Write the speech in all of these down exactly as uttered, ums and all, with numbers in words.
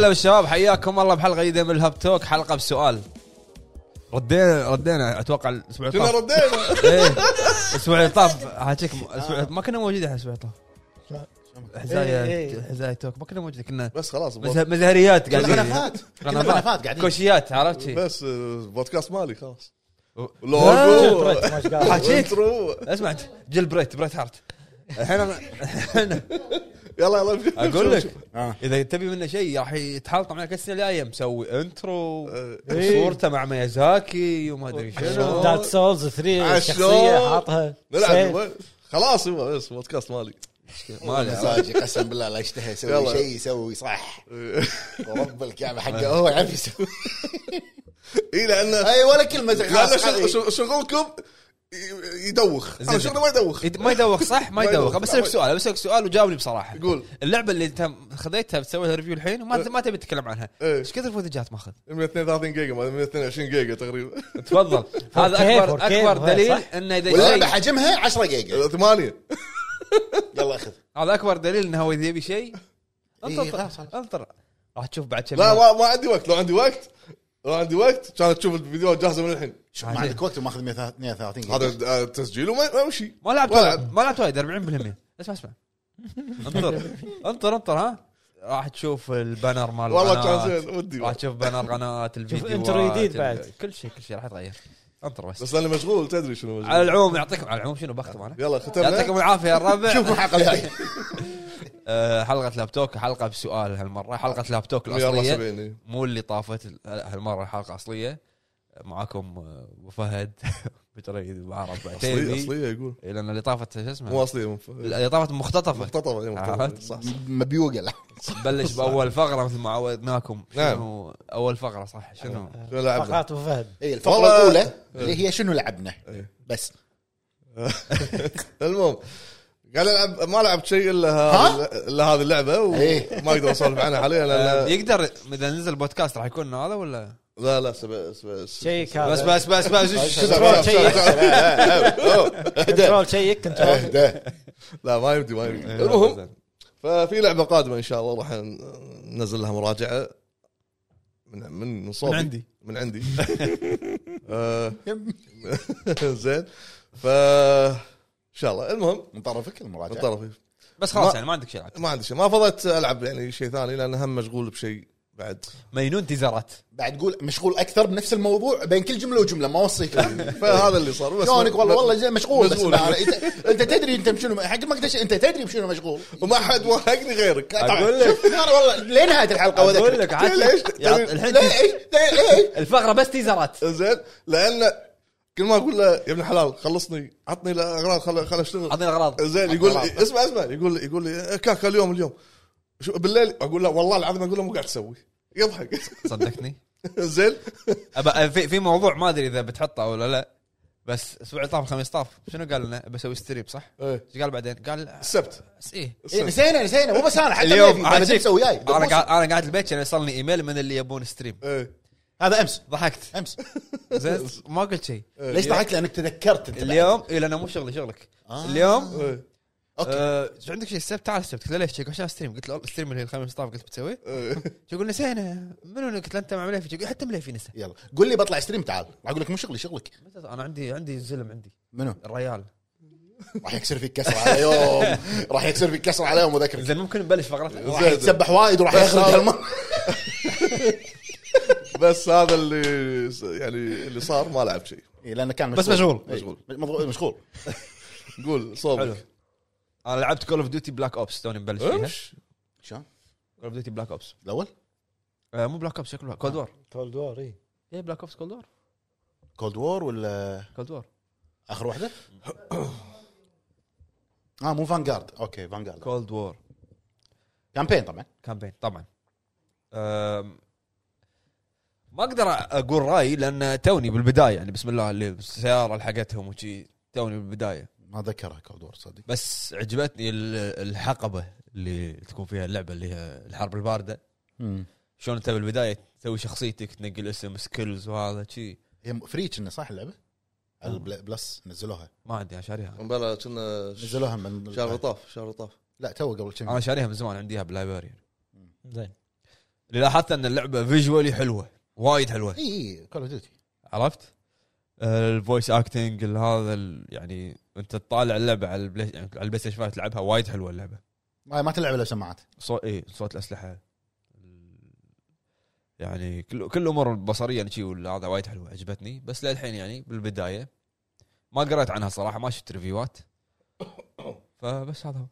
هلا بالشباب حياكم الله بحلقه جديده من الهاب توك حلقه بسؤال ردينا ردينا اتوقع الاسبوع اللي طاف ردينا ايه الاسبوع اللي طاف حاجيك ما كنا موجودين الاسبوع اللي طاف حزايا حزايا توك ما كنا موجودين كنا بس خلاص مزهريات قاعدين غنفات غنفات قاعدين كوشيات عرفت شيء بس بودكاست مالي خلاص لوجو حكيك اسمع جيل بريت بريت هارت الحين احنا يلا يلا اقول لك اذا تبي منه شيء راح يتحلط معك السنه الجايه مسوي انترو صورته مع ميازاكي وما ادري شنو دارك سولز ثلاثة شخصيه حاطها خلاص هو بس بودكاست مالي مالي مزاجي قسم بالله لا يشتهي يسوي شيء يسوي صح ورب الكعبه حقه هو يعرف يسوي اي لانه اي ولا كلمه شغلكم يدوخ انا شغله ما يدوخ ما يدوخ صح ما يدوخ بسالك سؤال بسالك سؤال وجاوبني بصراحه قول اللعبه اللي انت خذيتها بتسويها ريفيو الحين وما ما تبي تتكلم عنها ايش كثر فوتجات ماخذ مئة واثنين وثلاثين جيجا مئة واثنين وعشرين جيجا تقريبا تفضل هذا اكبر اكبر دليل انه اذا شيء حجمها عشرة جيجا ثمانية يلا اخذ هذا اكبر دليل انه هو اذا يبي شيء انطر انطر راح تشوف بعد كم لا ما, ما عندي وقت لو عندي وقت لو عندي وقت كانت تشوف الفيديوهات جاهزه من الحين ما عندك وقت وماخذ مئة وثلاثين هذا تسجيل وما مشي ما لعبت ما لعبت وايد أربعين بالمئة اسمع اسمع انطر انطر انطر ها راح تشوف البانر مال والله كان زين ودي راح تشوف بانر قناه الفيديو انترو جديد بعد كل شيء كل شيء راح يتغير انطر بس بس انا مشغول تدري شنو مشغول على العموم يعطيكم على العموم شنو بختم انا يلا ختمنا يعطيكم العافيه يا الربع شوفوا الحلقه الجايه حلقه لابتوك حلقه بسؤال هالمره حلقه لابتوك الاصليه مو اللي طافت هالمره حلقه اصليه معاكم ابو فهد بتريد بعرب اصليه اصليه يقول لان اللي طافت شو اسمه مو اصليه اللي طافت مختطفه مختطفه صح مبيوقه لا بلش باول فقره مثل ما عودناكم شنو اول فقره صح شنو فقرات ابو فهد اي الفقره الاولى اللي هي شنو لعبنا بس المهم قال العب ما لعبت شيء الا هذا الا هذه اللعبه وما اقدر اسولف عنها حاليا لان يقدر اذا نزل بودكاست راح يكون هذا ولا لا لا سب سب شيء بس بس بس بس كنترول شيء كنترول شيء كنترول لا ما يمدي ما يمدي المهم ففي لعبه قادمه ان شاء الله راح ننزل لها مراجعه من من صوبي من عندي من عندي زين ف ان شاء الله المهم من طرفك المراجعه من طرفي بس خلاص يعني ما عندك شيء ما عندي شيء ما فضلت العب يعني شيء ثاني لان هم مشغول بشيء بعد مينون تيزرات بعد تقول مشغول اكثر بنفس الموضوع بين كل جمله وجمله ما وصيك فهذا اللي صار بس شلونك والله والله مشغول, مشغول. بس انت تدري انت شنو حق ما قدش انت تدري بشنو مشغول وما حد وهقني غيرك اقول لك انا والله لنهايه الحلقه اقول لك ليش الحين الفقره بس تيزرات زين لان كل ما اقول له يا ابن الحلال خلصني عطني الاغراض خل خل اشتغل عطني الاغراض زين يقول لي اسمع اسمع يقول لي يقول لي كاكا اليوم اليوم شو بالليل اقول له والله العظيم اقول له مو قاعد تسوي يضحك صدقني زين في في موضوع ما ادري اذا بتحطه ولا لا بس اسبوع طاف خميس طاف شنو قال لنا بسوي ستريم صح ايش قال بعدين قال السبت ايه نسينا نسينا مو بس انا حتى اليوم انا بسوي وياي انا قاعد انا قاعد البيت كان يوصلني ايميل من اللي يبون ستريم هذا امس ضحكت امس زين ما قلت شيء ليش ضحكت لانك تذكرت انت اليوم اي لانه مو شغلي شغلك آه. اليوم اوكي شو عندك شيء السبت تعال السبت قلت له ليش عشان ستريم قلت له الستريم اللي الخميس طاف قلت بتسوي شو قلنا نسينا منو قلت له انت مع مليفي حتى مليفي نسى يلا قول لي بطلع ستريم تعال راح اقول لك مو شغلي شغلك انا عندي عندي زلم عندي منو الريال راح يكسر فيك كسر على يوم راح يكسر فيك كسر على يوم وذكرك زين ممكن نبلش فقرتنا راح يتسبح وايد وراح يخرج هالمره بس هذا اللي يعني اللي صار ما لعب شيء إيه لانه كان بس مشغول مشغول مشغول قول صوبك انا لعبت كول اوف ديوتي بلاك اوبس توني مبلش فيها شلون كول اوف ديوتي بلاك اوبس الاول آه مو بلاك اوبس شكله كولد وور كولد وور اي ايه بلاك اوبس كولد وور كولد وور ولا كولد وور اخر واحده اه مو فانغارد اوكي فانغارد كولد وور كامبين طبعا كامبين طبعا ما اقدر اقول رايي لان توني بالبدايه يعني بسم الله اللي السياره لحقتهم وشي توني بالبدايه ما ذكرها كولد وور صدق بس عجبتني الحقبه اللي تكون فيها اللعبه اللي هي الحرب البارده امم شلون انت بالبدايه تسوي شخصيتك تنقل اسم سكيلز وهذا شيء هي فريتش انه صح اللعبه البلس نزلوها ما عندي انا شاريها مبلا كنا نزلوها من شهر طاف شهر طاف لا تو قبل كم انا شاريها من زمان عنديها باللايبراري زين اللي لاحظت ان اللعبه فيجوالي حلوه وايد حلوه. اي كول اوف ديوتي عرفت الفويس اكتنج هذا يعني انت تطالع اللعبه على البلاي يعني على البلاي ستيشن خمسة تلعبها وايد حلوه اللعبه. ما ما تلعب الا سماعات صوت ايه صوت الاسلحه يعني كل كل الامور البصريه يعني شيء هذا وايد حلوه عجبتني. بس للحين يعني بالبدايه ما قرأت عنها صراحه ما شفت ريفيوات فبس هذا هو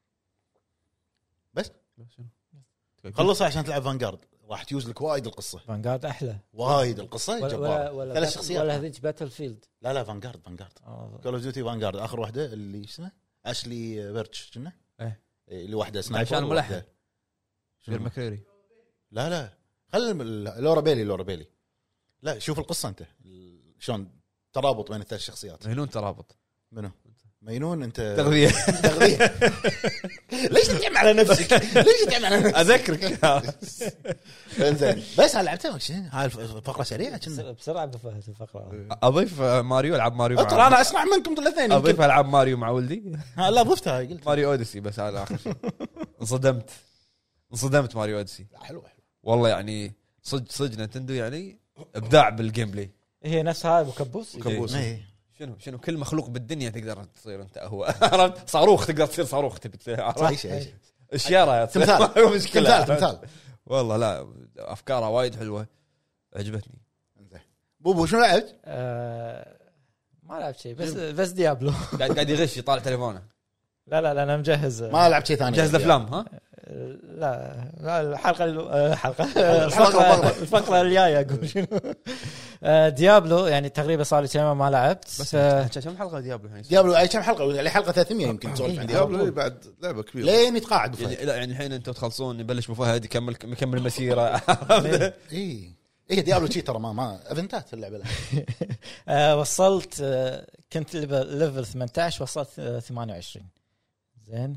بس شنو خلصها عشان تلعب فانغارد راح تيوز لك وايد القصه. فانغارد احلى وايد القصه ولا جباره. ولا ثلاث شخصيات ولا هذيك باتل فيلد. لا لا فانغارد فانغارد كول اوف ديوتي فانغارد اخر واحده اللي اسمه اشلي بيرتش كنا ايه اللي واحده سنايبر عشان ملحن غير مكريري. لا لا خل لورا بيلي لورا بيلي لا شوف القصه انت شلون ترابط بين الثلاث شخصيات. مجنون ترابط منو مجنون انت تغذيه تغذيه ليش تتعب على نفسك ليش تتعب على نفسك اذكرك انزين بس انا لعبتها هاي الفقره سريعه كنا بسرعه بفهد الفقره. اضيف ماريو العب ماريو ترى انا اسمع منكم الاثنين اضيف العب ماريو مع ولدي. لا ضفتها هاي قلت ماريو اوديسي بس هذا اخر شيء. انصدمت انصدمت ماريو اوديسي حلو حلو والله يعني صدق صدق نينتندو يعني ابداع بالجيم بلاي. هي نفسها مكبوس كبوس شنو شنو كل مخلوق بالدنيا تقدر تصير انت هو عرفت صاروخ تقدر تصير صاروخ تبي صحيح شيء الشياره تمثال مشكله تمثال تمثال والله لا افكارها وايد حلوه عجبتني. بوبو شنو لعبت؟ آه ما لعبت شيء بس بس ديابلو. قاعد قاعد يغش يطالع تليفونه. لا لا لا انا مجهز ما لعبت شيء ثاني جهز الافلام ها لا لا الحلقه الحلقه الفقره الفقره الجايه اقول شنو ديابلو يعني تقريبا صار لي كم ما لعبت بس كم حلقه ديابلو الحين ديابلو اي كم حلقه اللي حلقه ثلاثمية يمكن تسولف عن ديابلو بعد لعبه كبيره لين يتقاعد لا يعني الحين انتم تخلصون يبلش ابو فهد يكمل يكمل المسيره. اي اي ديابلو شي ترى ما ما ايفنتات اللعبه لا وصلت كنت ليفل ثمانية عشر وصلت ثمانية وعشرين زين.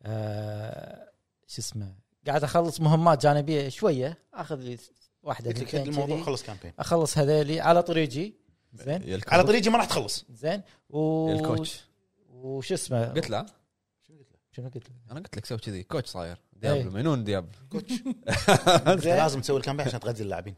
شو اسمه قاعد اخلص مهمات جانبيه شويه اخذ لي واحده قلت لك الموضوع خلص كامبين اخلص هذيلي على طريقي زين على طريقي ما راح تخلص زين و الكوتش وش اسمه قلت له شنو قلت له انا قلت لك سوي كذي كوتش صاير ديابلو منون ديابلو كوتش لازم تسوي الكامبين عشان تغذي اللاعبين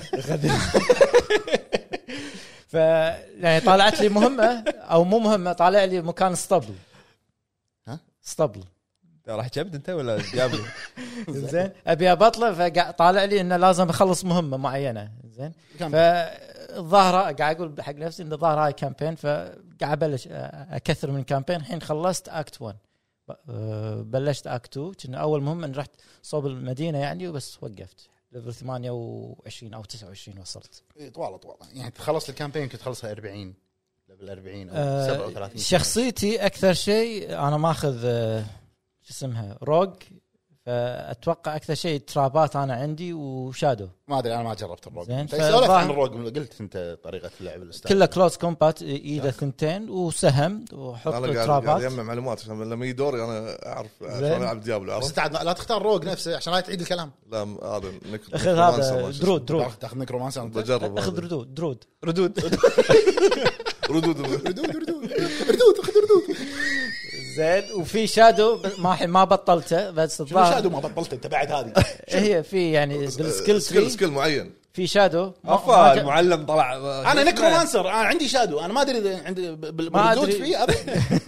ف يعني طالعت لي مهمه او مو مهمه طالع لي مكان اسطبل ها اسطبل راح جبت انت ولا ديابلو زين ابي ابطله فقاعد طالع لي انه لازم اخلص مهمه معينه زين. فالظاهره قاعد اقول حق نفسي ان الظاهر هاي كامبين فقاعد ابلش اكثر من كامبين. الحين خلصت اكت واحد بلشت اكت اثنين كنا اول مهمه رحت صوب المدينه يعني وبس وقفت ليفل ثمانية وعشرين او تسعة وعشرين وصلت. طوال طوال يعني تخلص الكامبين كنت تخلصها أربعين ليفل أربعين او سبعة وثلاثين. شخصيتي اكثر شيء انا ماخذ شو اسمها روج فاتوقع اكثر شيء ترابات انا عندي وشادو ما ادري انا ما جربت الروج. سولف عن الروج قلت انت طريقه اللعب الاستاذ كله كلوز كومبات ايده ثنتين وسهم وحط ترابات. انا اجمع معلومات عشان لما يدوري انا اعرف شلون العب ديابلو. عرفت لا تختار روج نفسه عشان لا تعيد الكلام. لا هذا اخذ هذا درود درود تاخذ نكرومانسر بجرب اخذ ردود درود ردود ردود ردود ردود ردود اخذ ردود زين. وفي شادو ما ما بطلته بس الظاهر شادو ما بطلته انت بعد هذه هي في يعني بالسكيل سكيل سكيل معين في شادو افا المعلم طلع انا نكرومانسر انا عندي شادو انا ما ادري عندي بالردود فيه ابي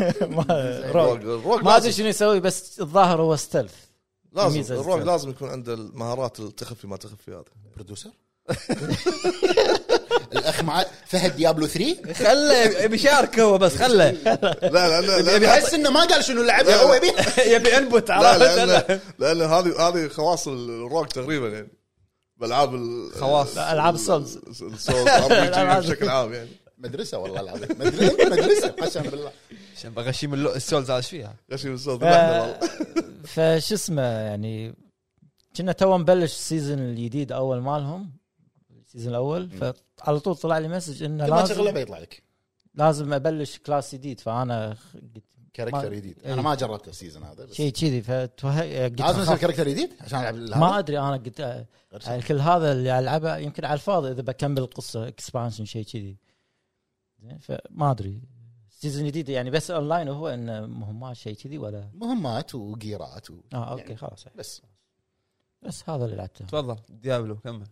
ما ادري شنو يسوي بس الظاهر هو ستيلث. لازم الروج لازم يكون عنده المهارات التخفي ما تخفي. هذا برودوسر الاخ مع فهد ديابلو ثلاثة خله بيشارك هو بس خله لا لا لا بحس انه ما قال شنو لعب هو يبي يبي انبوت لا لا لان هذه هذه خواص الروج تقريبا يعني بالعاب خواص العاب السولز السولز بشكل عام يعني مدرسه والله العظيم مدرسه قسم بالله عشان بغشيم السولز ايش فيها غشيم السولز والله. فش اسمه يعني كنا تو نبلش السيزون الجديد اول مالهم السيزون الاول فعلى طول طلع لي مسج انه لازم يطلع لك لازم ابلش كلاس جديد. فانا كاركتر جديد انا ما جربت السيزون هذا بس شيء كذي فتوه لازم يصير كاركتر جديد عشان العب ما ادري انا قلت الكل هذا اللي العبه يمكن على الفاضي اذا بكمل القصه اكسبانشن شيء كذي زين. فما ادري السيزون الجديد يعني بس اونلاين هو انه مهمات شيء كذي ولا مهمات وجيرات و... اه اوكي يعني خلاص بس بس هذا اللي لعبته. تفضل ديابلو كمل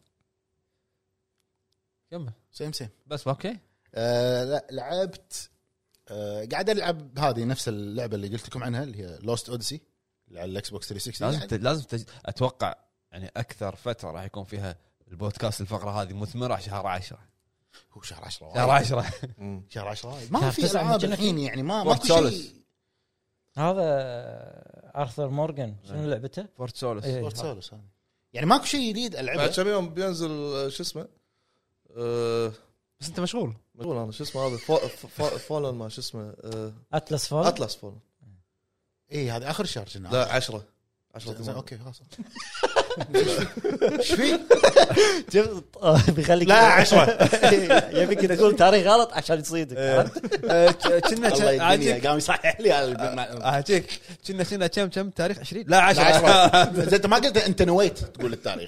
كمل سيم سيم بس اوكي. آه لا لعبت آه قاعد العب هذه نفس اللعبه اللي قلت لكم عنها اللي هي لوست اوديسي اللي على الاكس بوكس ثلاثمية وستين. لازم يعني ت... لازم تج... اتوقع يعني اكثر فتره راح يكون فيها البودكاست الفقره هذه مثمره شهر عشرة. هو شهر عشرة شهر عشرة شهر عشرة ما في العاب الحين يعني ما فورت ماكو سولس. شيء. هذا ارثر مورغان شنو لعبته؟ فورت سولس. إيه. فورت سولس هذا يعني ماكو شيء جديد العبه. بعد كم يوم بينزل آه، شو اسمه أه بس انت مشغول. مقول انا شو اسمه هذا فو- فو- فولن ما شو اسمه أه اتلس فول. اتلس فولن. اي هذا اخر شهر كنا. لا عشرة عشرة زين، ثمانية. اوكي خلاص. ايش في؟ شفت آه، بيخليك لا عشرة. يبيك تقول تاريخ غلط عشان يصيدك. كنا الله يدنيا عاجيك قام يصحح لي عاجيك كنا كنا كم كم تاريخ عشرين لا لا عشرة. عشرة. زين انت ما قلت انت نويت تقول التاريخ.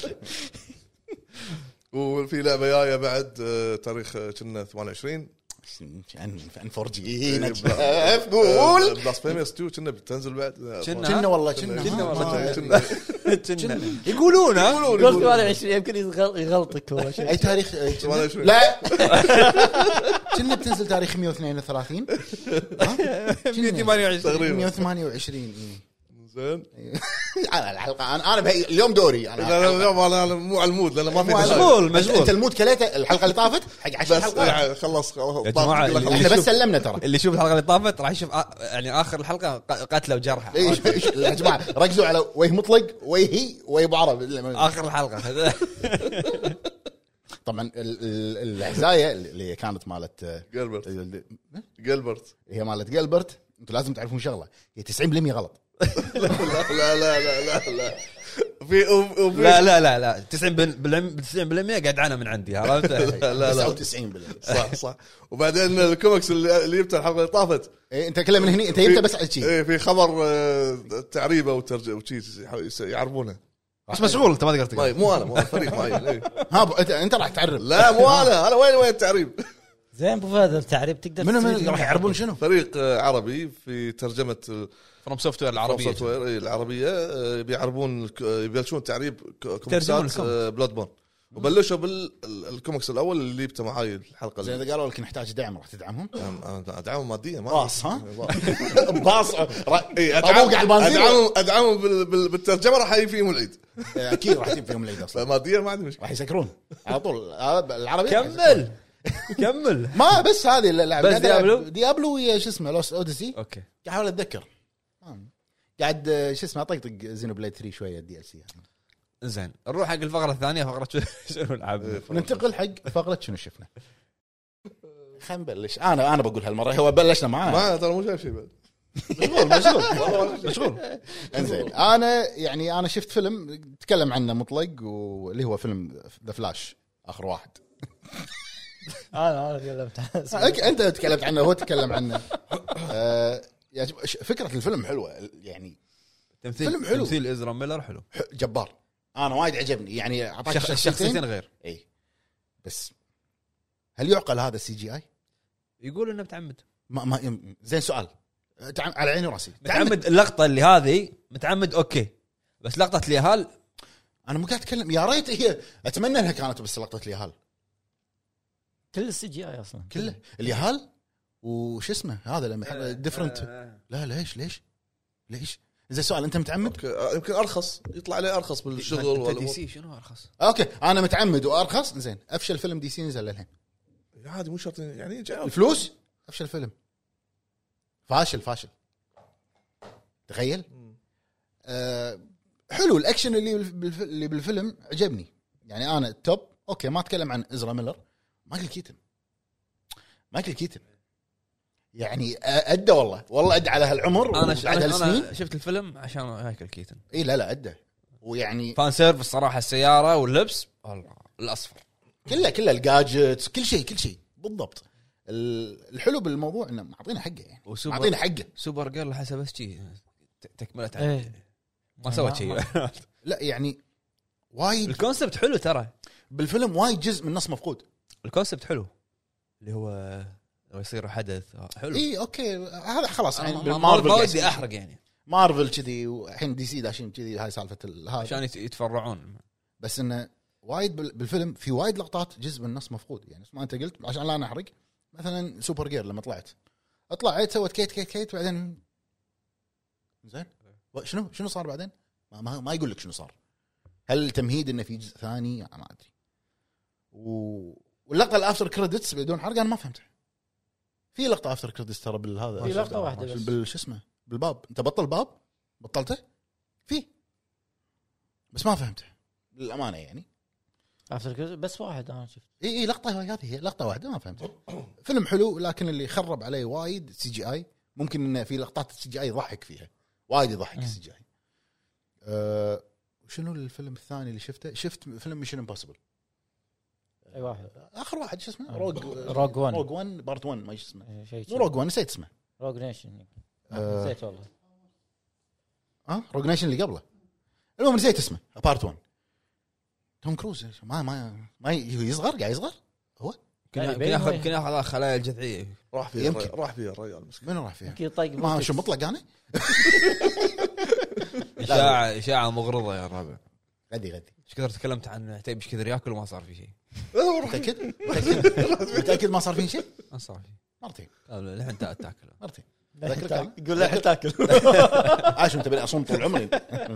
وفي لعبه جايه بعد آه، تاريخ آه، كنا ثمانية وعشرين عن عن فرجي إيه، نجف قول. بلاسفيميوس تو كنا بتنزل بعد كنا. كنا والله كنا كنا ما- والله ما- كنا كنا يقولون ها قول ثمانية وعشرين يمكن يغل- يغلطك هو شيء. اي تاريخ آه، كنا؟ ثمانية وعشرين. لا كنا بتنزل تاريخ مية واثنين وثلاثين ثمانية وعشرين تقريبا. مية وثمانية وعشرين إيه. زين. على الحلقه انا انا بهي اليوم دوري انا لا لا اليوم انا مو على المود لان ما في مو على- داعي. مشغول انت مشغول المود كليته الحلقه اللي طافت حق عشر بس حلقات. يعني خلص خلاص يا جماعة، طاف- اللي- احنا بس سلمنا ترى. اللي يشوف الحلقه اللي طافت راح يشوف آ- يعني اخر الحلقه ق- قتله وجرحه. إيش- إيش- يا جماعه ركزوا على وجه مطلق وجهي وجه ابو عرب. اخر الحلقه طبعا ال- ال- العزايه اللي كانت مالت جلبرت ال- جلبرت هي مالت جلبرت. انتم لازم تعرفون شغله هي تسعين بالمية غلط. لا لا لا لا لا لا في وفي لا لا لا لا تسعين بالمية تسعين بالمية قاعد انا من عندي عرفت. لا لا تسعة وتسعين بالمية. صح صح. وبعدين الكوميكس اللي اللي جبته الحلقه اللي طافت إيه انت كله من هني انت جبته بس على شيء. ايه في خبر آه، تعريبه وترجمه وشي يعرفونه. بس مشغول انت ما تقدر ما- تقرا. مو انا مو أنا، فريق معين إيه. ها ب- انت انت راح تعرف. لا مو انا انا وين وين التعريب. زين ابو فهد التعريب تقدر منو تستفيد من راح منه. يعرفون شنو؟ فريق آه، عربي في ترجمه فروم سوفت وير العربيه. سوفت وير إيه، العربيه آه، بيعربون الك- آه، يبلشون تعريب ك- ترجمون كوميكسات الكوميكس. بلاد بون وبلشوا بالكوميكس الاول اللي جبته معاي الحلقه زين اللي اذا قالوا لك نحتاج دعم راح تدعمهم؟ أنا ادعمهم ماديا ما باص ها؟ إيه، باص ادعم قاعد بنزين. ادعمهم ادعمهم بال- بال- بالترجمه راح يجي فيهم العيد اكيد راح يجيب فيهم العيد اصلا فماديا ما عندي مشكله. راح يسكرون على طول هذا العربي. كمل كمل. ما بس هذه اللعبه بس قاعد ألعب ديابلو؟ ديابلو ويا شو اسمه لوست اوديسي. اوكي قاعد احاول اتذكر قاعد آه، شو اسمه اطقطق زينو بليد ثلاثة شويه الدي ال سي. زين نروح حق الفقره الثانيه فقره شو- شنو العاب. ننتقل حق فقره شنو شفنا. خلينا نبلش انا انا بقول هالمره هو بلشنا معاه. ما ترى مو شايف شيء بعد. مشغول مشغول والله مشغول. انزين انا يعني انا شفت فيلم تكلم عنه مطلق واللي هو فيلم ذا فلاش اخر واحد. انا انا تكلمت عنه. أوكي، انت تكلمت عنه هو تكلم عنه. آه، يا جماعة، ش- فكره الفيلم حلوه يعني تمثيل فيلم حلو. تمثيل ازرا ميلر حلو. ح- جبار. انا وايد عجبني يعني اعطاك شخ- شخصيتين. الشخصيتين غير. اي بس هل يعقل هذا سي جي اي؟ يقول انه متعمد. ما ما يم- زين سؤال تعم- على عيني وراسي. متعمد اللقطه اللي هذه متعمد اوكي بس لقطه اليهال انا مو قاعد اتكلم يا ريت هي اتمنى انها كانت بس لقطه اليهال كل السي جي اي اصلا كله اليهال وش اسمه هذا لما ديفرنت. لا ليش ليش ليش زين سؤال انت متعمد؟ أوكي، آه، يمكن ارخص يطلع عليه ارخص بالشغل انت والأمور. دي سي شنو ارخص؟ اوكي انا متعمد وارخص. زين افشل فيلم دي سي نزل للحين عادي مو شرط يعني جاوب. الفلوس افشل فيلم فاشل فاشل تخيل. آه حلو الاكشن اللي بالف... اللي بالفيلم عجبني يعني انا توب. اوكي ما اتكلم عن ازرا ميلر. مايكل كيتن مايكل كيتن يعني ادى والله والله ادى على هالعمر انا وعلى انا, هالسنين. أنا شفت الفيلم عشان مايكل كيتن. اي لا لا ادى ويعني فان سيرفس صراحه السياره واللبس الله الاصفر كله كله الجاجتس كل شيء كل شيء بالضبط. ال- الحلو بالموضوع انه معطينا حقه يعني وسوبر معطينا حقه. سوبر جيرل حسب بس شيء تكمله إيه. ما سوت شيء. لا يعني وايد الكونسبت حلو ترى. بالفيلم وايد جزء من نص مفقود. الكونسبت حلو اللي هو لو يصير حدث حلو. اي اوكي هذا خلاص يعني ما- ما بالمارفل ما قاعد ودي يصير. احرق يعني. مارفل كذي والحين دي سي داشين كذي هاي سالفه هذا عشان يتفرعون. بس انه وايد بالفيلم في وايد لقطات جزء من النص مفقود يعني ما انت قلت عشان لا نحرق. مثلا سوبر جير لما طلعت طلعت سوت كيت كيت كيت بعدين زين شنو شنو صار بعدين ما ما, ما يقول لك شنو صار. هل تمهيد انه في جزء ثاني يعني ما ادري. واللقطه الافتر كريدتس بدون حرق انا ما فهمتها. في لقطه افتر كريدتس ترى بالهذا في لقطه واحده بس بالش اسمه بالباب. انت بطل باب بطلته في بس ما فهمته للامانه يعني. افتر بس واحد انا شفت اي اي لقطه هذه هي لقطه واحده ما فهمتها. فيلم حلو لكن اللي خرب عليه وايد سي جي اي. ممكن انه في لقطات السي جي اي يضحك فيها وايد يضحك السي جي اي. أه شنو الفيلم الثاني اللي شفته؟ شفت فيلم ميشن امبوسيبل. اي واحد اخر واحد شو اسمه روج روج وان روج وان بارت واحد ما شو اسمه مو روج وان نسيت اسمه روج نيشن أه نسيت والله. اه روج نيشن اللي قبله المهم نسيت اسمه بارت واحد. توم كروز ما ما ما يصغر قاعد يصغر هو يمكن ياخذ يمكن ياخذ خلايا الجذعيه راح فيها يمكن راح فيها الرجال مسكين. من راح فيها يمكن طيق ما شو مطلق انا اشاعه اشاعه مغرضه يا الربع. غدي غدي ايش كثر تكلمت عن عتيب ايش كثر ياكل وما صار في شيء. متاكد متاكد ما صار في شيء ما صار في مرتين الحين تاكل مرتين يقول لا تاكل عاش انت بني اصوم طول عمري.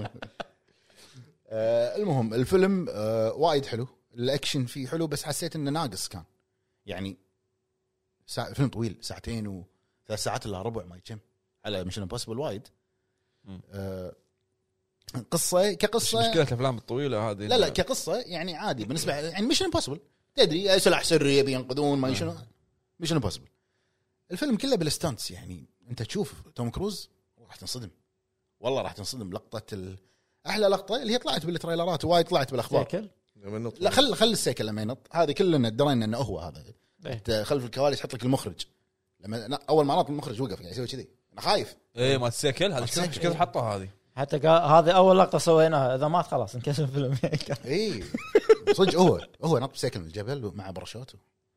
آه المهم الفيلم آه وايد حلو. الاكشن فيه حلو بس حسيت انه ناقص كان يعني ساعة فيلم طويل ساعتين وثلاث ساعات الا ربع ما يتم على ميشن امبوسيبل وايد. آه قصه كقصه مشكله الافلام الطويله هذه لا لا كقصه يعني عادي بالنسبه يعني ميشن امبوسيبل تدري سلاح سري يبي ينقذون ما شنو ميشن امبوسيبل. الفيلم كله بالستانتس يعني انت تشوف توم كروز راح تنصدم والله راح تنصدم. لقطه ال... احلى لقطه اللي هي طلعت بالتريلرات وايد طلعت بالاخبار. لا خل خل السيكل لما ينط هذه كلنا درينا انه هو هذا إيه؟ خلف الكواليس يحط لك المخرج لما اول ما نط المخرج وقف يعني يسوي كذي انا خايف ايه ما السيكل هذا ايش كثر حطوا هذه حتى هذه اول لقطه سويناها اذا مات خلاص انكسر الفيلم. اي صدق هو هو نط بسيكل من الجبل مع برشوته.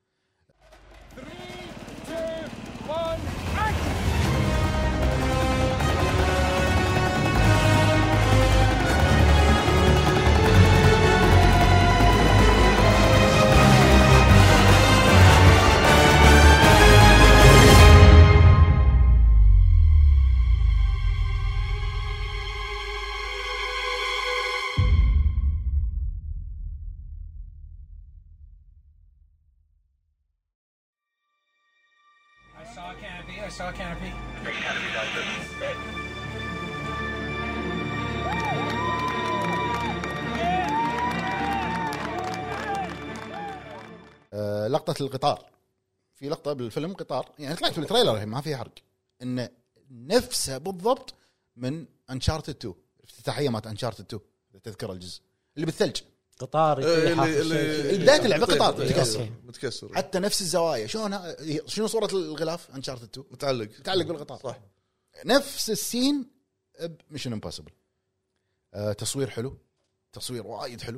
آه لقطة القطار في لقطة بالفيلم قطار يعني طلعت في التريلر ما فيها حرق إنه نفسها بالضبط من أنشارتد اثنين افتتاحية مات أنشارتد اثنين تذكر الجزء اللي بالثلج قطار بداية اللعبة قطار متكسر متكسر حتى نفس الزوايا شلون شنو صورة الغلاف أنشارتد اثنين متعلق متعلق بالقطار صح نفس السين بميشن امبوسيبل. آه تصوير حلو تصوير وايد حلو.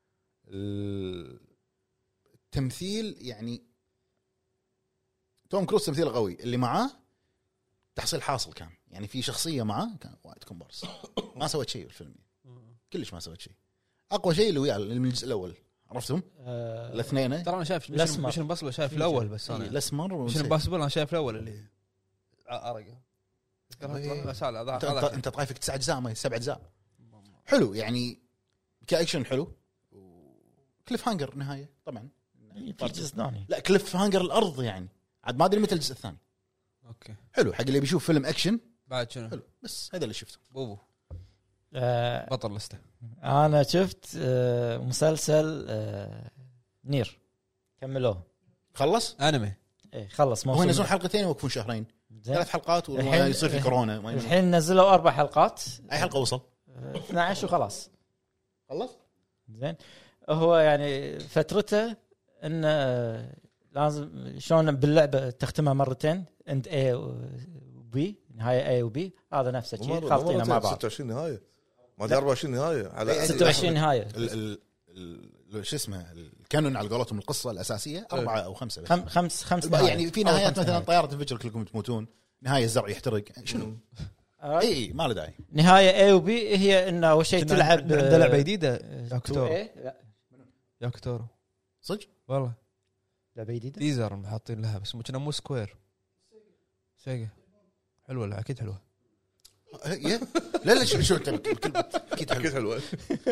التمثيل يعني توم كروز تمثيل قوي اللي معاه تحصيل حاصل كان يعني في شخصية معاه كان وايد كومبارس ما سوت شيء الفيلم كلش ما سوت شيء. أقوى شيء اللي وياه من الجزء الأول عرفتهم أه الاثنين ترى أنا شايف مش امبوسيبل شايف الأول بس أنا الأسمر مش امبوسيبل أنا شايف الأول اللي أرقى انت, انت طايفك تسع اجزاء ما سبع اجزاء حلو يعني كاكشن حلو كليف هانجر نهايه طبعا الجزء الثاني لا كليف هانجر الارض يعني عاد ما ادري متى الجزء الثاني. اوكي حلو حق اللي بيشوف فيلم اكشن بعد شنو حلو بس هذا اللي شفته. بوبو آه بطل لسته انا شفت آه مسلسل آه نير كملوه خلص انمي ايه خلص موسم هو ينزلون حلقتين ويوقفون شهرين ثلاث حلقات ويصير في كورونا الحين نزلوا اربع حلقات اي حلقه وصل اثني عشر وخلاص خلص زين. هو يعني فترته انه لازم شلون باللعبه تختمها مرتين اند اي وبي نهايه اي وبي هذا نفسه شيء خالطينه مع بعض ستة وعشرين نهايه ما ادري أربعة وعشرين نهايه على ستة وعشرين نهايه شو اسمه الكانون على قولتهم القصه الاساسيه أربعة او خمسة خم خمس خمس يعني في نهايات مثلا طياره تنفجر كلكم تموتون نهايه الزرع يحترق شنو اي ما له داعي. نهايه اي وبي هي انه اول شيء تلعب عنده لعبه جديده ياكوتورو ايه لا ياكوتورو صدق والله لعبه جديده تيزر حاطين لها بس كنا مو سكوير سيجا حلوه لا اكيد حلوه لا لا شو شو اكيد اكيد حلوه.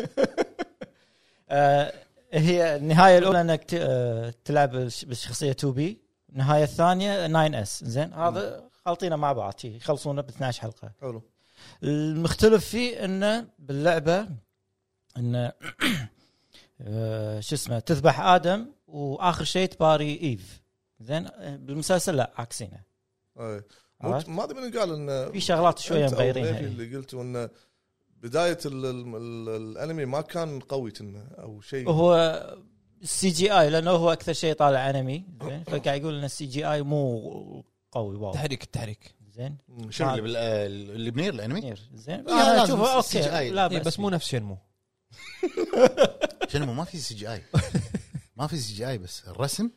آه هي النهايه الاولى انك تلعب بالشخصيه تو بي، النهايه الثانيه ناين اس زين. هذا خلطينه مع بعض شي يخلصونه ب اثنتي عشرة حلقه. حلو. المختلف فيه انه باللعبه انه آه شو اسمه تذبح ادم واخر شيء تباري ايف زين. بالمسلسل لا عكسينه. اي ما ادري من قال ان في شغلات شويه مغيرينها اللي قلتوا انه بدايه ال ال ال الانمي ما كان قوي كنا او شيء. هو السي جي اي لانه هو اكثر شيء طالع انمي زين، فقاعد يقول ان السي جي اي مو قوي واو تحريك التحريك زين. شنو اللي بال... اللي بنير الانمي زين انا اشوفه اوكي لا بس, بس مو نفس شنمو. شنمو ما في سي جي اي ما في سي جي اي بس الرسم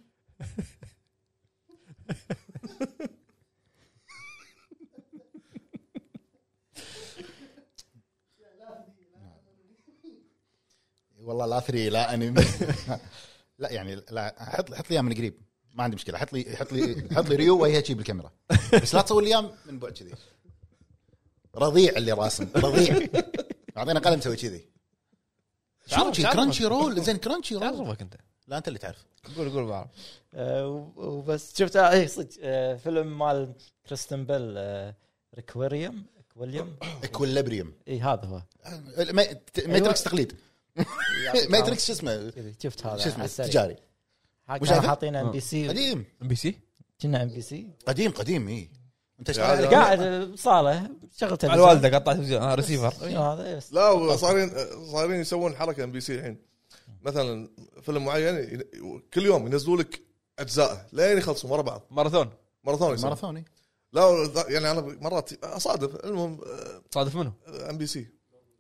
والله لا ثري لا انمي لا يعني لا حط حط لي اياه من قريب ما عندي مشكله. حط لي حط لي حط لي ريو وهي شيء بالكاميرا بس لا تصور لي اياه من بعد كذي. رضيع اللي راسم رضيع. اعطينا قلم سوي كذي. شو كرانشي رول زين كرانشي رول تعرفك انت لا انت اللي تعرف. قول قول بعض. أه وبس شفت اي صدق أه فيلم مال كريستن بيل أه ريكويريوم اكويليوم اكويلبريوم اي هذا هو ماتريكس تقليد ماتريكس شو اسمه شفت هذا شو اسمه تجاري مش حاطين ام بي سي قديم. ام بي سي كنا ام بي سي قديم قديم اي انت قاعد بصاله شغلت على الوالده قطعت اه ريسيفر هذا لا صارين صارين يسوون حركه ام بي سي الحين مثلا فيلم معين كل يوم ينزلوا لك اجزاء لين يخلصوا ورا بعض ماراثون ماراثون ماراثوني. لا يعني انا مرات اصادف المهم صادف منه ام بي سي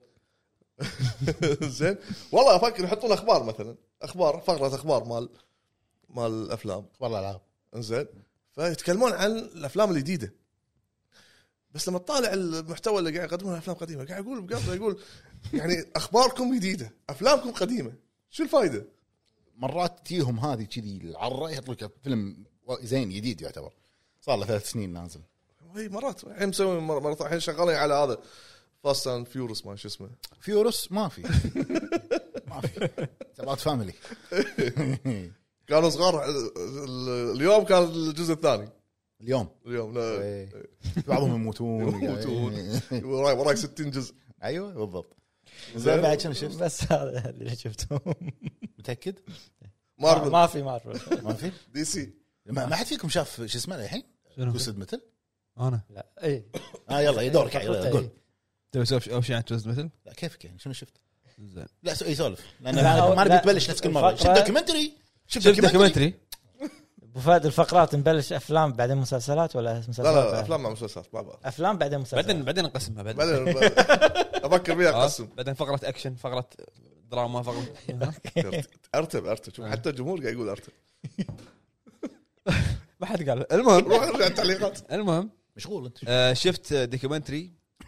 زين والله افكر يحطون اخبار مثلا اخبار فقره اخبار مال مال الافلام والله لا انزين فيتكلمون عن الافلام الجديده بس لما تطالع المحتوى اللي قاعد يقدمونه افلام قديمه قاعد يقول بقصده يقول يعني اخباركم جديده افلامكم قديمه شو الفائده. مرات تيهم هذه كذي العره يحط لك فيلم زين جديد يعتبر صار له ثلاث سنين نازل. هي مرات الحين مسوي مرات الحين شغالين على هذا فاست اند فيورس ما شو اسمه فيورس ما في ما في تبعت فاميلي كانوا صغار اليوم كان الجزء الثاني اليوم اليوم لا ايه. بعضهم يموتون يموتون وراي وراي ستين جزء ايوه بالضبط. زين بعد شنو شفت بس هذا اللي شفته متاكد مارفل ما في مارفل ما في دي سي ما, ما حد فيكم شاف شو اسمه الحين توسد مثل انا لا اي اه يلا يدورك يلا قول تبي تسولف اول شيء عن توسد مثل لا كيفك يعني شنو شفت زين لا سوي سولف لان ما نبي تبلش نفس كل مره شفت دوكيومنتري شفت دوكيومنتري ابو فهد الفقرات نبلش افلام بعدين مسلسلات ولا مسلسلات؟ لا لا افلام مع مسلسلات مع بعض افلام بعدين مسلسلات بعدين بعدين نقسمها بعدين بعدين افكر فيها اقسم بعدين فقره اكشن فقره دراما فقره ارتب ارتب شوف حتى الجمهور قاعد يقول ارتب ما حد قال. المهم روح ارجع التعليقات. المهم مشغول انت آه شفت دوكيومنتري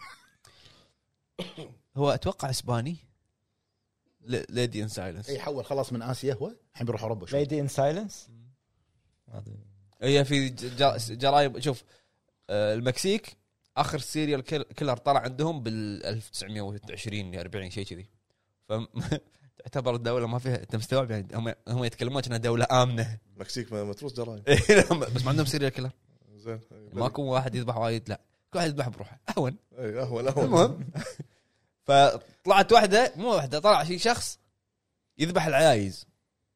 هو اتوقع اسباني ليدي ان سايلنس. اي حول خلاص من اسيا هو الحين بيروح اوروبا شوي ليدي ان سايلنس هي في جرايم. شوف آه المكسيك اخر سيريال كيلر طلع عندهم بال ألف وتسعمية وعشرين أربعين شيء كذي ف تعتبر الدوله ما فيها انت مستوعب يعني هم هم يتكلمون انها دوله امنه المكسيك متروس جرايم بس ما عندهم سيريال كيلر زين ماكو واحد يذبح وايد لا كل واحد يذبح بروحه اهون اي اهون اهون. المهم فطلعت واحده مو واحده طلع شيء شخص يذبح العيايز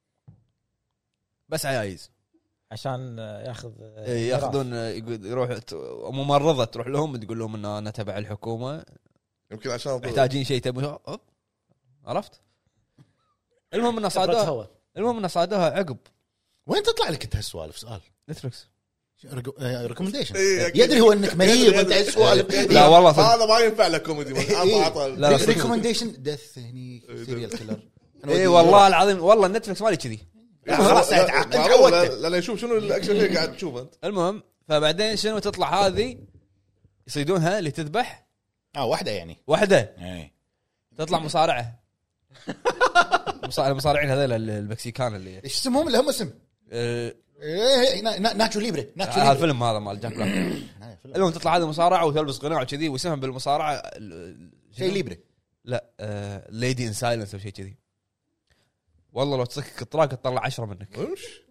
بس عيايز عشان ياخذ ياخذون يروح ممرضه تروح لهم تقول لهم ان انا تبع الحكومه يمكن عشان محتاجين شيء تبي عرفت. المهم ان صادوها المهم ان صادوها عقب. وين تطلع لك انت هالسوالف سؤال نتفلكس ريكومنديشن يدري هو انك مريض وانت سوالف لا والله هذا ما ينفع لك كوميدي لا ريكومنديشن ديث هني سيريال كيلر اي والله العظيم والله نتفلكس مالي كذي خلاص تعودت لا لا يشوف شنو الاكشن اللي قاعد تشوفه انت. المهم فبعدين شنو تطلع هذه يصيدونها اللي تذبح اه واحده يعني واحده اي تطلع مصارعه. المصارعين هذول المكسيكان اللي ايش اسمهم اللي هم اسم أه... ايه ناتشو ليبري ناتشو ليبري الفيلم هذا مال جاك بلاك. المهم تطلع هذه مصارعه وتلبس قناع وكذي واسمها بالمصارعه شيء ليبري لا ليدي ان سايلنس او شيء كذي. والله لو تصكك الطراق تطلع عشرة منك. وش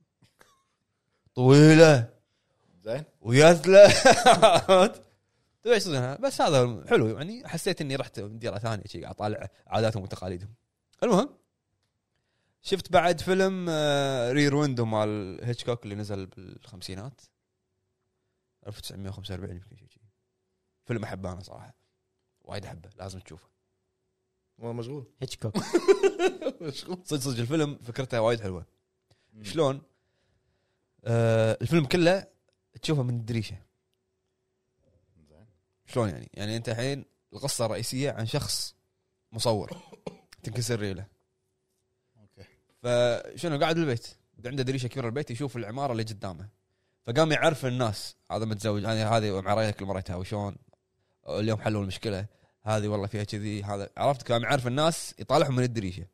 طويله زين وياثله تبي يصيرها. بس هذا حلو يعني حسيت اني رحت مديره ثانيه شيء اطالع عاداتهم وتقاليدهم. المهم شفت بعد فيلم رير ويندو مال هيتشكوك اللي نزل بالخمسينات ألف وتسعمية وخمسة وأربعين يمكن شيء. فيلم احبه انا صراحه وايد احبه لازم تشوفه. ما مشغول هيتشكوك مشغول صدق صدق الفيلم فكرته وايد حلوه. شلون آه الفيلم كله تشوفه من الدريشه. شلون يعني يعني انت الحين القصه الرئيسيه عن شخص مصور تنكسر ريله. اوكي فشنو قاعد بالبيت عنده دريشه كبيره البيت يشوف العماره اللي قدامه فقام يعرف الناس هذا متزوج هذه هذه معريتك اللي مريتها وشون اليوم حلوا المشكله هذه والله فيها كذي هذا عرفت قام يعرف الناس يطالعهم من الدريشه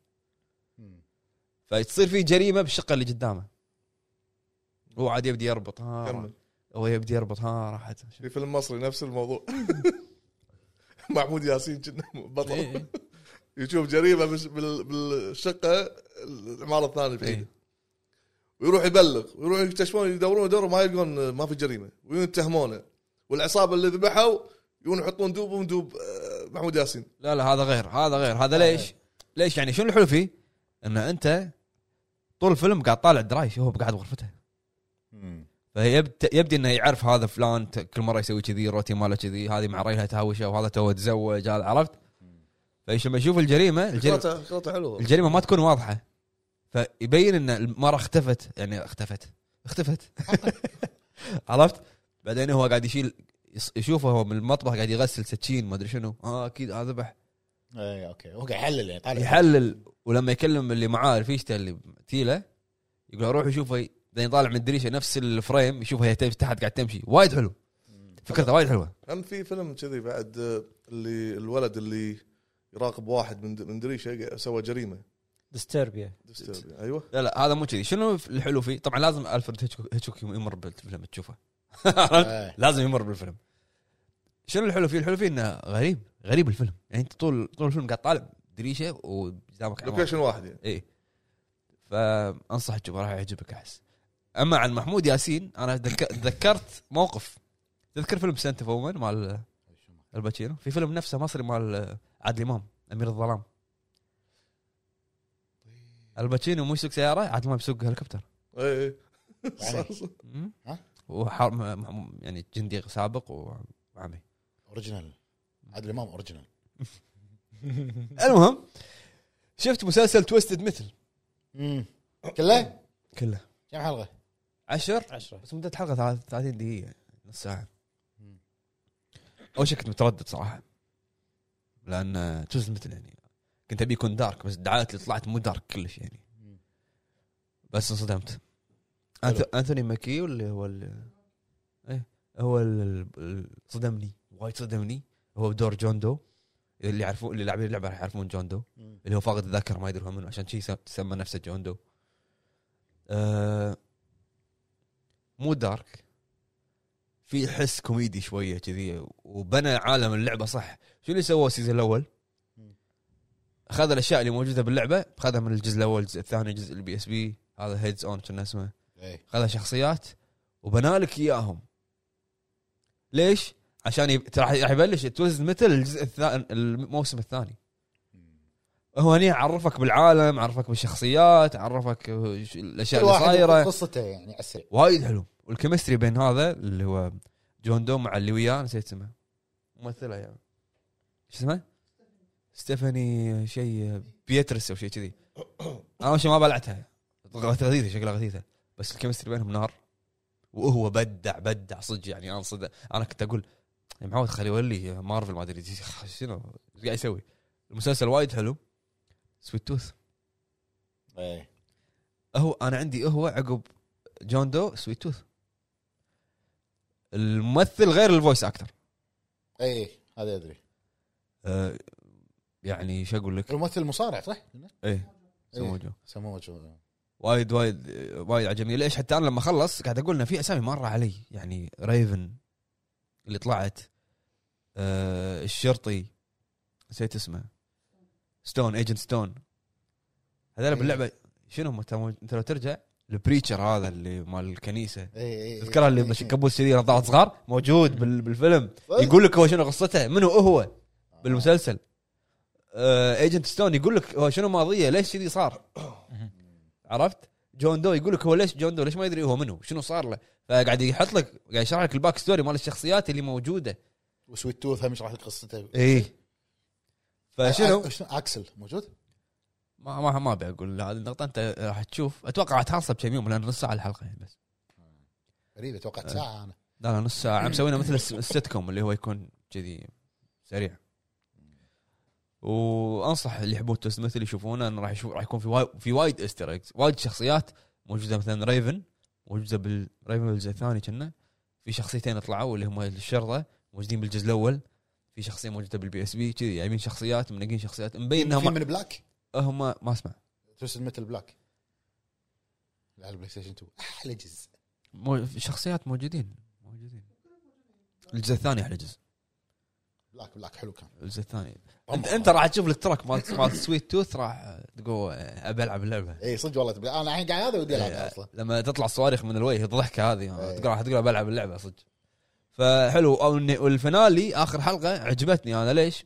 فتصير في جريمه بالشقه اللي قدامه. هو عاد يبدي يربط ها كمل. هو يبدي يربط ها راحت في فيلم مصري نفس الموضوع محمود ياسين كنا بطل إيه. يشوف جريمه بال- بالشقه العماره الثانيه بعيد إيه. ويروح يبلغ ويروح يكتشفون يدورون يدورون ما يلقون ما في جريمه ويتهمونه والعصابه اللي ذبحوا يقولون يحطون دوب وندوب محمود ياسين. لا لا هذا غير هذا غير هذا ليش ليش يعني شنو الحلو فيه ان انت طول الفيلم قاعد طالع درايش وهو قاعد بغرفته فيبدأ يبدي انه يعرف هذا فلان كل مره يسوي كذي روتين ماله كذي هذه مع ريلها تهاوشه وهذا تو تزوج هذا عرفت. فايش لما يشوف الجريمه الجريمه, خطه حلوه الجريمه ما تكون واضحه فيبين ان المره اختفت يعني اختفت اختفت عرفت. بعدين هو قاعد يشيل يشوفه هو من المطبخ قاعد يغسل سكين ما ادري شنو اه اكيد هذا ذبح. اي اوكي هو قاعد يحلل يعني طالع يحلل ولما يكلم اللي معاه رفيجته اللي تيله يقول روح يشوفه بعدين يطالع من الدريشه نفس الفريم يشوفها هي تحت قاعد تمشي. وايد حلو فكرته وايد حلوه. هم في فيلم كذي بعد اللي الولد اللي يراقب واحد من من دريشه سوى جريمه ديستربيا ديستربيا ايوه. لا لا هذا مو كذي. شنو الحلو فيه طبعا لازم ألفريد هيتشكوك هيتشكوك يمر بالفيلم تشوفه لازم يمر بالفيلم. شنو الحلو فيه الحلو فيه انه غريب غريب الفيلم يعني انت طول طول الفيلم قاعد طالع دريشه وقدامك لوكيشن واحد يعني اي فانصح تشوفه راح يعجبك احس. اما عن محمود ياسين انا تذكرت موقف. تذكر فيلم سنت اوف وومن مال الباتشينو في فيلم نفسه مصري مال عادل امام امير الظلام. الباتشينو مو يسوق سياره عادل امام يسوق هليكوبتر. اي ها وحار يعني جندي سابق وعمي اوريجينال عادل امام اوريجينال. المهم شفت مسلسل تويستد مثل امم كله كله كم حلقه؟ عشر عشرة بس مدة الحلقة ثلاثين دقيقة نص ساعة. أول شيء كنت متردد صراحة لأن تويستد مثل يعني كنت أبي يكون دارك بس الدعايات اللي طلعت مو دارك كلش يعني بس انصدمت. أنثوني ماكي اللي هو ال إيه هو ال صدمني وايد صدمني. هو بدور جون دو اللي يعرفون اللي لاعبين اللعبة راح يعرفون جون دو اللي هو فاقد الذاكرة ما يدري هو منه عشان شيء تسمى نفسه جون دو. أه مو دارك في حس كوميدي شويه كذي وبنى عالم اللعبه صح. شو اللي سووه السيزون الاول اخذ الاشياء اللي موجوده باللعبه اخذها من الجزء الاول الجزء الثاني الجزء البي اس بي هذا هيدز اون كنا اسمه اخذ شخصيات وبنى لك اياهم. ليش؟ عشان يب... راح يبلش توزن مثل الجزء الثاني الموسم الثاني. هو هني عرفك بالعالم عرفك بالشخصيات عرفك الاشياء اللي صايره قصته يعني على السريع وايد حلو. والكيمستري بين هذا اللي هو جون دو مع اللي وياه نسيت اسمه ممثله يعني ايش اسمه ستيفاني شيء بيترس او شيء كذي. انا مش ما بلعتها غثيثه شكلها غثيثه بس الكيمستري بينهم نار. وهو بدع بدع صدق يعني انا صدق انا كنت اقول يا معود خلي يولي مارفل ما ادري شنو قاعد يسوي. المسلسل وايد حلو. سويت توث ايه هو انا عندي هو عقب جون دو سويت توث. الممثل غير الفويس اكتر اي هذا ادري. أه يعني شو اقول لك، الممثل المصارع صح؟ ايه سمو جو سمو جو وايد وايد وايد عجبني. ليش حتى انا لما خلص قاعد اقول انه في اسامي مره علي، يعني ريفن اللي طلعت، أه الشرطي نسيت اسمه، ستون ايجنت ستون، هذول باللعبه شنو هم؟ انت لو ترجع البريتشر هذا اللي مال الكنيسه تذكرها اللي بشكبوا السرير ضغط صغار موجود بالفيلم، يقول لك هو شنو قصته، منو هو بالمسلسل. ايجنت ستون يقول لك هو شنو ماضيه، ليش كذي صار، عرفت؟ جون دو يقول لك هو ليش جون دو ليش ما يدري هو منو شنو صار له، فقاعد يحط لك قاعد يشرح لك الباك ستوري مال الشخصيات اللي موجوده. وسويت توث هم يشرح لك قصته. ايه فشنو اكسل موجود؟ ما ما ما ابي اقول هذه النقطه، انت راح تشوف اتوقع تحصل بكم يوم لان نص ساعه الحلقه يعني بس غريبه توقعت ساعه انا. لا لا نص ساعه، عم مسوينا مثل السيت كوم اللي هو يكون كذي سريع. وانصح اللي يحبون توست مثل يشوفونه انه راح يشوف راح يكون في وايد في وايد استر ايجز، وايد شخصيات موجوده، مثلا ريفن موجوده بالريفن الجزء الثاني كنا في شخصيتين طلعوا اللي هم الشرطه موجودين بالجزء الاول، في شخصيه موجوده بالبي اس بي كذي، يعني شخصيات منقين شخصيات مبين انهم من بلاك هم ما اسمع توست مثل بلاك على البلاي ستيشن تو احلى جزء مو شخصيات موجودين موجودين الجزء الثاني احلى جزء بلاك بلاك حلو كان الجزء الثاني. انت انت راح تشوف التراك مال مال سويت توث راح تقول ابي العب اللعبه. اي صدق والله تبي. انا الحين قاعد هذا ودي العب اصلا لما تطلع الصواريخ من الوجه الضحكه هذه تقول راح تقول بلعب اللعبه صدق. فحلو. والفينالي اخر حلقه عجبتني انا ليش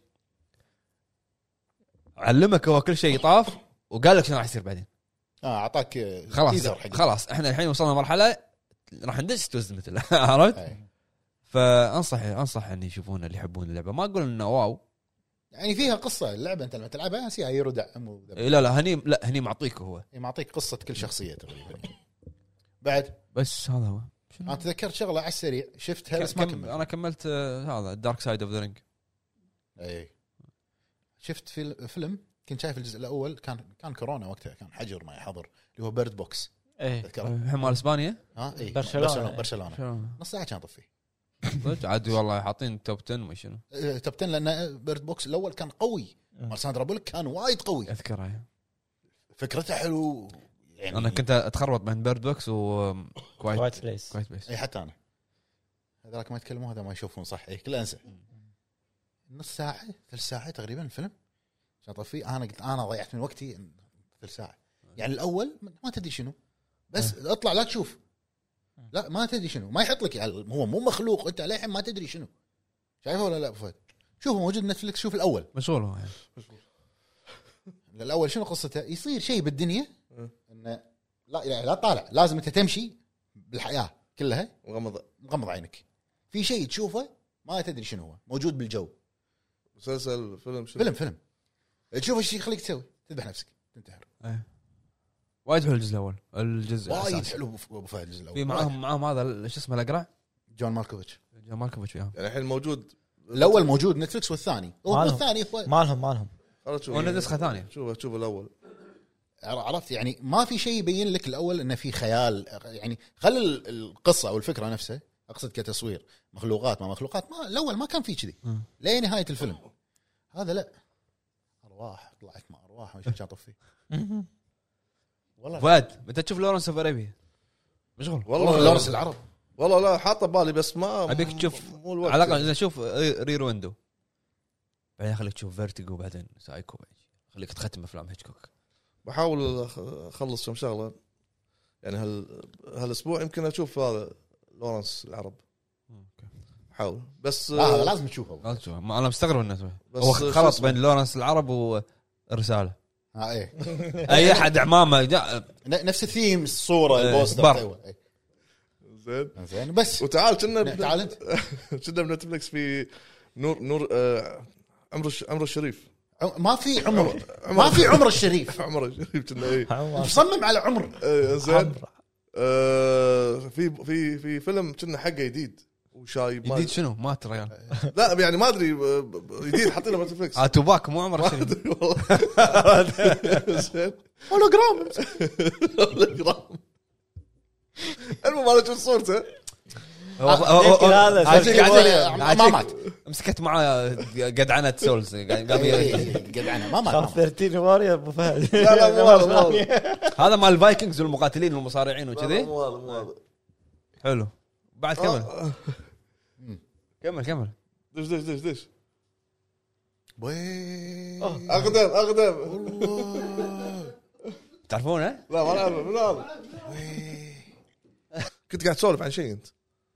علمك هو كل شيء طاف وقال لك شنو راح يصير بعدين. اه اعطاك خلاص خلاص احنا الحين وصلنا مرحله راح ندش توز مثل عرفت. فانصح انصح ان يشوفون اللي يحبون اللعبه، ما اقول انه واو يعني فيها قصه اللعبه انت لما تلعبها سي هيرو دعم لا لا هني لا هني معطيك هو معطيك قصه كل شخصيه تقريبا بعد. بس هذا هو. انا تذكرت شغله على السريع شفتها بس ما كملت. انا كملت هذا الدارك سايد اوف ذا رينج. اي شفت في فيلم كنت شايف الجزء الاول كان كان كورونا وقتها كان حجر ما يحضر اللي هو بيرد بوكس. ايه الحين مال اسبانيا ها اي برشلونه برشلونه نص ساعه كان طفي عادي والله حاطين توب عشرة ما شنو توب عشرة لان بيرد بوكس الاول كان قوي مال ساندرا بولك كان وايد قوي اذكره فكرته حلو يعني. انا كنت اتخربط بين بيرد بوكس وكوايت بليس كوايت بليس اي حتى انا هذاك ما يتكلمون هذا ما يشوفون صح اي كله انسى. نص ساعه ثلث ساعه تقريبا الفيلم عشان طفي. انا قلت انا ضيعت من وقتي ثلث ساعه يعني الاول ما تدري شنو بس أه. اطلع لا تشوف لا ما تدري شنو ما يحط لك يعني هو مو مخلوق انت عليه ما تدري شنو شايفه ولا لا فهد. شوفه موجود نتفلكس شوف الاول مشغول هو يعني. الاول شنو قصته يصير شيء بالدنيا انه لا يعني لا طالع لازم انت تمشي بالحياه كلها مغمض مغمض عينك في شيء تشوفه ما تدري شنو هو موجود بالجو. مسلسل فيلم شنو؟ فيلم فيلم تشوف الشيء يخليك تسوي تذبح نفسك تنتحر. ايه وايد حلو الجزء الاول الجزء وايد حلو ابو فهد الجزء الاول في معاهم معاهم هذا شو اسمه الاقرع جون مالكوفيتش جون مالكوفيتش وياهم يعني الحين موجود الاول موجود نتفلكس والثاني هو الثاني هو مالهم مالهم وانا نسخه ثانيه شوف شوف الاول عرفت يعني ما في شيء يبين لك الاول انه في خيال يعني خلي القصه او الفكره نفسها اقصد كتصوير مخلوقات ما مخلوقات ما الاول ما كان في كذي لين نهايه الفيلم. هذا لا ارواح طلعت ما ارواح مش كان طفي والله. فهد متى تشوف لورنس اوف ارابيا مشغول والله لورنس العرب والله لا حاطه بالي بس ما ابيك تشوف على الاقل اذا شوف رير ويندو بعدين خليك تشوف فيرتيجو بعدين سايكو خليك تختم افلام هيتشكوك. بحاول اخلص كم شغله يعني هال هالاسبوع يمكن اشوف هذا لورنس العرب حاول بس آه لازم تشوفه لازم تشوفه. انا مستغرب انه هو خلط بين لورنس العرب والرساله. اه ايه اي احد عمامه نفس الثيم الصوره البوستر زين زين بس وتعال كنا تعال انت كنا بنتفلكس في نور نور آه عمر عمر الشريف ما في عمر ما في عمر الشريف عمر الشريف كنا ايه مصمم على عمر آه زين آه في في في فيلم كنا حقه جديد وشاي جديد شنو مات الرجال لا يعني ما ادري جديد حاطينه على نتفلكس اه توباك مو عمر الشريف زين هولوجرام هولوجرام المهم انا شفت صورته هذا ما مات مسكت معاه قدعنه سولز قاعد قدعنه ما ما خاف ثلاثين واريا ابو فهد. لا لا مو هذا مو هذا هذا مال الفايكنجز والمقاتلين والمصارعين وكذي. مو هذا مو هذا. حلو بعد كمل كمل كمل دش دش دش دش وي اقدم اقدم تعرفونه؟ لا ما نعرف من هذا. كنت قاعد تسولف عن شيء انت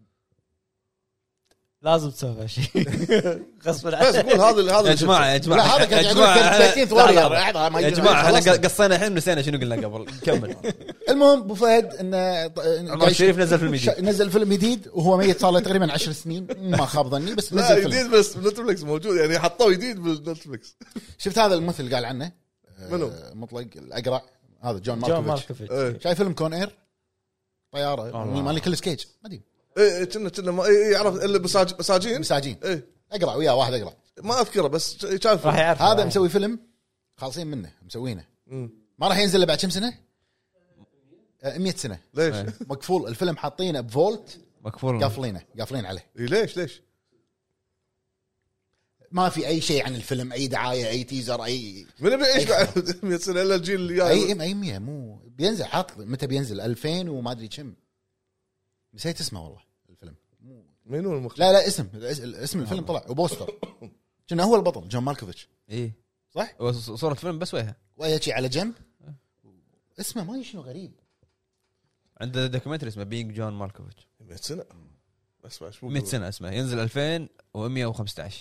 لازم تسوي شيء غصب بس عنك. قول هذا هذا يا جماعه يا جماعه لا هذا كان يا يقول جماعه ثلاثين وارير ما يا جماعه احنا قصينا الحين نسينا شنو قلنا قبل. كمل. المهم ابو فهد انه عمر الشريف نزل فيلم جديد. نزل فيلم جديد وهو ميت صار له تقريبا عشر سنين ما خاب ظني بس لا نزل فيلم. جديد بس نتفلكس موجود يعني حطوه جديد بالنتفلكس. شفت هذا الممثل قال عنه منو؟ آه، مطلق الاقرع هذا جون جون ماركوفيتش. ماركوفيتش. ايه شايف فيلم كون اير طياره مال نيكولاس كيج ما ادري ايه كنا كنا ما ايه يعرف اللي مساج مساجين مساجين ايه اقرا وياه واحد اقرا ما اذكره بس شايف راح يعرف هذا مسوي فيلم خالصين منه مسوينه ما راح ينزل بعد كم سنه آه، مية سنه ليش إيه. مقفول الفيلم حاطينه بفولت مكفول قافلينه قافلين عليه إيه ليش ليش ما في اي شيء عن الفيلم اي دعايه اي تيزر اي من بيعيش بعد مية سنه الا الجيل اللي اي جاي. ام اي مية مو بينزل حاط متى بينزل ألفين وما ادري كم نسيت اسمه والله الفيلم منو المخرج؟ لا لا اسم اسم الفيلم طلع وبوستر كنا هو البطل جون ماركوفيتش ايه صح صورة فيلم بس وياها ويا شيء على جنب اسمه ما شنو غريب عنده دوكيومنتري اسمه بينج جون ماركوفيتش. مية سنه بس مش مية سنه اسمه ينزل ألفين ومية وخمسة عشر.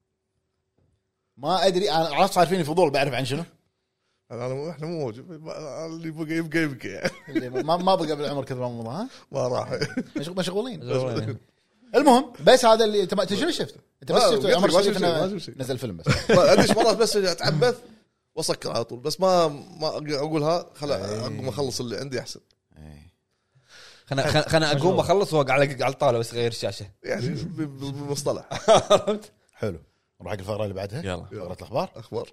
ما ادري انا عرفت صار فيني فضول بعرف عن شنو انا احنا مو موجود اللي يبقى يبقى يبقى اللي ما ما بقى بالعمر كثر ما ها ما راح مشغول مشغولين المهم بس هذا اللي انت شنو شفت انت بس شفت عمر الشريف نزل فيلم بس ادش مرات بس اتعبث واسكر على طول بس ما ما اقولها خلا اقوم اخلص اللي عندي احسن خلنا خلنا اقوم اخلص واقع على على الطاوله بس غير الشاشه يعني بالمصطلح. حلو نروح حق الفقره اللي بعدها يلا فقره الاخبار اخبار.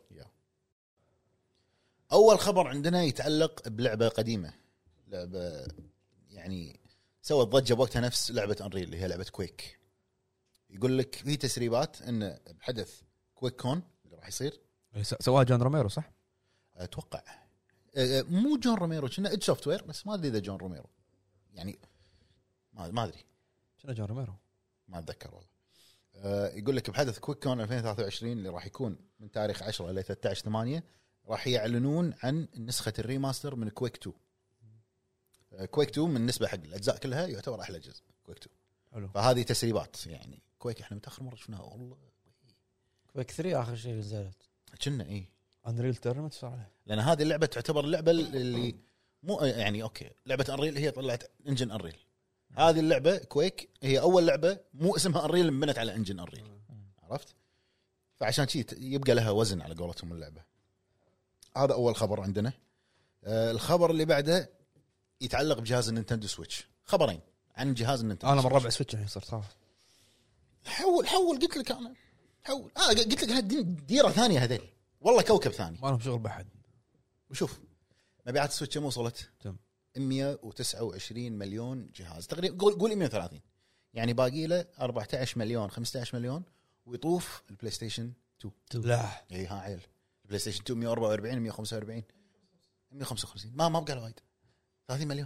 اول خبر عندنا يتعلق بلعبه قديمه لعبه يعني سوت ضجه بوقتها نفس لعبه انريل اللي هي لعبه كويك. يقول لك في تسريبات ان بحدث كويك كون اللي راح يصير سواها جون روميرو صح اتوقع مو جون روميرو كنا اد سوفت وير بس ما ادري اذا جون روميرو يعني ما ما ادري شنو جون روميرو ما اتذكر والله. يقول لك بحدث كويك كون ألفين وثلاثة وعشرين اللي راح يكون من تاريخ عشرة الى ثلاثة عشر ثمانية راح يعلنون عن نسخه الريماستر من كويك تو. كويك تو من نسبه حق الاجزاء كلها يعتبر احلى جزء كويك تو. حلو. فهذه تسريبات يعني كويك احنا متاخر مره شفناها والله. كويك ثري اخر شيء نزلت كنا اي انريل تورنمنت صار عليه لان هذه اللعبه تعتبر اللعبه اللي مو يعني اوكي لعبه انريل هي طلعت انجن انريل. هذه اللعبه كويك هي اول لعبه مو اسمها انريل مبنت على انجن انريل عرفت. فعشان شيء يبقى لها وزن على قولتهم اللعبه. هذا اول خبر عندنا. آه الخبر اللي بعده يتعلق بجهاز النينتندو سويتش. خبرين عن جهاز النينتندو انا من ربع سويتش الحين صرت صار حول حول قلت لك انا حول اه قلت لك ديره ثانيه هذيل والله كوكب ثاني ما لهم شغل بحد. وشوف مبيعات السويتش كم وصلت كم مية وتسعة وعشرين مليون جهاز تقريبا قول قول مية وثلاثين يعني باقي له أربعة عشر مليون خمسة عشر مليون ويطوف البلاي ستيشن تو. لا اي ها عيل البلاي ستيشن تو مية وأربعة وأربعين مية وخمسة وأربعين مية وخمسة وخمسين ما ما بقى له وايد ثلاثين مليون.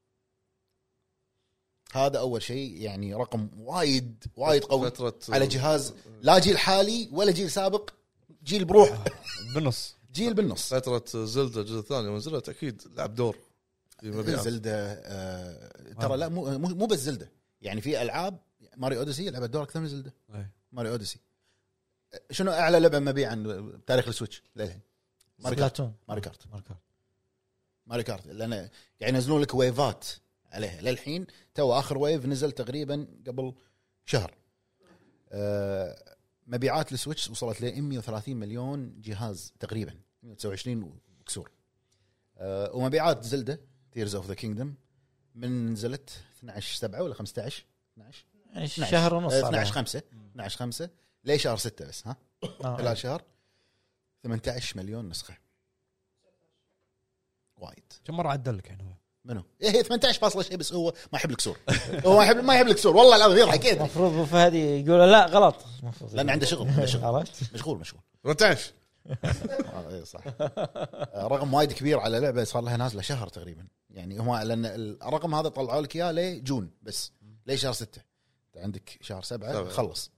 هذا اول شيء يعني رقم وايد وايد قوي على جهاز لا جيل حالي ولا جيل سابق جيل بروح بالنص جيل بالنص. فترة زلدة الجزء الثاني ونزلت اكيد لعب دور في مبيعات. زلدة آه ترى لا مو مو بس زلدة يعني في العاب ماريو اوديسي لعبت دور اكثر من زلدة. ماريو اوديسي شنو اعلى لعبه مبيعا بتاريخ السويتش للحين؟ ماريو كارت. ماريو كارت ماريو كارت لان قاعد ينزلون لك ويفات عليها للحين. تو اخر ويف نزل تقريبا قبل شهر. آه مبيعات السويتش وصلت ل مية وثلاثين مليون جهاز تقريبا مية وتسعة وعشرين وكسور. آه ومبيعات زلدة تيرز اوف ذا كينجدم من نزلت اثنا عشر سبعة ولا خمسة عشر يعني شهر ونص اثنا عشر خمسة اثنا عشر خمسة ليه شهر ستة بس ها خلال شهر ثمانية عشر مليون نسخة وايد. كم مرة عدل لك يعني هو منو؟ إيه هي ثمانية عشر فاصلة شيء بس هو ما يحب الكسور. هو ما يحب ما يحب الكسور والله العظيم يضحك كذا. المفروض ابو فهد يقول لا غلط المفروض لان عنده شغل عنده شغل مشغول مشغول ثمانية عشر اي صح. رقم وايد كبير على لعبه صار لها نازله شهر تقريبا يعني هم لان الرقم هذا طلعوا لك اياه ليه جون بس ليه شهر ستة انت عندك شهر سبعة خلص.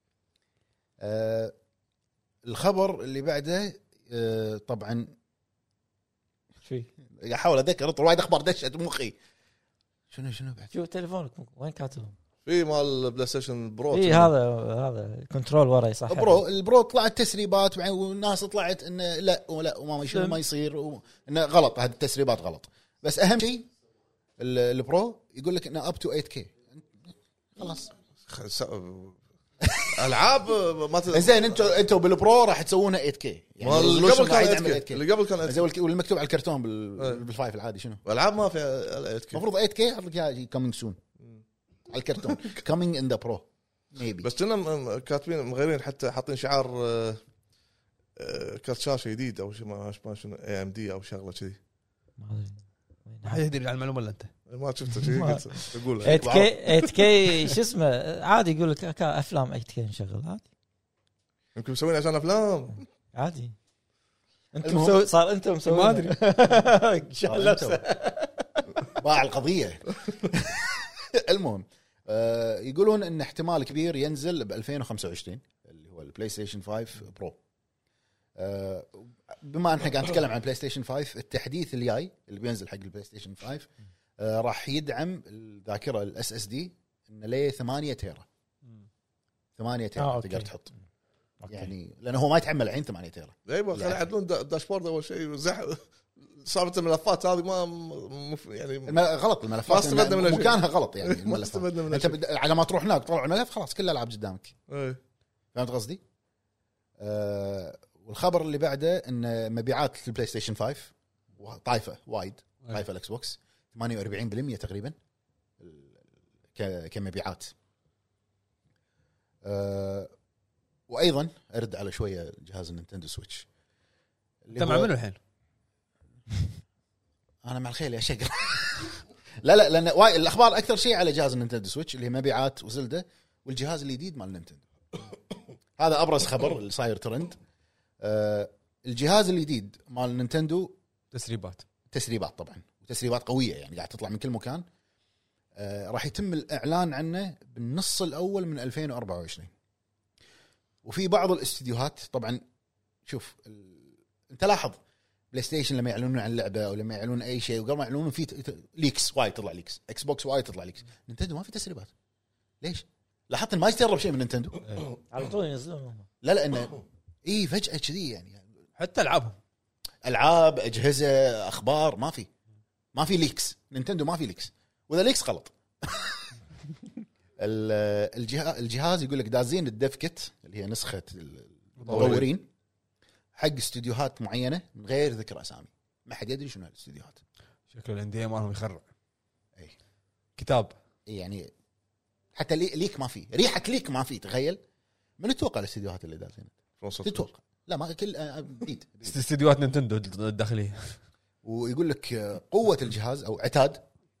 آه الخبر اللي بعده آه طبعا شي احاول اذكر طول وايد اخبار دشت مخي. شنو شنو بعد شو تليفونك وين كاتبهم؟ في مال بلاي ستيشن برو. اي هذا هذا كنترول ورا صح. برو البرو طلعت تسريبات والناس طلعت انه لا ولا وما شنو ما يصير انه غلط. هذه التسريبات غلط بس اهم شيء البرو يقول لك انه اب تو ثمانية كي خلاص. العاب ما ت... زين انتم انتم بالبرو راح تسوونها ثمانية كي يعني اللي قبل كان ثمانية كي اللي قبل كان زي والمكتوب على الكرتون بال... بالفايف العادي شنو الالعاب ما فيها ثمانية كي المفروض ثمانية كي حط لك اياها كامينج سون على الكرتون كامينج ان ذا برو ميبي. بس كنا كاتبين مغيرين حتى حاطين شعار كرت شاشه جديد او شيء ما شنو اي ام دي او شغله كذي. ما حد يدري عن المعلومه الا انت ما شفته شيء قلت اقول ثمانية كي ثمانية كي شو اسمه عادي يقول لك افلام ثمانية كي نشغل عادي يمكن مسوين عشان افلام عادي. انت مسوي صار انت مسوي ما ادري باع القضيه. المهم آه يقولون ان احتمال كبير ينزل ب ألفين وخمسة وعشرين اللي هو البلاي ستيشن خمسة برو. آه بما ان احنا قاعد نتكلم عن بلاي ستيشن خمسة التحديث اللي جاي اللي بينزل حق البلاي ستيشن خمسة آه راح يدعم الذاكره الاس اس دي انه ليه ثمانية تيرا ثمانية تيرا آه تقدر تحط يعني لانه هو ما يتحمل الحين ثمانية تيرا. ايوه خلي يعدلون داشبورد اول شيء زح صارت الملفات هذه ما مف... يعني غلط الملفات مكانها غلط يعني الملفات انت بد... على ما تروح هناك طلع ملف خلاص كل الالعاب قدامك. ايه فهمت قصدي؟ آه والخبر اللي بعده ان مبيعات البلاي ستيشن خمسة طايفه وايد طايفه الاكس بوكس ثمانية وأربعين بالمية تقريبا ك... كمبيعات. آه وايضا ارد على شويه جهاز النينتندو سويتش انت مع منو الحين؟ انا مع الخيل يا شقر. لا لا لان وايد الاخبار اكثر شيء على جهاز النينتندو سويتش اللي هي مبيعات وزلده والجهاز الجديد مال نينتندو. هذا ابرز خبر اللي صاير ترند. آه الجهاز الجديد مال نينتندو تسريبات تسريبات طبعا وتسريبات قويه يعني قاعد تطلع من كل مكان. آه راح يتم الاعلان عنه بالنص الاول من ألفين وأربعة وعشرين. وفي بعض الاستديوهات طبعا شوف ال... انت لاحظ بلاي ستيشن لما يعلنون عن لعبه او لما يعلنون اي شيء وقبل ما يعلنون في ت... ليكس وايد تطلع ليكس. اكس بوكس وايد تطلع ليكس. نينتندو ما في تسريبات. ليش؟ لاحظت ما يستغرب شيء من نينتندو على طول ينزلون. لا لا انه اي فجاه كذي يعني حتى العابهم العاب اجهزه اخبار ما في ما في ليكس. نينتندو ما في ليكس واذا ليكس غلط. الجهاز الجهاز يقول لك دازين الديف كيت اللي هي نسخه المطورين حق استديوهات معينه من غير ذكر اسامي. ما حد يدري شنو هالاستديوهات. شكل الانديه مالهم يخرع. اي كتاب يعني حتى لي ليك ما في ريحه ليك ما في. تخيل من تتوقع الاستديوهات اللي دازين تتوقع لا ما كل جديد استديوهات نينتندو الداخليه. ويقول لك قوه الجهاز او عتاد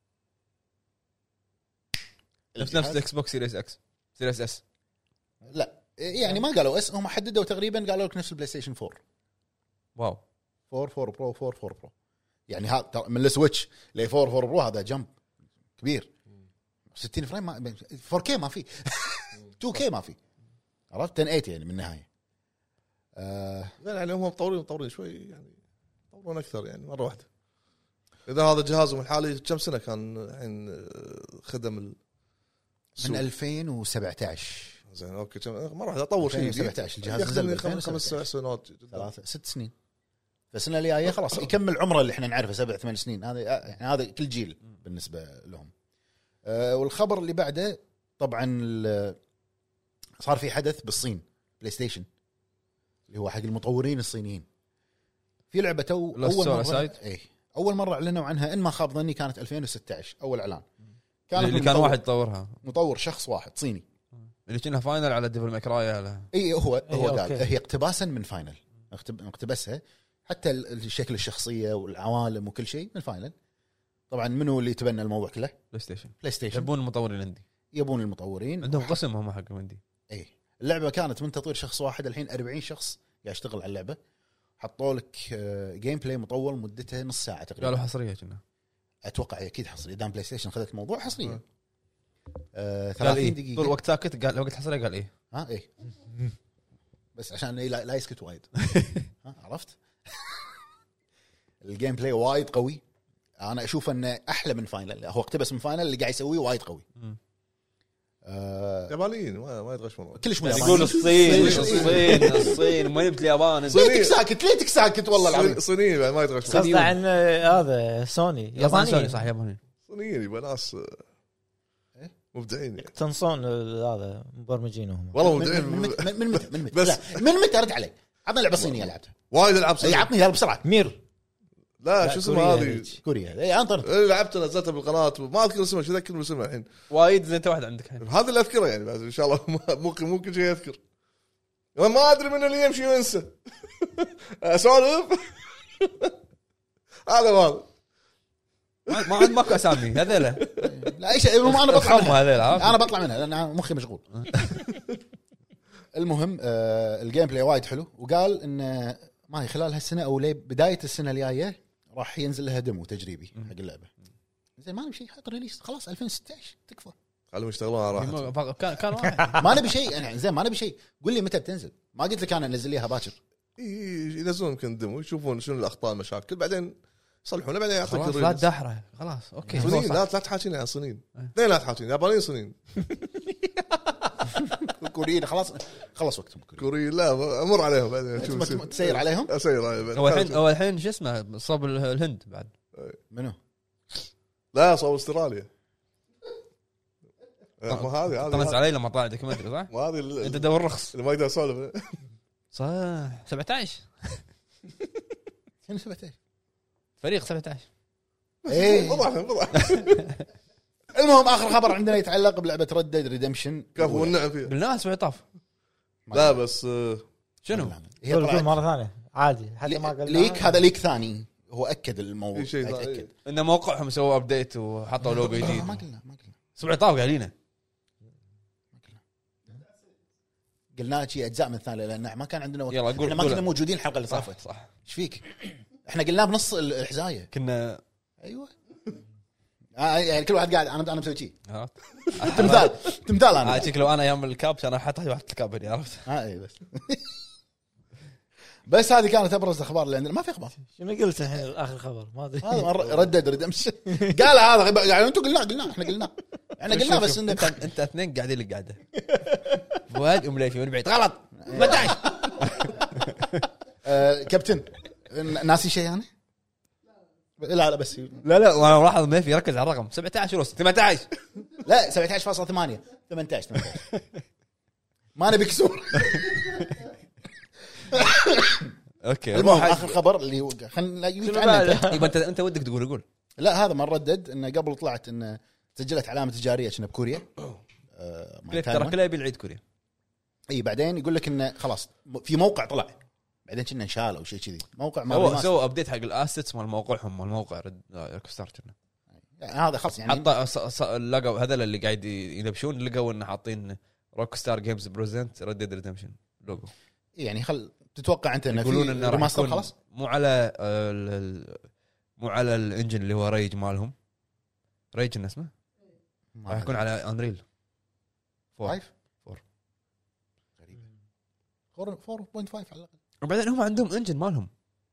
نفس نفس الاكس بوكس سيريس اكس سيريس اس. لا يعني ما قالوا اس هم حددوا تقريبا قالوا لك نفس البلاي ستيشن فور. واو فور فور برو فور فور برو يعني هذا من السويتش ل فور فور برو هذا جمب كبير. ستين فريم ما فور كي ما في. تو كي ما في عرفت عشرة وثمانين يعني من النهايه. آه لا يعني هم مطورين مطورين شوي يعني طورون اكثر يعني مره واحده. اذا هذا جهازهم الحالي كم سنه كان الحين خدم من ألفين وسبعة عشر. زين اوكي مره واحده طور شيء سبعة عشر الجهاز يخدم خمس خمس سنوات ثلاث ست سنين. فالسنه اللي جايه خلاص يكمل عمره اللي احنا نعرفه سبع ثمان سنين. هذا يعني هذا كل جيل بالنسبه لهم. أه والخبر اللي بعده طبعا صار في حدث بالصين بلاي ستيشن اللي هو حق المطورين الصينيين في لعبه تو اول مره اي اول مره اعلنوا عنها ان ما خاب ظني كانت ألفين وستة عشر اول اعلان. كان اللي كان واحد يطورها مطور شخص واحد صيني اللي كنا فاينل على ديفل ماكراي على اي هو هو قال هي اقتباسا من فاينل اقتبسها حتى الشكل الشخصيه والعوالم وكل شيء من فاينل. طبعا منو اللي يتبنى الموضوع كله؟ بلاي ستيشن. بلاي ستيشن يبون المطورين عندي، يبون المطورين عندهم قسم هم حقهم عندي. اي اللعبه كانت من تطوير شخص واحد، الحين أربعين شخص قاعد يشتغل على اللعبه. حطوا لك جيم بلاي مطول مدته نص ساعه تقريبا. قالوا حصريه كنا اتوقع اكيد حصري، دام بلاي ستيشن خذت الموضوع حصريه. آه قال ثلاثين إيه؟ دقيقه طول وقت ساكت قال، لو قلت حصريه قال ايه ها ايه بس عشان إيه لا, لا يسكت وايد. ها عرفت. الجيم بلاي وايد قوي، انا اشوف انه احلى من فاينل. هو اقتبس من فاينل، اللي قاعد يسويه وايد قوي. آه يابانيين ما ما يدغشون كلش مو يقول الصين الصين الصين ما يبت اليابان. ليتك ساكت ليتك ساكت والله العظيم. صينيين ما يدغشون. قصده عن هذا سوني ياباني ياباني صح ياباني صينيين يبقى ناس مبدعين يعني. تنصون هذا مبرمجينهم والله من مبدعين. من متى من متى من متى بس- لا، من متى رد علي؟ عطني لعبه صينيه لعبتها. وايد العاب اي صينية. عطني يلا بسرعه. مير لا شو اسمها كوريا هذه هذيك. كوريا اي انطر. اللي لعبتها نزلتها بالقناه ما اذكر اسمها. شو اذكر اسمها الحين؟ وايد زين. انت واحد عندك الحين هذا اللي اذكره يعني. بس ان شاء الله ما- ممكن ممكن شيء اذكر. أنا ما ادري من اللي يمشي وينسى. اسولف. هذا هذا ما ما عند ماكو اسامي هذيلا. لا اي شيء ما انا بطلع الخم منها. هذيلا عرفت؟ انا بطلع منها لان أنا مخي مشغول. المهم آه الجيم بلاي وايد حلو، وقال ان ما هي خلال هالسنه او لي بدايه السنه الجايه راح ينزل لها ديمو تجريبي حق اللعبه. زين ما نبي شيء، حط ريليس خلاص ألفين وستة عشر تكفى. خليهم يشتغلون على راحتهم. كان كان واحد ما نبي شيء يعني. زين ما نبي شيء، قول لي متى بتنزل. ما قلت لك انا انزل ليها باكر. ي- ينزلون يمكن ديمو يشوفون شنو الاخطاء المشاكل بعدين يصلحونه بعدين يعطيك خلاص لا الريليس. تدحره خلاص اوكي. صينيين صح. لا لا تحاكيني عن صينيين. اثنين لا تحاكيني يابانيين صينيين. كوريين خلاص خلص وقتهم. كوريين لا امر عليهم بعدين شوف يصير. تسير عليهم. اسير عليهم بعدين. هو الحين هو الحين شو اسمه صوب الهند بعد. منو؟ لا صوب استراليا. ما هذه طنز هذه علي لما طلع دوكيومنتري صح؟ ما هذه اللي انت دور رخص اللي ما يقدر يسولف. صح. سبعة عشر شنو سبعة عشر؟ فريق سبعة عشر. ايه فضح فضح. المهم اخر خبر عندنا يتعلق بلعبه ريد ديد ريدمشن. كفو والنعم فيها. قلنا اسبوع طاف لا بس آه، شنو؟ هي قول قول طلعت مره ثانيه عادي حتى ما قلنا ليك. هذا ليك ثاني هو اكد الموضوع. في شيء أكد. ثاني. ان موقعهم سووا ابديت وحطوا لوجو جديد. ما قلنا ما قلنا اسبوع طاف قايلينه. قلنا لك شيء اجزاء من الثانيه لان ما كان عندنا وقت. يلا قول احنا ما قول. كنا موجودين الحلقه اللي صح طافت. صح. ايش فيك؟ احنا قلناه بنص الحزايه. كنا ايوه آه يعني كل واحد قاعد انا انا مسوي شيء عرفت؟ تمثال تمثال انا عاد شكله انا ايام الكابش انا حاطط واحد الكاب هنا عرفت؟ ها اي بس بس هذه كانت ابرز الاخبار اللي عندنا. ما في اخبار. شنو قلت الحين اخر خبر ما ادري هذا مرة ردد ريدمشن قال هذا غيب- يعني انتم قلنا قلنا احنا قلنا احنا قلنا بس انه انت انت اثنين قاعدين لك قاعده. فؤاد ومليفي من بعيد غلط. سبعة عشر. آه كابتن ناسي شيء يعني؟ لا لا بس لا لا وانا ملاحظ مليفي يركز على الرقم سبعة عشر ونص ثمانية عشر. لا سبعة عشر فاصلة ثمانية ثمانية عشر ثمانية عشر ما نبي كسور. اوكي المهم اخر خبر اللي هو خلينا يبقى انت انت ودك تقول قول. لا هذا ما ردد انه قبل طلعت انه سجلت علامه تجاريه كنا بكوريا. آه مال ترى تايوان. كله يبي العيد كوريا. اي بعدين يقول لك انه خلاص في موقع طلع بعدين كنا انشال او شيء كذي موقع ما هو بيماس- سووا ابديت حق الاسيتس مال موقعهم مال موقع روك ستار كنا. يعني هذا خلاص يعني حط ص- ص- لقوا هذول اللي قاعد ينبشون لقوا انه حاطين روك ستار جيمز بريزنت ريد ديد ريدمشن لوجو. يعني خل تتوقع انت انه يقولون في انه راح ريماستر يكون خلاص مو على آه، ال- ال- مو على الانجن اللي هو ريج مالهم. ريج إنه اسمه راح يكون على انريل فايف فور. غريبه أربعة فاصلة خمسة على الاقل. وبعدين هم عندهم انجن مالهم.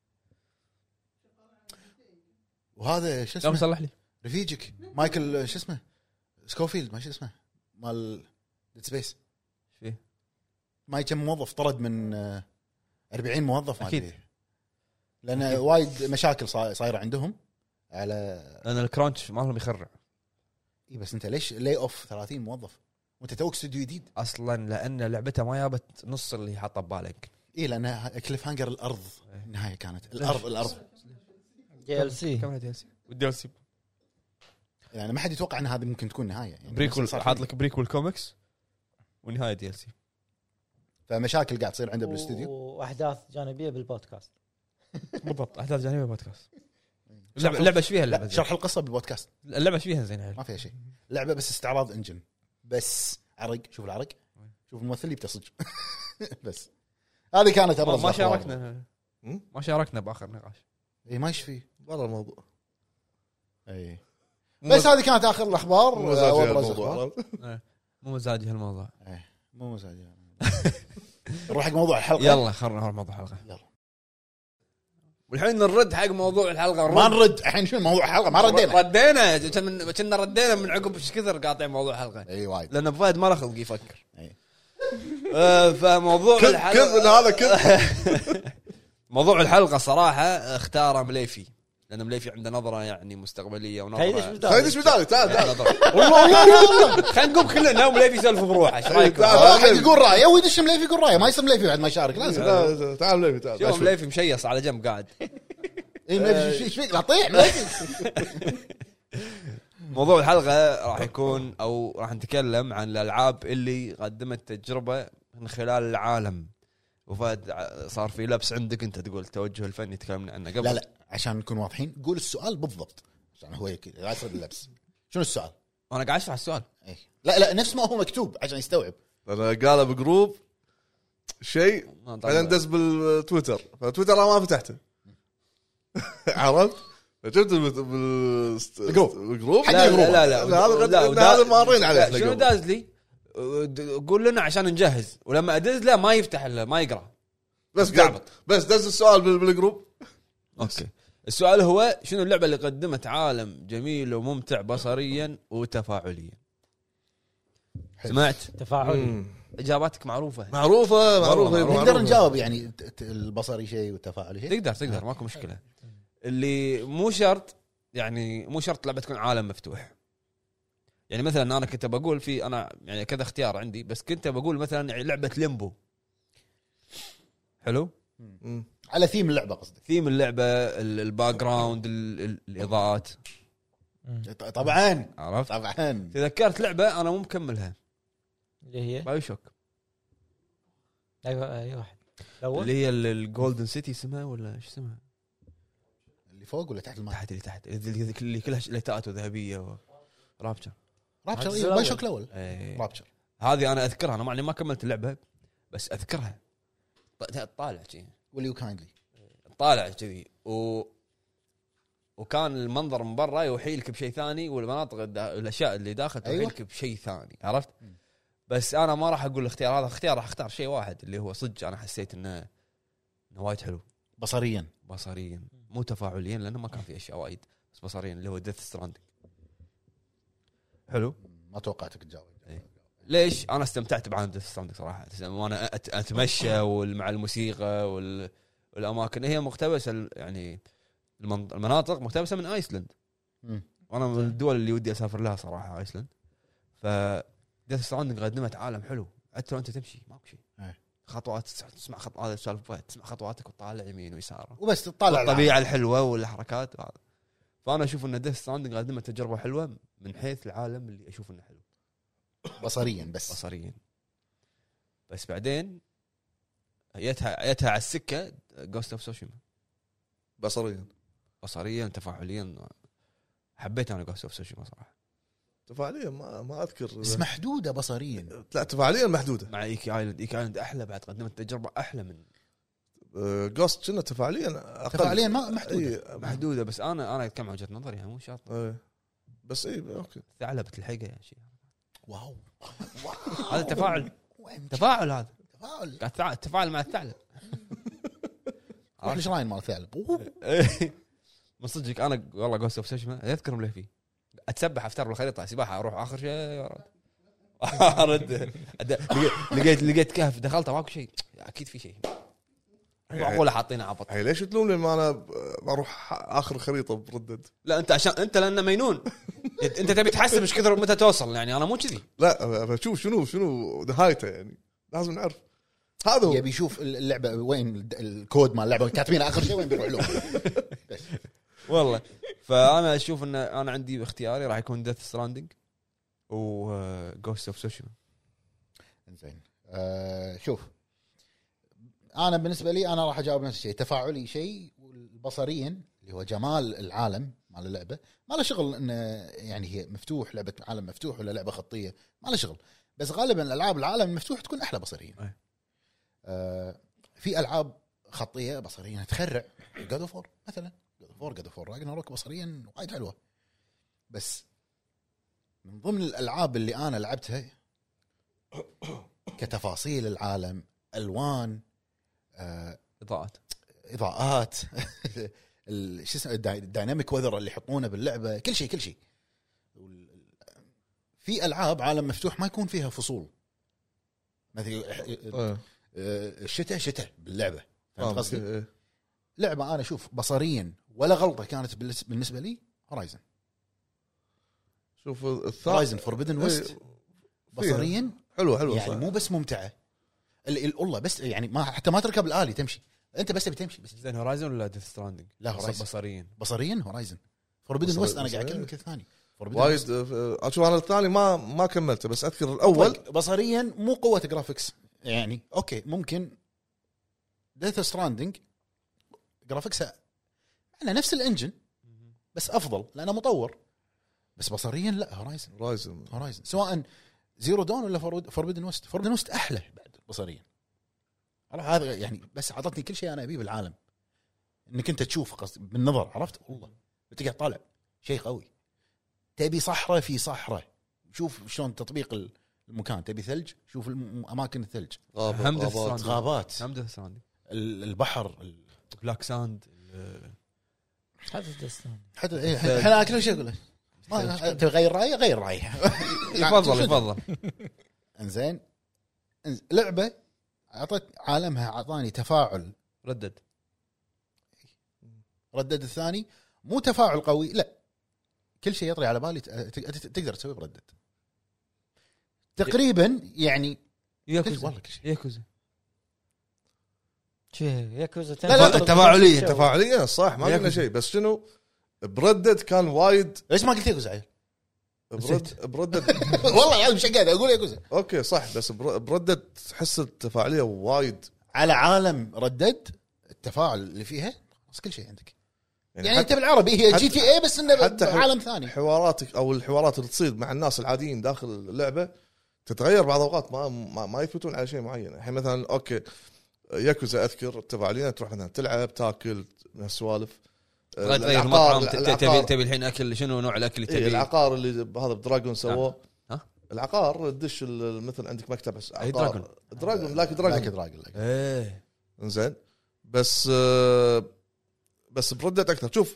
وهذا شو لا اسمه مصلح لي رفيجك مايكل شو اسمه سكوفيلد ما شو اسمه مال ديد سبيس فيه ما كم موظف طرد من آه، أربعين موظف ما أكيد. أدري. لان وايد مشاكل صا- صايره عندهم على لان الكرانش مالهم يخرع اي بس انت ليش لي اوف ثلاثين موظف وانت توك استوديو جديد؟ اصلا لان لعبته ما جابت نص اللي حاطه ببالك. اي لان كليف هانجر الارض النهايه كانت الارض الارض جي ال سي كم دي ال سي والدي ال سي يعني ما حد يتوقع ان هذه ممكن تكون نهايه يعني بريكول صار حاط فيه. لك بريكول كوميكس ونهايه دي ال سي. فمشاكل قاعد تصير عنده بالاستوديو. واحداث جانبيه بالبودكاست. بالضبط احداث جانبيه بودكاست. اللعبه اللعبه ايش فيها اللعبه؟ شرح القصه بالبودكاست. اللعبه ايش فيها زين؟ ما فيها شيء، لعبه بس استعراض انجن، بس عرق. شوف العرق، شوف الممثل اللي بتصج. بس هذه كانت ابرز. ما شاركنا ما شاركنا باخر نقاش. اي ما ايش فيه برا الموضوع. اي بس هذه كانت اخر الاخبار. مو مزاجي هالموضوع. مو مزاجي هالموضوع. مو مزاجي. نروح حق موضوع الحلقه. يلا خلينا نروح موضوع الحلقه. يلا والحين نرد حق موضوع الحلقه. ما نرد الحين. شنو موضوع الحلقه؟ ما ردينا ردينا كنا كنا ردينا من عقب ايش كثر قاطعين موضوع الحلقه. اي وايد، لان فهد ما له خلق يفكر. اي آه فموضوع الحلقه كذب هذا كذب. موضوع الحلقه صراحه اختاره مليفي، لان مليفي عنده نظره يعني مستقبليه ونظره. خلينا ايش بدالي تعال تعال. والله والله خلينا نقوم كلنا ومليفي يسولف بروحه. ايش رايكم؟ واحد يقول رايه ويدش مليفي يقول رايه، ما يصير مليفي بعد ما يشارك. لازم تعال مليفي تعال. شوف مليفي مشيص على جنب قاعد. اي مليفي ايش فيك؟ لا طيح مليفي. موضوع الحلقه راح يكون او راح نتكلم عن الالعاب اللي قدمت تجربه من خلال العالم. وفهد صار في لبس عندك انت تقول التوجه الفني تكلمنا عنه قبل. لا لا عشان نكون واضحين قول السؤال بالضبط عشان هو كذا لا يصير اللبس. شنو السؤال؟ انا قاعد اشرح السؤال. اي لا لا نفس ما هو مكتوب عشان يستوعب. انا قاله بجروب شيء بعدين دز بالتويتر، فتويتر انا ما فتحته. عرفت؟ فشفت بالجروب بالجروب. لا لا لا هذا هذا مارين عليه. شنو داز لي؟ قول لنا عشان نجهز، ولما ادز له ما يفتح له ما يقرا بس قاعد بس دز السؤال بالجروب. اوكي السؤال هو شنو اللعبه اللي قدمت عالم جميل وممتع بصريا وتفاعليا؟ سمعت تفاعلي. اجاباتك معروفه معروفه معروفه نقدر نجاوب يعني البصري شيء والتفاعلي شيء. تقدر تقدر ماكو مشكله. اللي مو شرط يعني مو شرط لعبه تكون عالم مفتوح. يعني مثلا انا كنت بقول في انا يعني كذا اختيار عندي، بس كنت بقول مثلا يعني لعبه ليمبو. حلو على ثيم اللعبه قصدك؟ ثيم اللعبه الباك جراوند الاضاءات. طبعا عرفت طبعا. تذكرت لعبه انا مو مكملها اللي هي باي شوك. ايوه اي واحد اللي هي الجولدن سيتي اسمها ولا ايش اسمها؟ اللي فوق ولا تحت الماء؟ تحت اللي تحت اللي كلها ليتات وذهبيه ورابتشر. رابتشر باي شوك الاول. ايه. رابتشر هذه انا اذكرها، انا معني ما كملت اللعبه بس اذكرها. طالع شيء وليو كايندلي طالع كذي و وكان المنظر من برا يوحي لك بشيء ثاني، والمناطق الاشياء اللي داخل توحي لك بشيء ثاني. عرفت؟ م. بس انا ما راح اقول الاختيار هذا اختيار، راح اختار شيء واحد اللي هو صدق انا حسيت انه انه وايد حلو بصريا بصريا مو تفاعليا لانه ما كان في اشياء وايد، بس بصريا اللي هو ديث ستراندنج. حلو ما توقعتك تجاوب. ايه. ليش انا استمتعت بعالم ديث ستراندنج صراحه، وانا اتمشى مع الموسيقى والاماكن هي مقتبسه، يعني المناطق مقتبسه من ايسلند. م. وانا من الدول اللي ودي اسافر لها صراحه ايسلند. ف ديث ستراندنج قدمت عالم حلو حتى انت تمشي ماكو شيء. خطوات تسمع خطوات هذا السالفه، تسمع خطواتك وتطالع يمين ويسار وبس تطالع الطبيعه الحلوه والحركات. فانا اشوف ان ديث ستراندنج قدمت تجربه حلوه من حيث العالم اللي اشوف انه حلو بصريا بس بصريا بس بعدين جتها جتها على السكه جوست اوف سوشيما. بصريا بصريا تفاعليا حبيت انا جوست اوف سوشيما صراحه. تفاعليا ما ما اذكر بس محدوده بصريا. لا تفاعليا محدوده مع ايكي ايلاند. ايكي ايلاند احلى بعد، قدمت تجربه احلى من جوست. كنا تفاعليا أقل. تفاعليا ما محدوده. أيه. محدوده بس انا انا اتكلم عن وجهه نظري يعني مو شرط. أيه. بس اي اوكي ثعلب بتلحقها يا شيء. واو هذا تفاعل تفاعل هذا تفاعل قاعد تفاعل مع الثعلب. ايش راين مال الثعلب من صدقك انا والله جوست اوف سوشيما اذكر مليه فيه اتسبح افتر بالخريطه سباحه اروح اخر شيء ارد لقيت لقيت كهف دخلته ماكو شيء اكيد في شيء معقوله حاطينه عبط. هي ليش تلوم لما انا بروح اخر خريطه بردد؟ لا انت عشان انت لانه مينون انت تبي تحسب ايش كثر متى توصل، يعني انا مو كذي. لا شوف شنو شنو نهايته يعني لازم نعرف. هذا هو يبي يشوف اللعبه وين الكود مال اللعبه كاتبين اخر شيء وين بيروح له بس والله. فانا اشوف ان انا عندي اختياري راح يكون ديث ستراندنج وجوست اوف سوشيما. زين أه شوف انا بالنسبه لي انا راح اجاوب نفس الشيء. تفاعلي شيء، بصريا اللي هو جمال العالم مال اللعبه، ما له شغل انه يعني هي مفتوح، لعبه عالم مفتوح ولا لعبه خطيه، ما له شغل. بس غالبا الالعاب العالم المفتوح تكون احلى بصريا. آه في العاب خطيه بصريا تخرع، جاد اوف وور مثلا، جاد اوف وور جاد اوف وور راجناروك بصريا وايد حلوه. بس من ضمن الالعاب اللي انا لعبتها كتفاصيل العالم، الوان، آه اضاءات اضاءات شو اسمه الدايناميك وذر اللي يحطونه باللعبه، كل شيء كل شيء. في العاب عالم مفتوح ما يكون فيها فصول، مثلا الشتاء شتاء باللعبه، فهمت قصدي؟ لعبه انا اشوف بصريا ولا غلطه كانت بالنسبه لي هورايزن. شوف هورايزن فوربيدن ويست بصريا حلو حلو يعني، مو بس ممتعه والله، بس يعني ما حتى ما تركب الآلي تمشي، انت بس بتمشي بس. زين هورايزن ولا ديث ستراندنج؟ لا هورايزن بصريا بصريا هورايزن. فوربيدن ويست انا قاعد اكلمك الثاني وايد. اشوف انا الثاني ما ما كملته، بس اذكر الاول بصريا مو قوه جرافيكس يعني. اوكي ممكن ديث ستراندنج جرافيكسها على نفس الانجن بس افضل لانه مطور، بس بصريا لا هورايزن هورايزن هورايزن سواء زيرو دون ولا فوربيدن ويست. فوربيدن ويست احلى بعد بصريا. هذا يعني بس عطتني كل شيء انا ابيه بالعالم، انك انت تشوف قصدي بالنظر، عرفت والله بتقعد طالع شيء قوي. تبي صحراء في صحراء، شوف شلون تطبيق المكان، تبي ثلج شوف اماكن الثلج، غابات غابات غابات البحر بلاك ساند هذا دستان حتى ايه احنا كل شيء اقول ما تغير رايه غير رايه يفضل يفضل. انزين لعبه اعطت عالمها، اعطاني تفاعل. ردد ردد الثاني مو تفاعل قوي، لا كل شيء يطري على بالي تقدر تسويه بردد تقريبا يعني. ياكوزا والله كل شيء ياكوزا شيء ياكوزا لا لا تفاعليه تفاعليه صح ما قلنا شيء، بس شنو بردد كان وايد. ليش ما قلت ياكوزا عيل؟ برد بردد والله يعني مش قاعد اقول ياكوزا. اوكي صح، بس بردد تحس التفاعليه وايد على عالم ردد التفاعل اللي فيها بس كل شيء عندك يعني, يعني انت بالعربي هي جي تي اي بس انه عالم ثاني. حواراتك او الحوارات اللي تصير مع الناس العاديين داخل اللعبه تتغير بعض الاوقات، ما ما, ما يثبتون على شيء معين. الحين مثلا اوكي ياكوزا اذكر التفاعليه تروح مثلا تلعب تاكل من السوالف، تغير المطعم تبي تبي الحين اكل شنو نوع الاكل اللي تبي. إيه العقار اللي هذا بدراجون سووه ها العقار تدش مثل عندك مكتب اي دراجون دراجون لاك دراجون دراجون ايه زين. بس بس بردت اكثر. شوف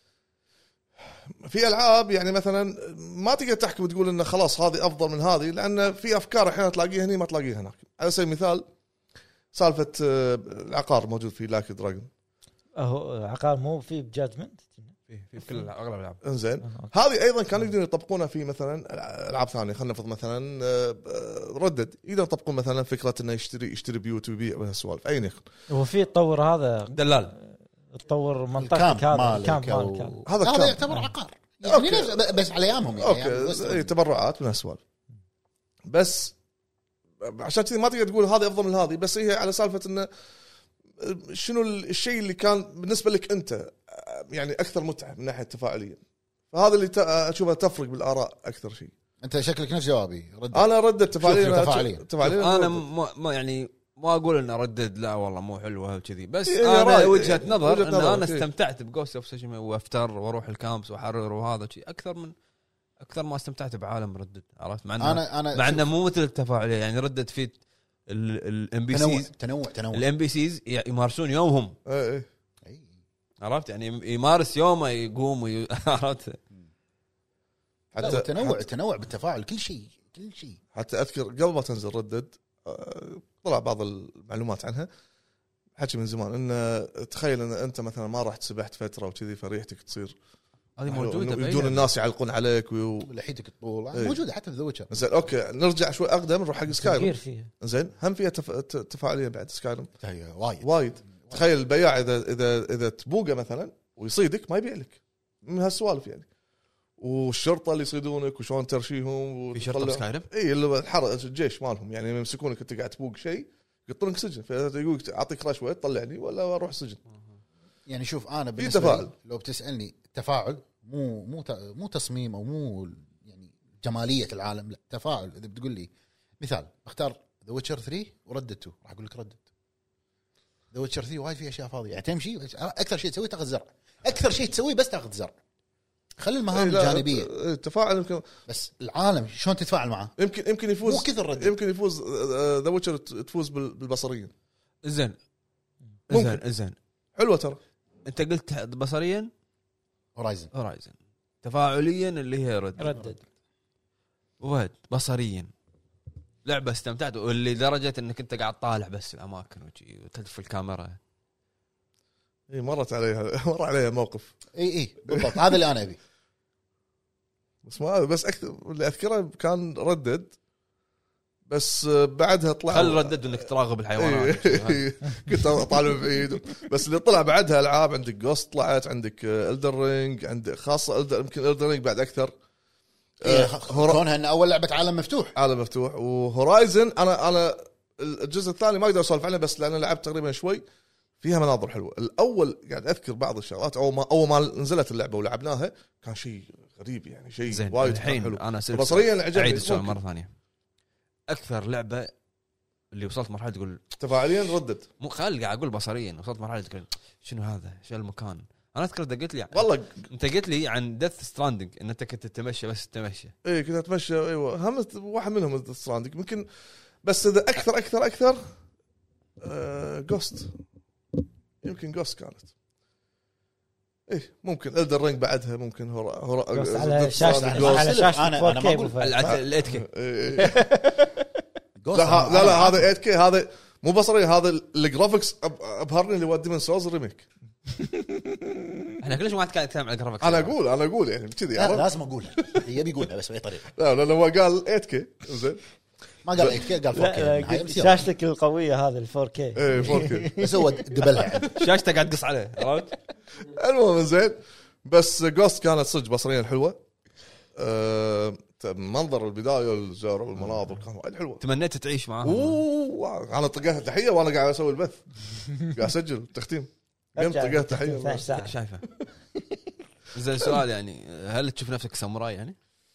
في العاب يعني مثلا ما تقدر تحكم وتقول انه خلاص هذه افضل من هذه، لان في افكار احيانا تلاقيها هنا ما تلاقيها هناك. على سبيل المثال سالفه العقار موجود في لاك دراجون، اهو عقار مو في بجادجمنت في في كل اغلب الالعاب. انزين هذه ايضا كانوا يقدرون يطبقونها في مثلا العاب ثانيه. خلينا نفرض مثلا ردد يقدر يطبقون مثلا فكره انه يشتري يشتري بيوت ويبيع وهالسوالف اين يخل. هو في تطور هذا دلال تطور منطقتك هذا الكامب مال هذا هذا يعتبر عقار يعني بس على ايامهم يعني, يعني تبرعات من هالسوالف. بس عشان كذا ما تقدر تقول هذه افضل من هذه، بس هي على سالفه انه شنو الشيء اللي كان بالنسبه لك انت يعني اكثر متعه من ناحيه تفاعليه. فهذا اللي اشوفه تفرق بالاراء اكثر شيء. انت شكلك نفس جوابي ردد. انا ردت تفاعليه تفاعليه انا ما يعني ما اقول ان اردد لا والله مو حلوه وكذي، بس إيه انا وجهه نظر ان انا استمتعت بجوست اوف سوشيما وافتر واروح الكامبس واحرر وهذا شيء اكثر من اكثر ما استمتعت بعالم ردد. عرفت مع انه أنا أنا مع انه مو مثل التفاعليه يعني. ردد في الام بي سيز تنوع تنوع الام بي سيز يمارسون يومهم. اي اي عرفت يعني يمارس يومه يقوم وي... عرفت حتى تنوع تنوع بالتفاعل كل شيء كل شيء. حتى اذكر قبل ما تنزل ردد طلع بعض المعلومات عنها حكي من زمان ان تخيل ان انت مثلا ما رحت سبحت فتره وكذي فريحتك تصير هذه موجوده بدون الناس يعلقون عليك ولحيتك تطول ايه. موجوده حتى في ذا ويتشر. زين اوكي نرجع شوي اقدم نروح حق سكايرم. زين هم فيها تف... تفاعليه بعد سكايرم وايد وايد. تخيل البياع اذا اذا اذا تبوقه مثلا ويصيدك ما يبيع لك من هالسوالف يعني. والشرطه اللي يصيدونك وشلون ترشيهم في شرطه سكايرم اي اللي الحرس الجيش مالهم يعني يمسكونك انت قاعد تبوق شيء يقطونك سجن. فيقول اعطيك رشوه تطلعني ولا اروح سجن. يعني شوف انا بالنسبه تفاعل. لي لو بتسالني تفاعل مو مو ت- مو تصميم او مو يعني جماليه العالم، لا تفاعل. اذا بتقول لي مثال بختار ذا ويتشر ثري وردد تو، راح اقول لك ردد. ذا ويتشر ثري وايد في اشياء فاضيه يعني تمشي، اكثر شيء تسويه تاخذ زرع، اكثر شيء تسويه بس تاخذ زرع، خلي المهام الجانبيه. التفاعل يمكن، بس العالم شلون تتفاعل معه يمكن يمكن يفوز مو كثر ردد. يمكن يفوز ذا ويتشر تفوز بال- بالبصريين. زين ممكن. زين زين حلوه ترى. انت قلت بصريا هورايزن هورايزن، تفاعليا اللي هي رد ردد وهد، بصريا لعبه استمتعت واللي درجه انك انت قاعد طالع بس الاماكن وشي وتلف الكاميرا. اي مرت عليها مر عليها موقف. اي اي بالضبط هذا اللي انا ابي. بس ما بس اكثر اللي اذكره كان ردد، بس بعدها طلع خل ردد انك تراقب الحيوانات. إيه. كنت اطالع بعيد. بس اللي طلع بعدها العاب عندك جوست، طلعت عندك الدر رينج، عندك خاصه Elder- يمكن الدر رينج بعد اكثر. إيه آه، هورا- كونها ان اول لعبه عالم مفتوح. عالم مفتوح. وهورايزن انا انا الجزء الثاني ما اقدر اسولف عنه بس لان لعبت تقريبا شوي، فيها مناظر حلوه. الاول قاعد اذكر بعض الشغلات اول ما اول ما نزلت اللعبه ولعبناها كان شيء غريب يعني شيء زين وايد الحين حلو. انا سلسلة بصريا عجبني. اعيد السؤال ممكن. مره ثانيه. اكثر لعبه اللي وصلت مرحله تقول تفاعليا ردد. مو خال قاعد اقول بصريا، وصلت مرحله تقول شنو هذا، شو المكان. انا اذكر انت قلت لي والله انت قلت لي عن ديث ستراندنج ان انت كنت تتمشى بس تتمشى. ايه كنت اتمشى. ايوه هم واحد منهم ستراندنج ممكن. بس اذا اكثر اكثر اكثر آه جوست، يمكن جوست كانت. ايه ممكن الدر رينج بعدها ممكن هورا هورا جوست على شاشة جوست. على شاشة أنا- أنا فور ما كي أقول. أبو فهد. الإيت كي إيه. Ghost لا ها- لا لا أنا- هذا ثمانية كي، هذا مو بصري، هذا الجرافكس أب- ابهرني اللي ودي من سولز ريميك. احنا كلش ما نتكلم على الجرافيكس. انا اقول انا اقول يعني كذي لا عرفت؟ لازم اقولها، يبي يقولها بس باي طريقه. لا لا هو قال ثمانية كي زين. ما قال إيت كي قال فور كي لا بالنهاية، لا بس يلا. شاشتك القوية هذا الفور كي. ايه فور كي. بس هو دبلها يعني. شاشته قاعد تقص عليه عرفت. المهم زين. بس جوست كانت صدق بصريا حلوه. أه منظر البدايه والجار والمناظر كانوا وايد حلوه. تمنيت تعيش معاهم. اوه انا طقيت تحيه وانا قاعد اسوي البث، قاعد اسجل تختيم. قمت طقيت تحيه. اثناشر ساعة. شايفه. زين سؤال يعني، هل تشوف نفسك ساموراي يعني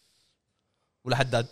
ولا حداد؟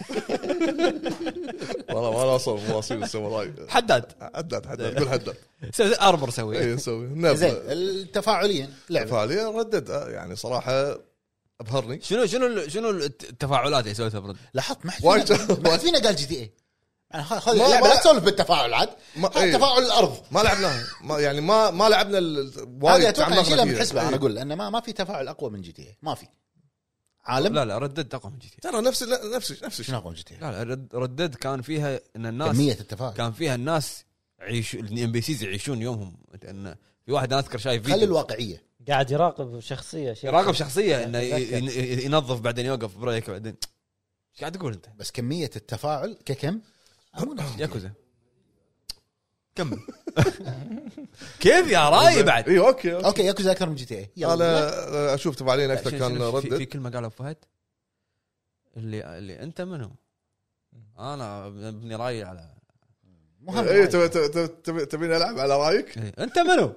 والله ما اوصل مواصيل الساموراي. حداد حداد حداد قول حداد. سوي ارمر سوي. اي نسوي زين نزل التفاعليا لعبه فعليا ردد. آه، يعني صراحه ابهرني. شنو شنو شنو التفاعلات اللي سويتها برد؟ لاحظت ما حد وايد فينا ما حد فينا قال جي تي اي يعني. خذ ما- اللعبه ما- لا تسولف بالتفاعل عاد. ما- إيه. تفاعل الارض ما لعبناها ما يعني ما ما لعبنا ال- هذه وايد اتوقع تعمقنا نشيلها من فيها. حسبه. انا إيه. اقول لان ما ما في تفاعل اقوى من جي تي اي، ما في عالم. لا لا ردد اقوى من جي تي. ترى نفس نفس نفس شنو الشيء. اقوى من جي تي اي؟ لا لا رد- ردد كان فيها ان الناس كميه التفاعل. كان فيها الناس يعيش الام بي سيز يعيشون يومهم. ان في واحد انا اذكر شايف خلي فيديو الواقعيه. قاعد يراقب شخصية شيء. يراقب شخصيه انه ي- أتذكر. ي- ينظف بعدين يوقف بريك بعدين. ايش قاعد تقول انت؟ بس كميه التفاعل ككم مو نفس ياكوزا كمل. كيف يا راي بعد؟ اي اوكي أوكي. اوكي ياكوزا اكثر من جي تي اي. انا اشوف تفاعليا اكثر شنو- كان شنو- في, في ردد. كلمه قالها فهد اللي اللي انت منو؟ انا ابني راي على مهم اي تبي تبي تبي تبيني العب على رايك. إيه. انت منو؟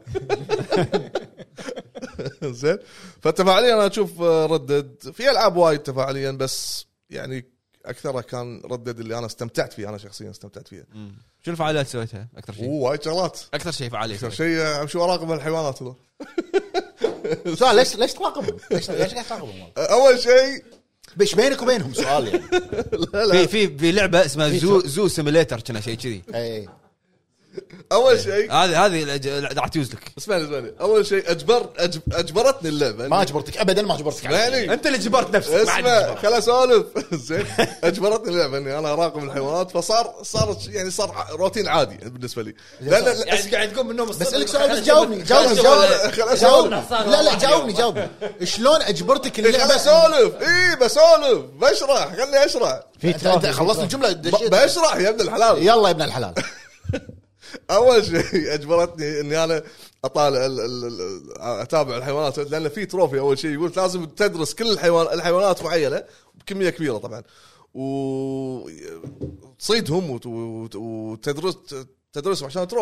زين. فالتفاعليا انا اشوف ردد في العاب وايد تفاعليا، بس يعني اكثرها كان ردد اللي انا استمتعت فيه. انا شخصيا استمتعت فيها. مم. شنو الفعاليات سويتها اكثر شيء؟ اوه وايد شغلات. اكثر شيء فعاليه اكثر سويتها. شيء امشي وراقب الحيوانات هذول. سؤال ليش ليش تراقبهم؟ ليش ليش قاعد تراقبهم؟ اول شيء بيش بينك وبينهم سؤال يعني. لا لا في في في لعبه اسمها زو زو سيميليتر كنا شيء كذي. اي اول شيء هذه هذه الج- راح تجوز لك. اسمعني اسمعني اول شيء اجبر أجب اجبرتني اللعبه. ما اجبرتك ابدا، ما اجبرتك على شيء. يعني انت اللي جبرت نفسك. ما عاد اسمع تجبر. خل اسولف. زين اجبرتني اللعبه اني انا اراقب الحيوانات، فصار صار يعني صار روتين عادي بالنسبه لي. لا لا لا يعني قاعد تقوم من النوم الصبح. بسألك سؤال بس جاوبني جاوبني خل جاوبني اسولف. جاوبني. لا لا جاوبني جاوبني شلون اجبرتك خل اللعبه؟ اسولف. اي بسولف بشرح خلني اشرح. في انت أنت تروفي. خلصت الجمله ب- دشيت. بشرح يا ابن الحلال. يلا يا ابن الحلال. اول شيء اجبرتني اني انا اطالع ال ال ال اتابع الحيوانات، لان في تروفي اول شيء يقول لازم تدرس كل الحيوان الحيوانات معينه بكميه كبيره طبعا، وتصيدهم وت- وت- وتدرس تدرسهم عشان تروفي.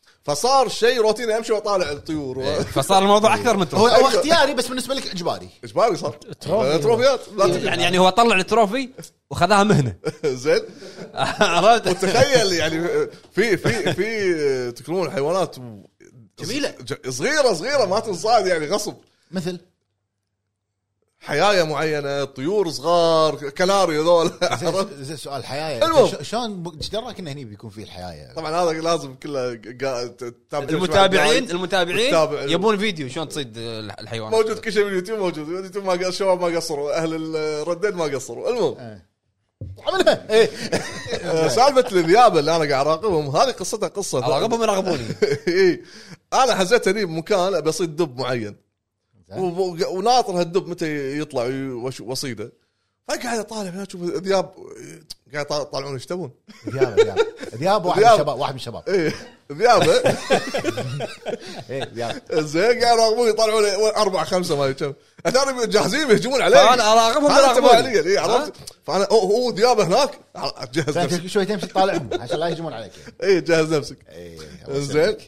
فصار شيء روتيني امشي واطالع الطيور و... فصار الموضوع اكثر من هو, تروفي. هو اختياري بس بالنسبه لك اجباري. اجباري صار تروفي. تروفيات يعني يعني هو طلع التروفي وخذها مهنه. زين. عرفت؟ وتخيل يعني في في في تكرمون الحيوانات جميله صغيره صغيره ما تنصاد يعني غصب، مثل حيايه معينه، طيور صغار، كناري هذول. زين سؤال حيايه شلون ايش دراك انه هني بيكون فيه الحيايه؟ طبعا هذا لازم كله تتابع. المتابعين المتابعين يبون فيديو شلون تصيد الحيوانات. موجود كل شيء باليوتيوب، موجود اليوتيوب. ما الشباب ما قصروا، اهل الردد ما قصروا. المهم عملها ايه سالفه الذيابه اللي انا قاعد اراقبهم، هذه قصتها قصه اراقبهم يراقبوني. اي انا حزت هني بمكان ابي اصيد دب معين، وناطر هالدب متى يطلع وصيده. فقاعد اطالع هنا اشوف ذياب قاعد يطالعون ايش تبون. ذياب ذياب ذياب واحد من الشباب واحد من الشباب ايه ذيابه ايه ذياب زين قاعد يراقبون يطالعون أربعة خمسة ما كم اتاري جاهزين يهجمون علي. فانا اراقبهم يراقبوني. اي عرفت. فانا هو ذيابه هناك جهز نفسك كل شوي تمشي تطالعهم عشان لا يهجمون عليك. اي جهز نفسك. ايه زين.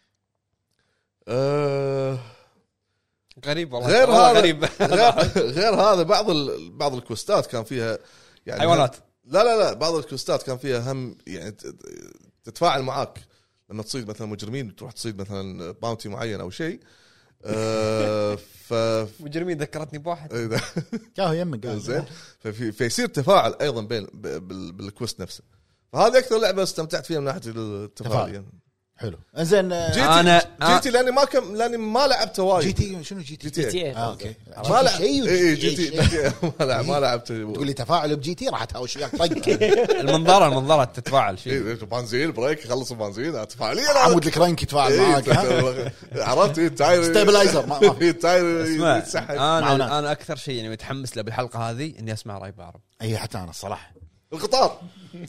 أه غريب والله. غير والله هذا غريب. غير, غير هذا بعض ال... بعض الكوستات كان فيها يعني حيوانات. لا لا لا بعض الكوستات كان فيها هم يعني تتفاعل معاك لما تصيد مثلا مجرمين، تروح تصيد مثلا باونتي معين او شيء. أه ف مجرمين ذكرتني بواحد كاهو يمك زين. ففي فيصير تفاعل ايضا بين بال... بالكوست نفسه. فهذه اكثر لعبه استمتعت فيها من ناحيه التفاعل يعني. حلو. انزين جيتي انا جيتي لاني ما كم لاني ما لعبت وايد. جيتي شنو جيتي جي تي اي اه اوكي ما لعب شيء اي جي تي ما لعب ما لعبت. تقول لي تفاعل بجي تي راح تهاوش وياك طق. المنظره المنظره تتفاعل شيء. ايه بنزين بريك خلص البنزين تفاعليا عمود لك رانك يتفاعل معاك. عرفت التاير ستابلايزر ما في التاير يتسحب. انا انا اكثر شيء يعني متحمس له بالحلقه هذه اني اسمع راي بعرب. اي حتى انا الصراحه القطار.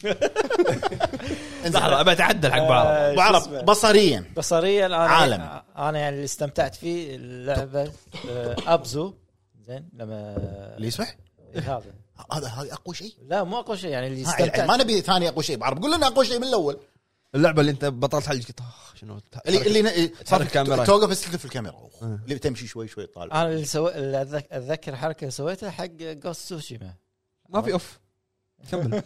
لحظه ابى اتعدل حق بعرب. بعرب بصريا بصريا انا عالم. انا يعني اللي استمتعت فيه اللعبه ابزو. زين لما اللي يصح هذا هذا هذا اقوى شيء. لا مو اقوى شيء يعني اللي استمتعت. استمتعت. ما نبي ثاني اقوى شيء بعرب. قول لنا اقوى شيء من الاول. اللعبه اللي انت بطلت حلقه قلت شنو اللي اللي صار الكاميرا توقف استلف الكاميرا اللي تمشي شوي شوي طالع. انا اللي سوي اللي اتذكر حركه اللي سويتها حق جوست سوشيما. ما في اوف. كمل.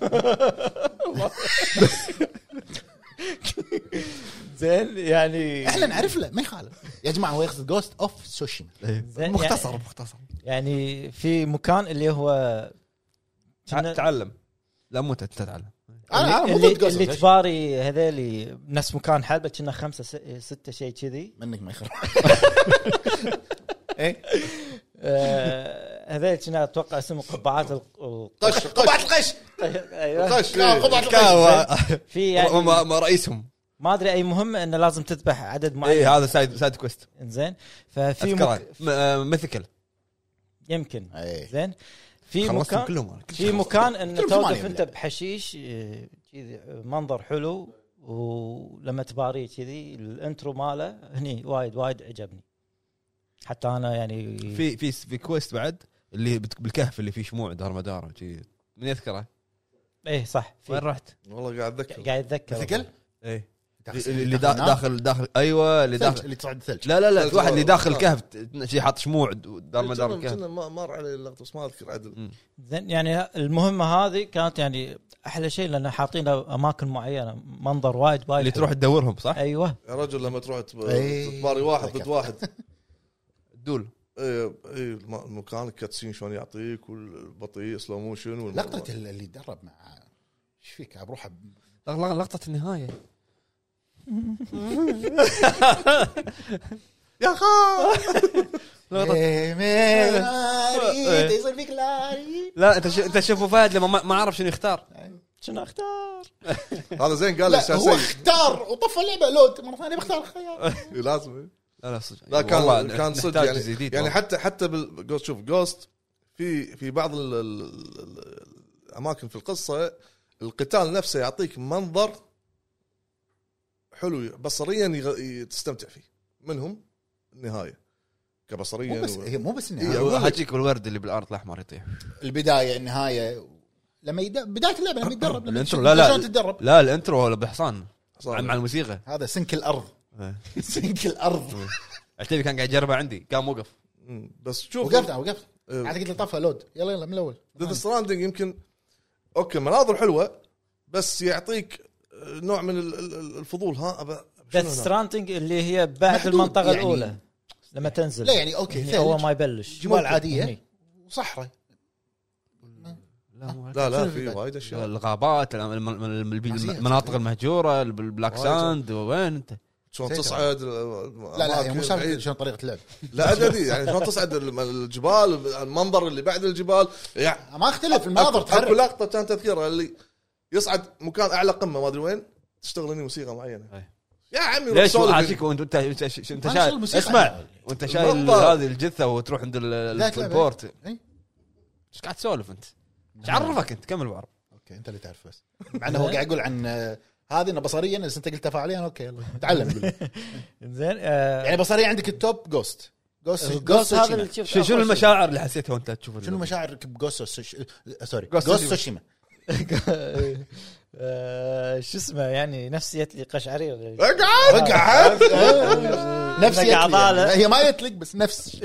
زين يعني احنا نعرف له ما يخالف يا جماعه. هو يقصد جوست اوف سوشيما. مختصر مختصر يعني في مكان اللي هو تعلم. لا مو تتعلم. انا انا مو اللي, ضد جوست اللي تباري هذيلي نفس مكان حلبة كنا خمسة ستة شيء كذي منك ما يخرب. ايه هذيل كنا اتوقع اسمه قبعات القش. قبعة القش. ايوه القش. قبعة القش. في يعني ما رئيسهم ما ادري اي مهمه انه لازم تذبح عدد معين. اي هذا سايد سايد كويست. زين ففي مك... مثكل يمكن. أيه. زين في مكان كلهم. في مكان ان توقف انت بحشيش كذي منظر حلو، ولما تباري كذي الانترو ماله هني وايد وايد عجبني. حتى انا يعني في في في كويست بعد اللي بالكهف اللي فيه شموع دار مدار كذي من يذكره. ايه صح. وين رحت؟ والله قاعد اتذكر قاعد اتذكر مثكل ايه اللي داخل داخل داخل ايوه اللي داخل اللي تصعد الثلج. لا لا لا في واحد اللي داخل الكهف شيء حاط شموع دار مدار الكهف. الكهف. ما مر علي اللقطه بس ما اذكر عدل. زين يعني المهمه هذه كانت يعني احلى شيء لان حاطين اماكن معينه منظر وايد وايد اللي تروح تدورهم صح. ايوه يا رجل لما تروح تباري واحد ضد واحد دول اي اي المكان الكاتسين شلون يعطيك والبطيء سلو موشن لقطه اللي يتدرب مع ايش فيك بروح لقطه النهايه يا خا يصير فيك لا انت انت شوفوا فهد لما ما عرف شنو يختار شنو اختار. هذا زين قال لي هو اختار وطفى اللعبه لود مره ثانيه بختار خيار لازم. لا لا صدق لا كان كان صدق يعني يعني يعني حتى حتى بالجوست شوف جوست في في بعض الاماكن في القصه القتال نفسه يعطيك منظر حلو بصريا تستمتع فيه. منهم النهايه كبصريا مو بس و... هي مو بس النهايه حاجيك والورد اللي بالارض الاحمر يطيح البدايه النهايه لما يد... بدايه اللعبه لما يتدرب الانترو لا لا تتدرب لا الانترو ولا بحصان مع الموسيقى هذا سنك الارض سنك الارض. عتيبي كان قاعد يجربها عندي قام وقف بس شوف وقفت وقفت عاد قلت له طفى لود يلا يلا من الاول. ديث ستراندنج يمكن اوكي مناظر حلوه بس يعطيك نوع من الفضول. ها ديث ستراندنج اللي هي بعد المنطقه يعني الاولى لما تنزل. لا يعني اوكي اول ما يبلش جبال عاديه وصحراء. لا لا, لا في وايد اشياء. الغابات المناطق المهجوره البلاك ساند وين انت شلون تصعد. لا لا مو شرط شلون طريقه اللعب. لا ادري يعني شلون تصعد الجبال المنظر اللي بعد الجبال يعني ما اختلف المناظر. تعرف لقطه كانت تذكرها اللي يصعد مكان اعلى قمه ما ادري وين تشتغل هني موسيقى معينه. أي. يا عمي ليش عاجيك وانت انت انت شايل اسمع وانت شايل هذه الجثه وتروح عند البورت ايش قاعد تسولف انت؟ ايش عرفك انت؟ كمل بعرف. اوكي انت اللي تعرف بس مع انه هو قاعد يقول عن هذه انه بصريا اذا انت قلت تفاعليا اوكي يلا تعلم. زين يعني بصريا عندك التوب جوست جوست جوست هذا شنو المشاعر اللي حسيتها وانت تشوف؟ شنو مشاعرك بجوست سوري جوست سوشيما؟ شو اسمه يعني نفسيتي قشعرير. اقعد اقعد نفسيتي هي ما يتلك بس نفس.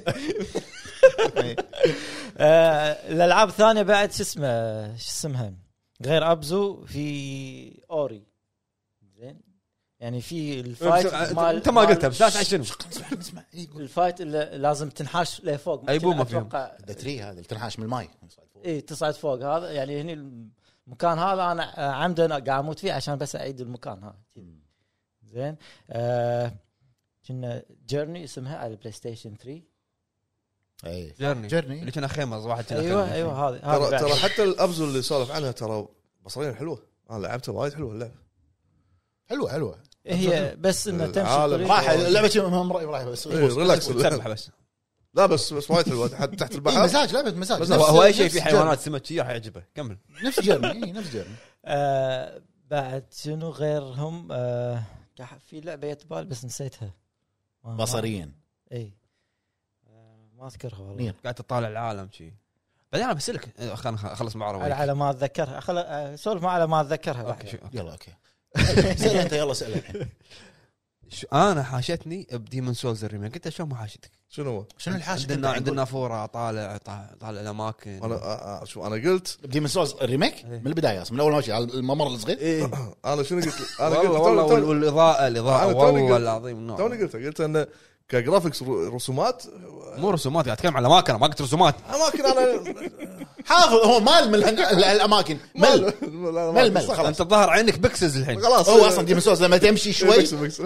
الالعاب الثانيه بعد شو اسمه شو اسمها غير ابزو في اوري. زين يعني في الفايت انت ما قلتها بس لا تعشن نسمع الفايت اللي لازم تنحاش لفوق. اي بو ما فيهم الدتري هذا اللي تنحاش من الماي اي تصعد فوق. هذا يعني هني المكان هذا انا عمدا قاعد اموت فيه عشان بس اعيد المكان هذا. زين آه كنا جيرني اسمها على البلاي ستيشن ثري. اي جيرني جيرني اللي كنا خيمه واحد كنا ايوه خيمة. ايوه هذا ترى ترى حتى الابزو اللي سولف عنها ترى بصريا حلوه. انا لعبتها وايد حلوه اللعبه حلوه حلوه هي بس انه تمشي راح اللعبه راح بس ريلاكس تسبح بس. لا بس بس وايد حلوه تحت البحر. مزاج لعبه مزاج. هو اي شيء في حيوانات سمكيه راح يعجبه. كمل. نفس جيرني اي نفس جيرني. آه بعد شنو غيرهم آه في لعبه يتبال بس نسيتها بصريا. اي آه ما اذكرها والله. قاعد تطالع العالم شيء بعدين انا بسلك خلنا اخلص معرض على على ما اتذكرها. خل سولف ما على ما اتذكرها. اوكي يلا اوكي سأل انت يلا سأل الحين. انا حاشتني بديمون سولز الريميك. انت شو ما حاشتك؟ شنو شنو الحاشة؟ عندنا عندنا فوره طالع طالع الاماكن. انا شو انا قلت بديمون سولز الريميك من البدايه اصلا من اول ما ماشي على الممر الصغير. إيه؟ انا شنو قلت؟ انا قلت والله والاضاءه الاضاءه والله العظيم النوع توني قلت قلت انه كجرافيكس رسومات مو رسومات قاعد اتكلم على اماكن ما قلت رسومات اماكن. انا حافظ هو مال من الاماكن مل مل مل خلاص. انت ظهر عينك بكسز الحين خلاص. هو اصلا ديمون سولز لما تمشي شوي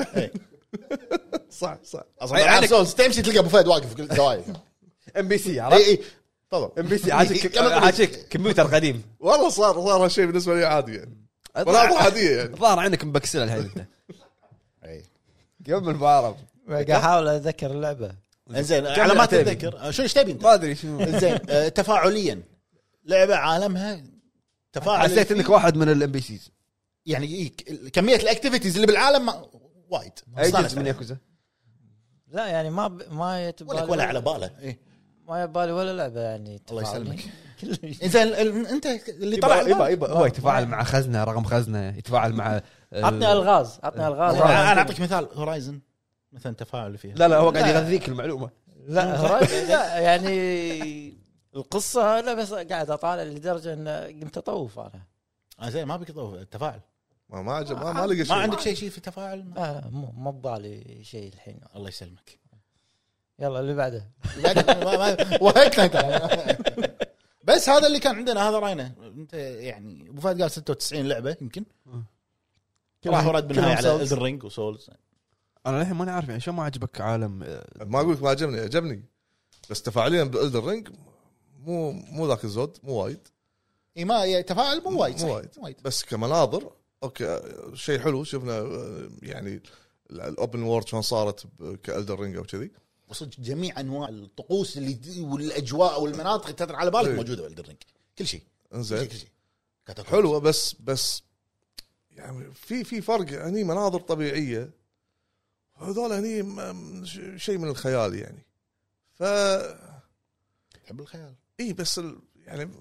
صح صح اصلا عينك سولز تمشي تلقى ابو فهد واقف في الزوايا. ام بي سي اي اي تفضل. ام بي سي عاجيك كمبيوتر قديم والله صار صار هالشيء بالنسبه لي عادي يعني ولا عاديه يعني. ظهر عينك مبكسله الحين انت. اي قبل بعرف قاعد احاول اتذكر اللعبه. زين على ما تتذكر شو ايش تبي انت؟ ما ادري شنو. زين تفاعليا لعبه عالمها تفاعل. حسيت انك واحد من الام بي سيز يعني كميه الاكتيفيتيز اللي بالعالم وايد. اي جزء من ياكوزا لا يعني ما ب... ما يتبالي ولا على باله. إيه؟ ما يبالي ولا لعبه يعني. الله يسلمك. زين انت اللي طلع يبا يبا هو يتفاعل مع خزنه رقم خزنه يتفاعل مع عطني الغاز عطني الغاز. انا اعطيك مثال هورايزن مثلا تفاعل فيها. لا لا هو قاعد يغذيك المعلومه. لا هورايزن لا يعني القصه لا بس قاعد اطالع لدرجه ان قمت اطوف انا. اه زين ما بك تطوف التفاعل ما ما عجب ما, ما لقى شيء. ما عندك شيء شيء في التفاعل؟ لا مو ما ببالي شيء الحين. الله يسلمك. يلا اللي بعده وهكذا. بس هذا اللي كان عندنا هذا راينا. انت يعني ابو فهد قال ستة وتسعين لعبه يمكن راح ورد بالنهايه على الرينج وسولز. انا الحين ماني عارف يعني شو ما عجبك عالم. ما اقول ما عجبني عجبني بس تفاعليا بالدر رينج مو مو ذاك الزود مو وايد. اي ما تفاعل مو وايد مو وايد بس كمناظر اوكي شيء حلو. شفنا يعني الاوبن وورد شلون صارت كالدر رينج او كذي. وصدق جميع انواع الطقوس اللي والاجواء والمناطق تدر على بالك موجوده بالدر رينج كل شيء. انزين حلوه بس بس يعني في في فرق يعني مناظر طبيعيه هذول هني شيء من الخيال يعني. ف تحب الخيال اي بس يعني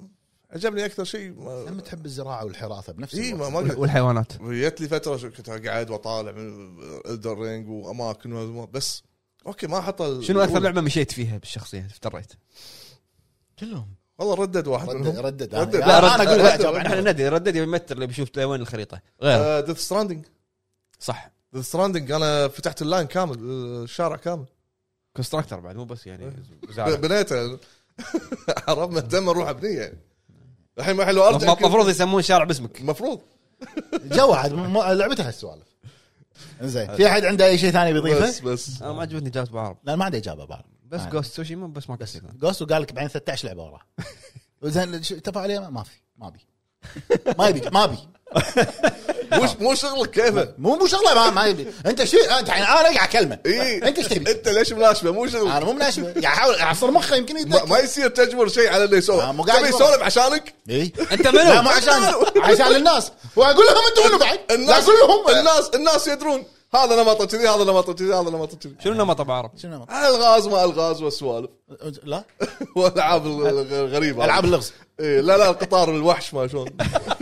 عجبني اكثر شيء ما... لما تحب الزراعه والحراثه بنفس إيه الوقت. ما ما والحيوانات. جت لي فتره كنت قاعد واطالع من الدر رينج واماكن بس اوكي ما حط ال... شنو اكثر لعبه مشيت فيها بالشخصيه افتريت؟ كلهم والله ردد واحد ردد منهم ردد, ردد. ردد. لا انا ردد. اقول لا ردد. جواب احنا ندري ردد يمثل اللي بيشوف وين الخريطه غير ديث ستراندنج. صح. ديث ستراندنج انا فتحت اللاين كامل الشارع كامل كونستراكتر بعد مو بس يعني بنيته عرفت مهتم اروح ابنيه يعني الحين ما حلو ارجع المفروض يسمون شارع باسمك. المفروض جو عاد لعبتها هالسوالف. زين في احد عنده اي شيء ثاني بيضيفه؟ بس بس انا ما عجبتني جاز بعرب لا ما عنده اجابه بعرب بس جوست سوشيما بس ما بس كسر. جوست وقال لك بعدين ثلاثة عشر لعبه وراه. زين اتفق عليها ما في ما بي ما يبي ما بي مو مو شغلك كيفه مو مو شغله ما, ما يبي انت شو انت يعني انا قاعد اكلمه إيه؟ انت ايش تبي؟ انت ليش مناشبه مو شغلك انا مو مناسبه يعني احاول اعصر مخه يمكن ما, يتذكر ما يصير تجبر شيء على اللي يسولف آه، مو قاعد تبي يقول. يسولف عشانك اي انت منو؟ لا مو عشان عشان الناس واقول لهم انتم منو بعد لا الناس اقول لهم الناس الناس يدرون هذا نمطه كذي هذا نمطه كذي هذا نمطه كذي شنو نمط بعرب؟ شنو الغاز ما الغاز والسوالف لا والالعاب الغريبه العاب اللغز. إيه لا لا القطار الوحش ما شلون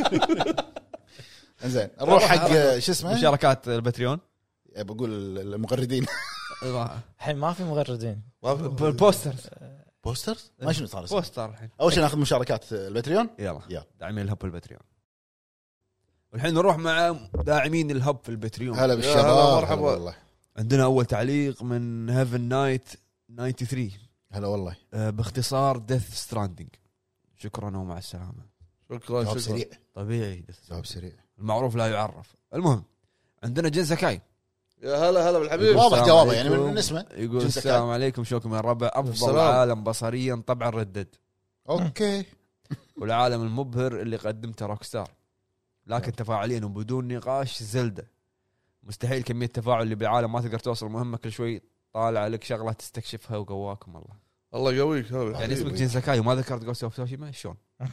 زين نروح حق شو اسمه مشاركات الباتريون. بقول المغردين الحين ما في مغردين. البوسترز بوسترز ما شنو صار بوستر الحين. اول شيء ناخذ مشاركات الباتريون يلا يلا داعمين الهب الباتريون. والحين نروح مع داعمين الهب في الباتريون. هلا هلا بالشباب مرحبا. والله عندنا اول تعليق من هيفن نايت ثمانية وتسعين هلا والله آه، باختصار ديث ستراندنج. شكرا ومع السلامه. شكرا جواب شكرا سريع طبيعي جواب سريع المعروف لا يعرف. المهم عندنا جن زكاي يا هلا هلا بالحبيب واضح السلام جوابه يعني عليكم. من اسمه يقول جن السلام زكاي. عليكم شوكم يا الربع. افضل السلام. عالم بصريا طبعا ردد اوكي والعالم المبهر اللي قدمته روكستار لكن تفاعليا وبدون نقاش زلدة. مستحيل كمية التفاعل اللي بالعالم ما تقدر توصل مهمة كل شوي طالع لك شغلة تستكشفها وقواكم الله. الله يقويك هلا يعني اسمك بالحبيب. جين زكاي وما ذكرت جوست اوف توشيما شلون؟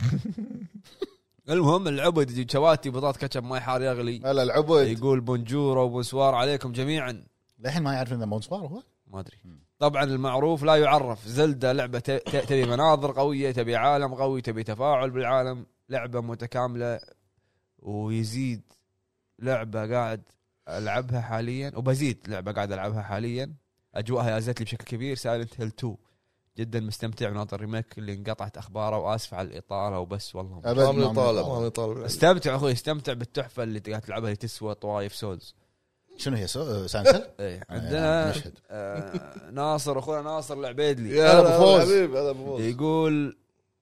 المهم العبد شواتي بطاط كاتشب ماي حار يغلي هلا العبد يقول بونجور وبونسوار عليكم جميعا. للحين ما يعرف انه مونسوار هو ما ادري طبعا المعروف لا يعرف. زلدة لعبة ت- ت- تبي مناظر قوية تبي عالم قوي تبي تفاعل بالعالم. لعبة متكاملة ويزيد لعبة قاعد ألعبها حاليا وبزيد لعبة قاعد ألعبها حاليا. أجواءها يازت لي بشكل كبير. سايلنت هيل تو جدا مستمتع وناطر ريميك اللي انقطعت أخباره وآسف على الإطالة وبس والله ابد ما ما طالع طالع ما طالع استمتع أخوي استمتع بالتحفة اللي قاعد تلعبها اللي تسوى طوايف سولز. شنو هي سو... سانسل إيه. يعني عندنا مشهد. آه ناصر أخونا ناصر العبيدلي يا هلا هلا بفوز. بالحبيب هلا بفوز يقول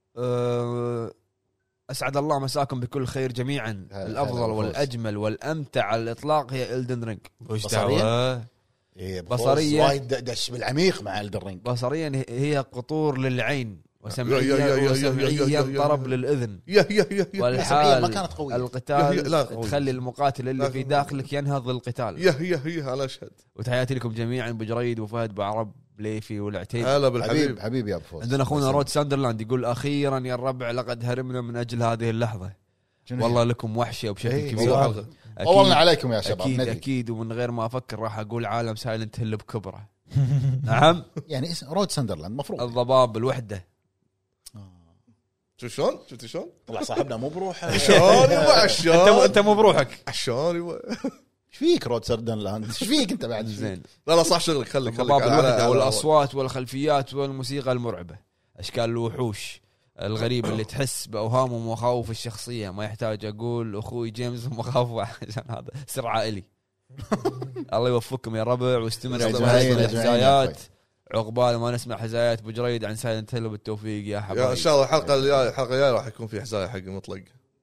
آه أسعد الله مساكم بكل خير جميعا. هلا الأفضل بفوز. والأجمل والأمتع على الإطلاق هي إلدن رينج. بصرياً؟ إيه بصرياً. وايد دش بالعميق مع الدرينج بصريا هي قطور للعين يا- يا- وسمعيا يا- يا- يا- يا- وسمعيا يا- طرب للأذن. يا يا يا يا والحال ما كانت قوية. يا- يا- القتال لا قوية. تخلي المقاتل اللي لا في قوية. داخلك ينهض للقتال. يا يا يا انا اشهد وتحياتي لكم جميعا بجريد وفهد بعرب بليفي والعتيب. هلا حبيب بالحبيب حبيبي يا ابو فوز عندنا اخونا رود ساندرلاند يقول اخيرا يا الربع لقد هرمنا من اجل هذه اللحظه. شنو والله لكم وحشه وبشكل إيه، كبير. والله. أكيد طولنا عليكم يا شباب اكيد ندري. اكيد ومن غير ما افكر راح اقول عالم سايلنت هيل بكبره. نعم يعني اسم رود ساندرلاند مفروض الضباب الوحده. شوف شلون شفت شلون طلع صاحبنا مو بروحه شلون يبا انت عشان انت مو بروحك. شلون يبا ايش فيك رود ساندرلاند ايش فيك انت بعد زين لا لا صح شغلك خليك خليك الضباب على- الوحده على- والاصوات والخلفيات والموسيقى المرعبه. اشكال الوحوش الغريبه اللي تحس باوهام ومخاوف الشخصيه. ما يحتاج اقول اخوي جيمس مخاوف عشان هذا سر عائلي. الله يوفقكم يا ربع واستمر يا أجمعين، جماعه أجمعين يا الحزايات. أخوي. عقبال ما نسمع حزايات بجريد عن سايلنت هيل بالتوفيق يا حبايبي. يا ان شاء الله الحلقه الجايه الحلقه الجايه راح يكون في حزايه حق مطلق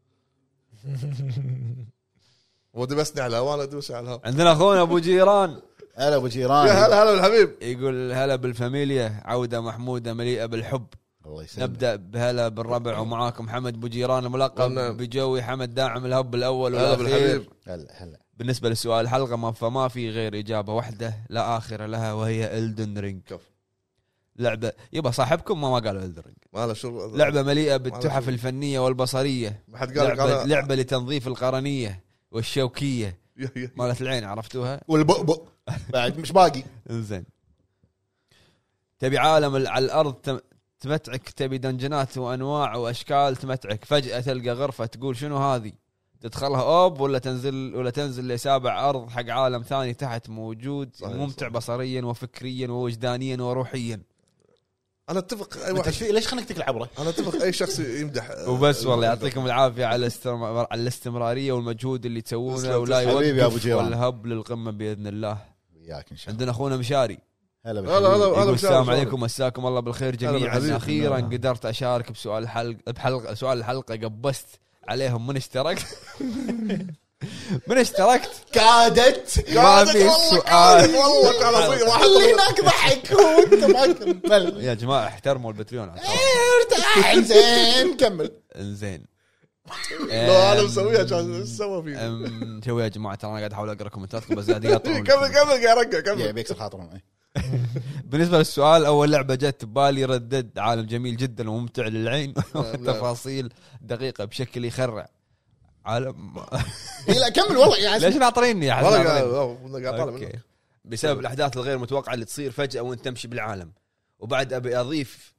ودي بسني على الهواء انا ادوس على الهواء عندنا اخونا ابو جيران هلا ابو يا جيران هلا هلا بالحبيب يقول هلا بالفاميليا عوده محموده مليئه بالحب. الله يسلمك نبدا بهلا بالربع ومعاكم حمد بوجيران الملقب نعم. بجوي حمد داعم الهب الاول هلا والاخير. بالحبيب هلا هلا بالنسبه لسؤال الحلقه ما فما في غير اجابه واحده لا اخر لها وهي إلدن رينج. كف. لعبه يبا صاحبكم ما ما قالوا إلدن رينج. ما له شغل لعبه مليئه بالتحف شغل. الفنيه والبصريه. ما حد قال لك لعبه, انا لعبة لتنظيف القرنيه والشوكيه يا- يا- مالت العين عرفتوها. والبؤبؤ بعد مش باقي زين تبي عالم ال- على الارض تم- تمتعك تبي دنجنات وانواع واشكال تمتعك، فجأة تلقى غرفة تقول شنو هذه، تدخلها اوب ولا تنزل ولا تنزل لسابع ارض حق عالم ثاني تحت موجود صحيح ممتع صحيح. بصريا وفكريا ووجدانيا وروحيا. انا اتفق اي واحد ليش خليك العبره. انا اتفق اي شخص يمدح وبس. والله يعطيكم العافيه على الاستمرار على الاستمراريه والمجهود اللي تسوونه ولا يوقف والهب للقمه باذن الله. وياك ان شاء الله. عندنا اخونا مشاري هلا هلا هلا السلام عليكم مساكم الله بالخير جميعا. اخيرا قدرت اشارك بسؤال الحلقه بحلقه سؤال الحلقه قبست عليهم من اشتركت من اشتركت كادت ما في سؤال والله على صيغ واحد هناك ضحك وانت ما كمل. يا جماعه احترموا البتريون ارتاح زين كمل زين. لو انا مسويها عشان ايش سوى فيه شو يا جماعه ترى انا قاعد احاول اقرا كومنتاتكم بس قاعد يقطعون. كمل كمل قاعد ارجع كمل يا بيكسر خاطرهم. بالنسبه للسؤال اول لعبه جت ببالي ردد، عالم جميل جدا وممتع للعين وتفاصيل دقيقه بشكل يخرع. عالم لا كمل والله يا ليش ناطريني يا حبيبي بسبب الاحداث الغير متوقعه اللي تصير فجاه وانت تمشي بالعالم. وبعد ابي اضيف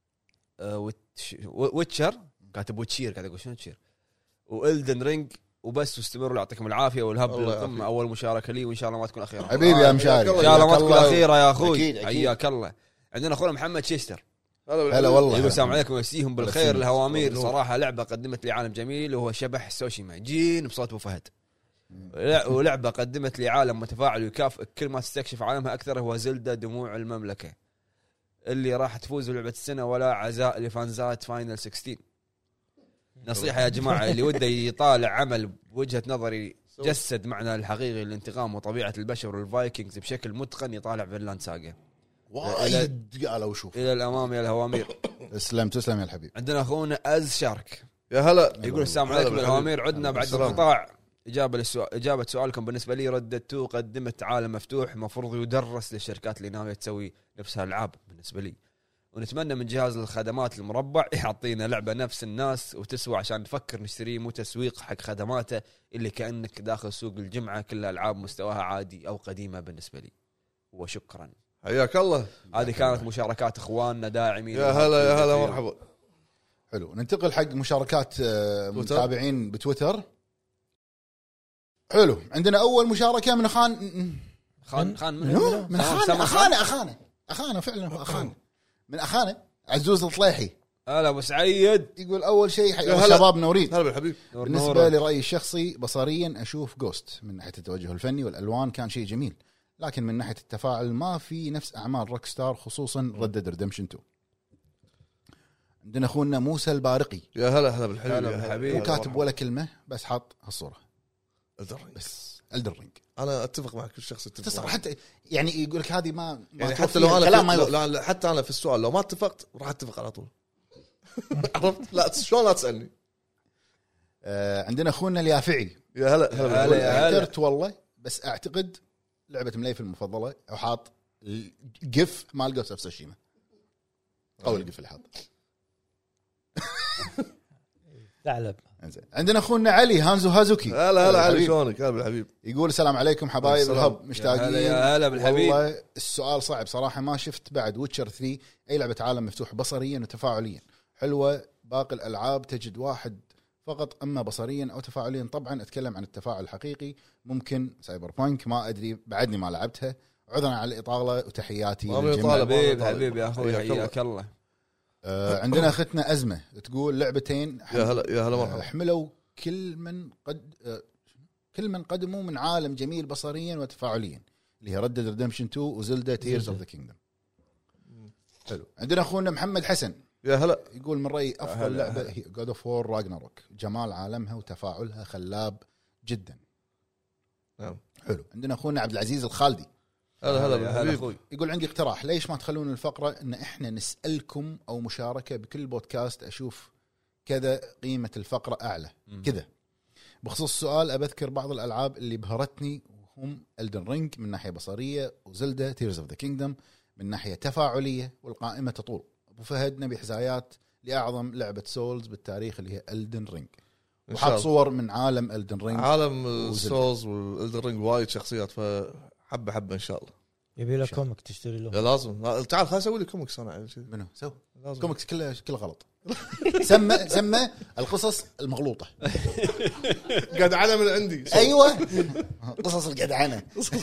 ويتشر كاتب ويتشير قاعد اقول شنو تشير وإلدن رينج وبس. واستمروا يعطيكم العافيه والهب للقمه. اول مشاركه لي وان شاء الله ما تكون اخيره حبيبي يا مشاري ان شاء الله ما تكون اخيره يا اخوي حياك الله. عندنا اخونا محمد شيستر هلا والله يقول السلام عليكم ويسيهم بالخير الهوامير. صراحه لعبه قدمت لي عالم جميل وهو شبح سوشيما جين بصوت ابو فهد. ولعبه قدمت لي عالم متفاعل ويكافئك كل ما تستكشف عالمها اكثر. هو زلدة دموع المملكه اللي راح تفوز بلعبه السنه ولا عزاء لفانزات فاينل ستة عشر. نصيحة يا جماعة اللي وده يطالع عمل بوجهة نظري جسد معنى الحقيقي للانتقام وطبيعة البشر والفايكنجز بشكل متقن يطالع فينلاند ساغا. وايد قالوا شوف إلى الأمام يا الهوامير. تسلم تسلم يا الحبيب. عندنا أخونا أز شارك يا هلا يقول السلام عليكم الهوامير. عدنا بعد القطاع إجابة للسؤال إجابة سؤالكم. بالنسبة لي رددتو قدمت عالم مفتوح مفروض يدرس للشركات اللي ناوية تسوي نفسها ألعاب بالنسبة لي. ونتمنى من جهاز الخدمات المربع يعطينا لعبة نفس الناس وتسوى عشان نفكر نشتريه مو تسويق حق خدماته اللي كأنك داخل سوق الجمعة كل ألعاب مستواها عادي أو قديمة بالنسبة لي. وشكرا حياك الله. هذه كانت مشاركات إخواننا داعمين. يا هلا يا هلا مرحبا. حلو ننتقل حق مشاركات متابعين بتويتر. حلو عندنا أول مشاركة من خان خان خان من, من خان أخانا أخانا أخانا فعلا أخانا من أخانا عزوز الطليحي. هلا ابو سعيد يقول اول شيء شباب نورين. هلا بالحبيب. بالنسبه لرايي الشخصي بصريا اشوف جوست من ناحيه التوجه الفني والالوان كان شيء جميل، لكن من ناحيه التفاعل ما في نفس اعمال روك ستار خصوصا ردد ريدمشن اثنين. عندنا اخونا موسى البارقي. يا هلا هلا بالحبيب. مو كاتب ولا كلمه بس حاط هالصوره الدرينج بس الدرينج. انا اتفق معك كل شخص اتفق حتى يعني يقول لك هذه ما, ما يعني حتى لو انا ما لا حتى انا في السؤال لو ما اتفقت راح اتفق على طول. عرفت لا شلون لا تسالني. آه عندنا اخونا اليافعي. يا هلا هلا هلا اعترت والله بس اعتقد لعبه مليف المفضله او حاط الجف مال جوست اوف تسوشيما او الجف اللي حاط ثعلب. عندنا اخونا علي هانزو هازوكي. هلا هلا علي شلونك هلا بالحبيب. يقول السلام عليكم حبايب الهب مشتاقين. يا هلا بالحبيب. والله السؤال صعب صراحه ما شفت بعد ويتشر ثلاثة اي لعبه عالم مفتوح بصريا وتفاعليا حلوه. باقي الالعاب تجد واحد فقط اما بصريا او تفاعليا. طبعا اتكلم عن التفاعل الحقيقي ممكن سايبر بانك ما ادري بعدني ما لعبتها. عذرا على الاطاله وتحياتي حبيب حبيب يا اخوي حياك الله. آه عندنا اختنا ازمه تقول لعبتين يا هلا يا هلا مرحبا حملوا كل من قد آه كل من قدموا من عالم جميل بصريا وتفاعليا اللي هي ردد ريدمشن اثنين وزلدا تيرز اوف ذا كينجدم. حلو. عندنا اخونا محمد حسن. يا هلا يقول من رايي افضل لعبه هي جود اوف وور راجناروك. جمال عالمها وتفاعلها خلاب جدا. نعم. حلو. عندنا اخونا عبد العزيز الخالدي. هلا هلا هلا اخوي. يقول عندي اقتراح ليش ما تخلون الفقره ان احنا نسالكم او مشاركه بكل بودكاست اشوف كذا قيمه الفقره اعلى كذا. بخصوص السؤال أذكر بعض الالعاب اللي بهرتني وهم Elden Ring من ناحيه بصريه وزلدا تيرز اوف ذا كينجدم من ناحيه تفاعليه والقائمه تطول. ابو فهد نبي حزايات لاعظم لعبه سولز بالتاريخ اللي هي Elden Ring وحط صور من عالم Elden Ring. عالم سولز والإلدن رينج وايد شخصيات فحبه حبه ان شاء الله يبي له كوميك تشتري له. لازم تعال خليني اسوي لي كوميكس انا. منو سو كوميكس كله كله غلط. سمى سمى القصص المغلوطه. قدعنه من عندي. ايوه قصص القدعنه.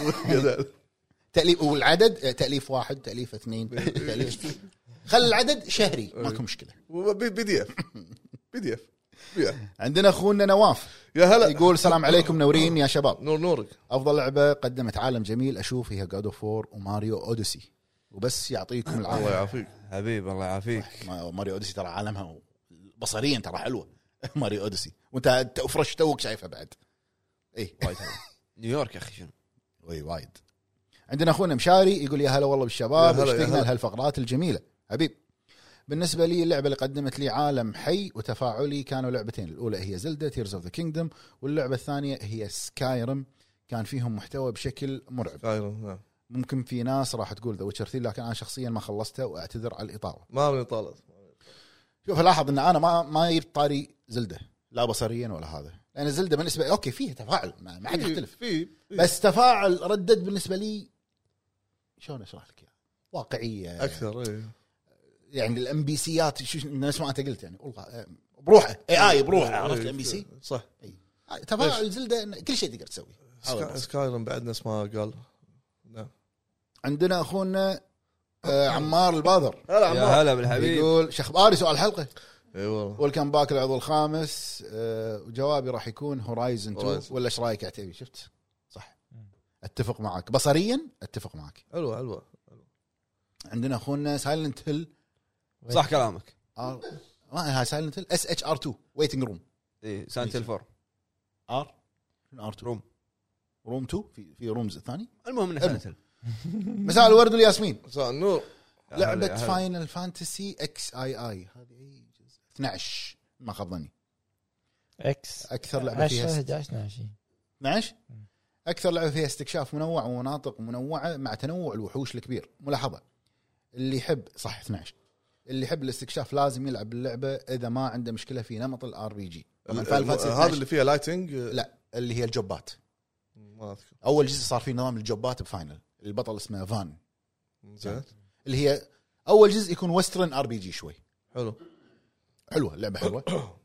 تاليف والعدد تاليف واحد تاليف اثنين تاليف. خلي العدد شهري ماكو مشكله. بي دي اف بي دي اف. عندنا اخونا نواف يا هلا يقول السلام عليكم منورين يا شباب. نور نورك. افضل لعبه قدمت عالم جميل اشوف هي جاد اوف وور وماريو اوديسي وبس يعطيكم العافيه. الله يعافيك حبيب الله يعافيك. ماريو اوديسي ترى عالمها بصريا ترى حلوه. ماريو اوديسي وانت فرش توك شايفها بعد. اي وايد نيويورك يا اخي شنو وي وايد. عندنا اخونا مشاري يقول يا هلا والله بالشباب اشتقنا لهالفقرات الجميله حبيب. بالنسبه لي اللعبه اللي قدمت لي عالم حي وتفاعلي كانوا لعبتين. الاولى هي زلدا تيرز اوف ذا كينجدم واللعبه الثانيه هي سكايرم. كان فيهم محتوى بشكل مرعب. سكايرم ممكن في ناس راح تقول ذا ويتشر ثلاثة لكن انا شخصيا ما خلصتها واعتذر على الاطاله. ما من اطاله. شوف لاحظ ان انا ما ما يطاري زلده لا بصريا ولا هذا لان زلده بالنسبه اوكي فيه تفاعل ما حد يختلف فيه بس تفاعل ردد بالنسبه لي شلون اشرح لك واقعيه اكثر. ايه يعني الام بي سيات شو نفس ما انت قلت يعني والله بروحه اي اي بروحه عرفت الام بي سي صح. اي تفاعل زلده كل شيء تقدر تسوي. سكايرم بعد ناس ما قال. نعم. عندنا اخونا آه عمار الباذر هلا يا عمار. هلا بالحبيب. يقول شخباري سؤال الحلقه. اي والله. والكم باك العضو الخامس. آه وجوابي راح يكون هورايزن تو ولا ايش رايك يا عتيبي؟ شفت صح اتفق معك بصريا اتفق معك. حلوه حلوه. عندنا اخونا سايلنت هيل. صح كلامك. ار ما هاي سايلنت هيل اس اتش ار تو ويتنج روم. اي سايلنت هيل فور ار ار تو روم روم تو في في رومز الثاني. المهم انه سايلنت هيل. مساء الورد والياسمين. مساء النور. لعبه فاينل فانتسي اكس اي اي هذه اي جزء اثناشر ما خاب ظني. اكس اكثر لعبه فيها احد عشر اثناشر اثناشر اكثر لعبه فيها استكشاف منوع ومناطق منوعه مع تنوع الوحوش الكبير. ملاحظه اللي يحب صح اثناشر اللي يحب الاستكشاف لازم يلعب اللعبه اذا ما عنده مشكله في نمط الار بي جي. هذا اللي فيها لايتنج. لا اللي هي الجوبات. ما اذكر. اول جزء صار فيه نظام الجوبات بفاينل. البطل اسمه فان زين. اللي هي اول جزء يكون ويسترن ار بي جي شوي حلو. حلوه اللعبه حلوه.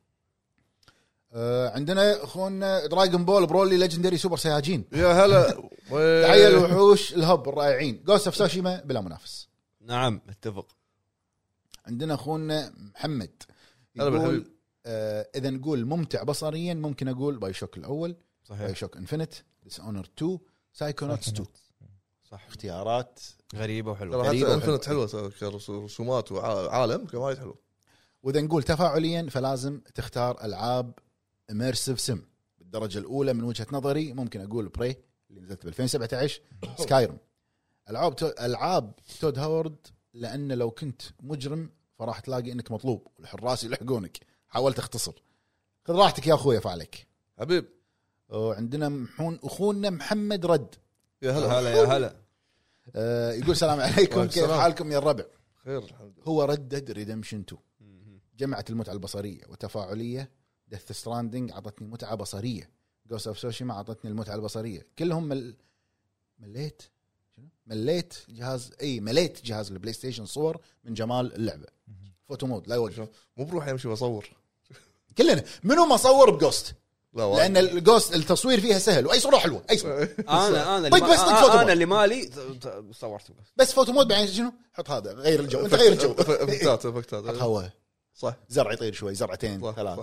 آه عندنا اخونا دراغون بول برولي ليجندري سوبر سياجين. يا هلا. تحيه الوحوش الهب الرائعين. جوست اوف سوشيما بلا منافس. نعم اتفق. عندنا اخونا محمد يقول آه اذا نقول ممتع بصريا ممكن اقول باي شوك الاول صحيح. باي شوك انفينيت ديس اونر تو سايكونوتس تو. صح. اختيارات غريبه وحلوه. حتى انفنت حلوه رسومات وعالم كمان حلو. واذا نقول تفاعليا فلازم تختار العاب اميرسيف سم بالدرجه الاولى من وجهه نظري. ممكن اقول بري اللي نزلت ب ألفين وسبعة عشر سكايرم العاب تو... العاب تود هاورد لان لو كنت مجرم فراح تلاقي انك مطلوب والحراس يلحقونك. حاولت اختصر. خذ راحتك يا اخويا فعليك حبيب. وعندنا محون اخونا محمد رد. يا هلا هلا يا هلا. آه يقول السلام عليكم كيف حالكم يا الربع؟ خير الحمد لله. هو ردد ريدمشن تو جمعت المتعه البصريه وتفاعليه. ديث ستراندنج عطتني متعه بصريه. جوست اوف سوشيما عطتني المتعه البصريه. كلهم مل... مليت شنو مليت جهاز اي مليت جهاز البلاي ستيشن صور من جمال اللعبه. فوتو مود لا يوجد. مو بروح يمشي واصور كلنا منو ما صور بجوست. لا لان الجوست التصوير فيها سهل واي صوره حلوه اي صوره. انا انا طيب اللي بس ما... فوتو انا مود. اللي مالي صورت بس بس فوتو مود بعدين شنو حط هذا غير الجو انت غير الجو افكتات افكتات حط هواء صح. زرع يطير شوي زرعتين صح ثلاث. صح.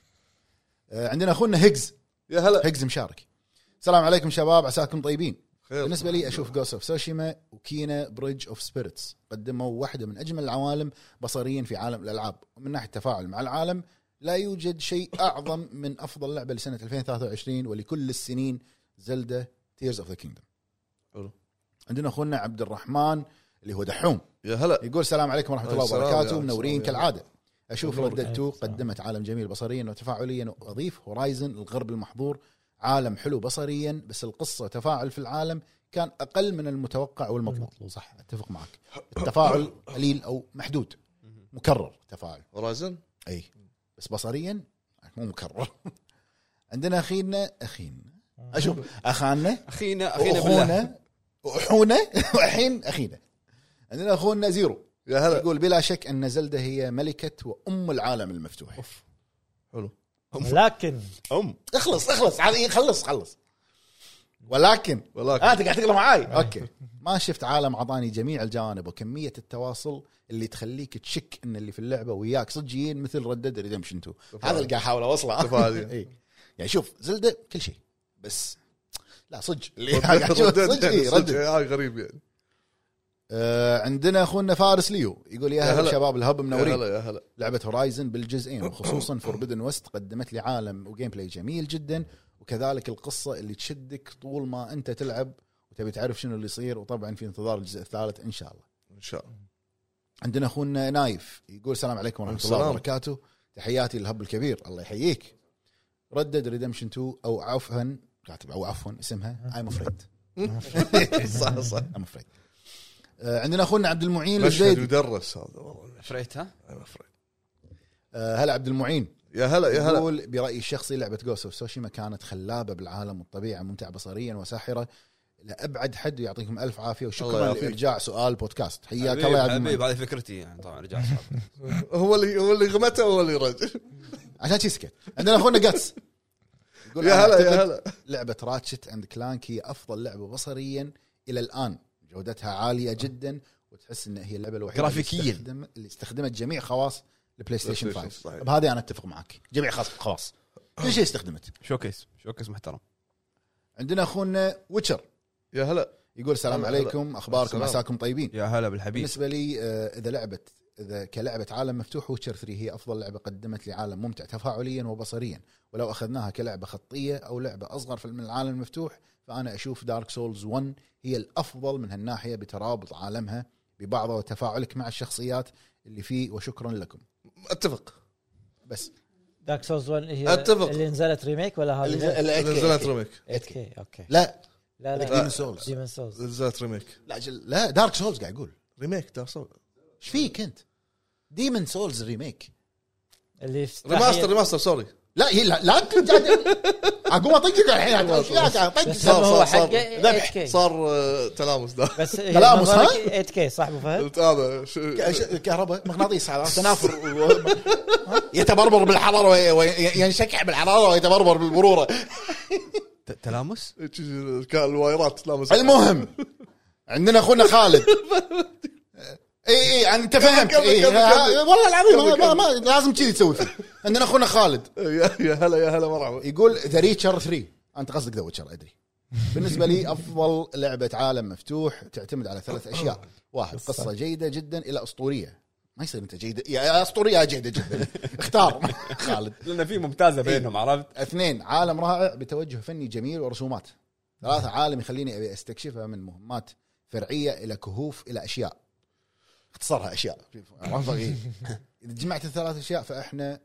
آه عندنا اخونا هيجز. يا هلا. هيجز مشارك. السلام عليكم شباب عساكم طيبين. خير. بالنسبه لي اشوف جوست اوف سوشيما وكينا بريدج اوف سبيريتس قدموا واحده من اجمل العوالم بصريا في عالم الالعاب. ومن ناحيه التفاعل مع العالم لا يوجد شيء اعظم من افضل لعبه لسنه ألفين وثلاثة وعشرين ولكل السنين زلدا تيرز اوف ذا كينجدم. عندنا اخونا عبد الرحمن اللي هو دحوم. يا هلا. يقول السلام عليكم ورحمه الله وبركاته منورين كالعاده. اشوف نور. ردد تو قدمت عالم جميل بصريا وتفاعليا. واضيف هورايزن الغرب المحظور عالم حلو بصريا بس القصه تفاعل في العالم كان اقل من المتوقع والمطلوب. صح اتفق معك. التفاعل قليل او محدود مكرر تفاعل هورايزن اي بس بصريا مو مكرر. عندنا اخينا اخينا اشوف اخانا اخينا اخينا بالله. اخونا وحونا والحين اخينا. عندنا اخونا زيرو يا هلا. يقول بلا شك ان زلدة هي ملكة وام العالم المفتوح. أوف. حلو. لكن ام اخلص اخلص هذه خلص خلص ولكن ولكن انت قاعد تقرا معاي اوكي. ما شفت عالم اعطاني جميع الجوانب وكميه التواصل اللي تخليك تشك ان اللي في اللعبه وياك صجيين مثل ردد ريدمشن تو. هذا اللي قاعد احاول اوصله. اي يعني شوف زلدة كل شيء بس لا صج اللي قاعد صج اي ردد هاي غريب يعني. آه عندنا اخونا فارس ليو يقول يا هلا شباب الهب منورين. يا هلا يا هلا. لعبه هورايزن بالجزئين وخصوصا فوربيدن ويست قدمت لي عالم وجيم بلاي جميل جدا وكذلك القصه اللي تشدك طول ما انت تلعب وتبي تعرف شنو اللي يصير. وطبعا في انتظار الجزء الثالث ان شاء الله. ان شاء الله. عندنا اخونا نايف يقول السلام عليكم ورحمه الله وبركاته. تحياتي للهب الكبير الله يحييك. ردد ريدمشن تو او عفوا كاتب او عفوا اسمها ايم افريد. صح صح ام افريد. عندنا اخونا عبد المعين الزيدي يدرس هذا والله فريت ها ايم افريد. هلا عبد المعين يا هلا يا هلا. يقول برايي الشخصي لعبه جوست اوف سوشيما كانت خلابه بالعالم والطبيعه ممتعه بصريا وساحره لابعد حد. ويعطيكم الف عافيه وشكرا لارجاع سؤال بودكاست. حياك الله يا عبد المعين. هذه فكرتي يعني طبعا رجع هو اللي هو اللي غمته هو اللي رجع عشان شي سكت. عندنا اخونا جاتس يقول يا هلا يا هلا. لعبه راتشت اند كلانك هي افضل لعبه بصريا الى الان. جودتها عاليه جدا وتحس ان هي اللعبه الوحيده جرافيكيا اللي, اللي استخدمت جميع خواص البلاي ستيشن صحيح. خمسة. بهذه انا اتفق معك جميع خواص كل شيء استخدمت. شوكيس شوكيس محترم. عندنا اخونا ويتشر يا هلا يقول السلام هلا عليكم هلا. اخباركم السلام. عساكم طيبين. يا هلا بالحبيب. بالنسبه لي اذا لعبه اذا كلعبه عالم مفتوح ويتشر ثري هي افضل لعبه قدمت لي عالم ممتع تفاعليا وبصريا. ولو اخذناها كلعبه خطيه او لعبه اصغر في العالم المفتوح فانا اشوف دارك سولز ون هي الافضل من هالناحيه بترابط عالمها ببعضه وتفاعلك مع الشخصيات اللي فيه. وشكرا لكم. اتفق. بس دارك سولز ون هي أتفق. اللي نزلت ريميك ولا هذه نزلت ريميك. ثمانية كي اوكي. لا لا لا ديمن سولز ديمن سولز نزلت ريميك. لا جل لا دارك سولز قاعد اقول ريميك دارك سولز. ايش فيك انت؟ ديمن سولز ريميك اللي ريماستر ريماستر سوري. لا هي لا لا اقوم اطقك الحين اطقك صار هو صار حق صار ذبح صار آه، تلامس ده. بس تلامس، ها؟ ثمانية كي صح ابو فهد. هذا كهرباء مغناطيس على تنافر يتبربر بالحراره وينشكع بالحراره ويتبربر بالبروره. تلامس الوايرات تلامس. المهم عندنا اخونا خالد. اي اي يعني انت فهمت. إيه والله العظيم ما, ما لازم كذي تسوي فيه. عندنا اخونا خالد يا هلا يا هلا مرحبا. يقول ذا ريتشر ثري. انت قصدك ذا ويتشر ادري. بالنسبه لي افضل لعبه عالم مفتوح تعتمد على ثلاث اشياء. واحد قصه جيده جدا الى اسطوريه. ما يصير انت جيده يا اسطوريه يا جيده جدا. اختار خالد لان في ممتازه بينهم عرفت. اثنين عالم رائع بتوجه فني جميل ورسومات. ثلاثه عالم يخليني ابي استكشفها من مهمات فرعيه الى كهوف الى اشياء. اختصرها اشياء. اذا جمعت الثلاث اشياء فاحنا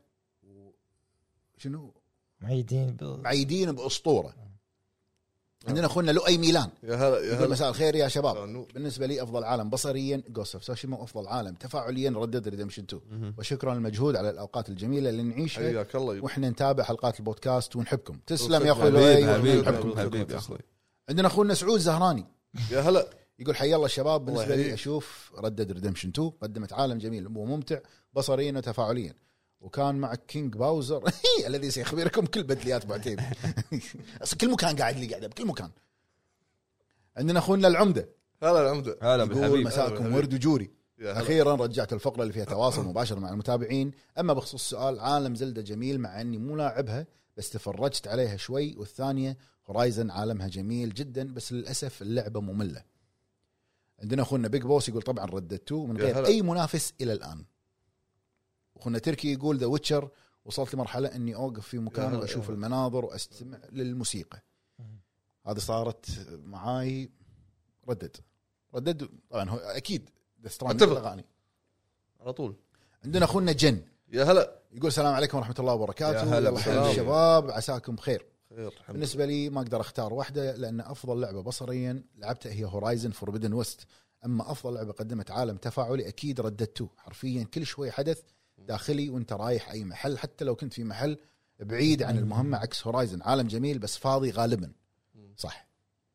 شنو معيدين بال... معيدين باسطوره. عندنا اخونا لؤي ميلان يا هلا يا يقول هلا. مساء الخير يا شباب. آه، بالنسبه لي افضل عالم بصريا جوست اوف سوشيما وافضل عالم تفاعليا ردد ريدمشن تو. وشكرا للمجهود على الاوقات الجميله اللي نعيشها حياك الله. واحنا نتابع حلقات البودكاست ونحبكم. تسلم يا اخوي لؤي. حبيب نحبكم. حبيب يا اخوي. عندنا اخونا سعود زهراني يا هلا. يقول حيا الله الشباب. بالنسبه لي يحييك. اشوف ردد ريدمشن تو قدمت عالم جميل وممتع بصريا وتفاعليا. وكان معك كينج باوزر الذي سيخبركم كل بدليات بعتيبي. كل مكان قاعد لي قاعده بكل مكان. عندنا اخونا العمده. هلا العمده. هلا يقول بالحبيب. مساكم ورد وجوري. يا هلا. اخيرا رجعت الفقره اللي فيها تواصل مباشر مع المتابعين. اما بخصوص السؤال عالم زلدة جميل مع اني مو لاعبها بس تفرجت عليها شوي. والثانيه هورايزن عالمها جميل جدا بس للاسف اللعبه ممله. عندنا اخونا بيج بوس يقول طبعا ردت تو من غير اي منافس الى الان. اخونا تركي يقول ذا ويتشر وصلت لمرحله اني اوقف في مكان واشوف المناظر واستمع للموسيقى. هذه صارت معاي ردد ردد طبعا هو اكيد دستران الاغاني على طول. عندنا اخونا جن يا هلا يقول السلام عليكم ورحمه الله وبركاته. يا هلا يلا حيا بالسلام. الشباب عساكم بخير. خير. بالنسبه لي ما اقدر اختار واحده لان افضل لعبه بصريا لعبتها هي هورايزن فوربيدن ويست. اما افضل لعبه قدمت عالم تفاعلي اكيد ردت تو. حرفيا كل شوي حدث داخلي وانت رايح اي محل حتى لو كنت في محل بعيد عن المهمه. عكس هورايزن عالم جميل بس فاضي غالبا. صح.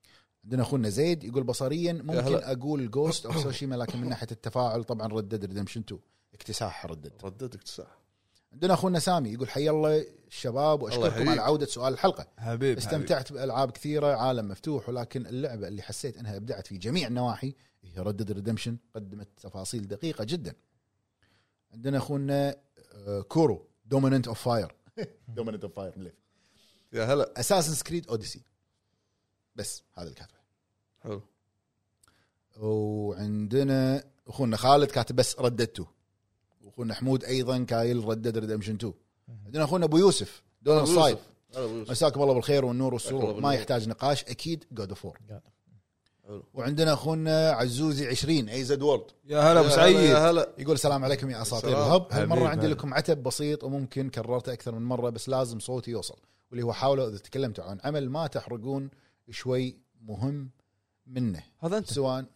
عندنا اخونا زيد يقول بصريا ممكن اقول جوست او سوشيما، لكن من ناحيه التفاعل طبعا ردد ريدمشن اثنين اكتساح ردد ردد اكتساح. عندنا اخونا سامي يقول حي الله الشباب واشكركم على عوده سؤال الحلقه. حبيب استمتعت حبيب. بالالعاب كثيره، عالم مفتوح، ولكن اللعبه اللي حسيت انها ابدعت في جميع النواحي هي ردد ريدمشن، قدمت تفاصيل دقيقه جدا. عندنا اخونا كورو دوميننت اوف فاير دوميننت اوف فاير يا هلا. اساسن كريد اوديسي، بس هذا الكاتب حلو. وعندنا اخونا خالد كاتب بس رددته، واخونا حمود ايضا كايل ردد ريدمشن اثنين. عندنا اخونا ابو يوسف دون الصايف، مساكم الله بالخير والنور والسرور، ما يحتاج نقاش اكيد جود اوف وور. وعندنا اخونا عزوزي عشرين اي زد وورد، يا هلا ابو سعيد، يا هلا. يقول السلام عليكم يا اساطير الهب. هالمره عندي لكم عتب بسيط وممكن كررته اكثر من مره بس لازم صوتي يوصل، واللي هو حاولوا اذا تكلمتوا عن عمل ما تحرقون شوي مهم منه. هذا انت سواء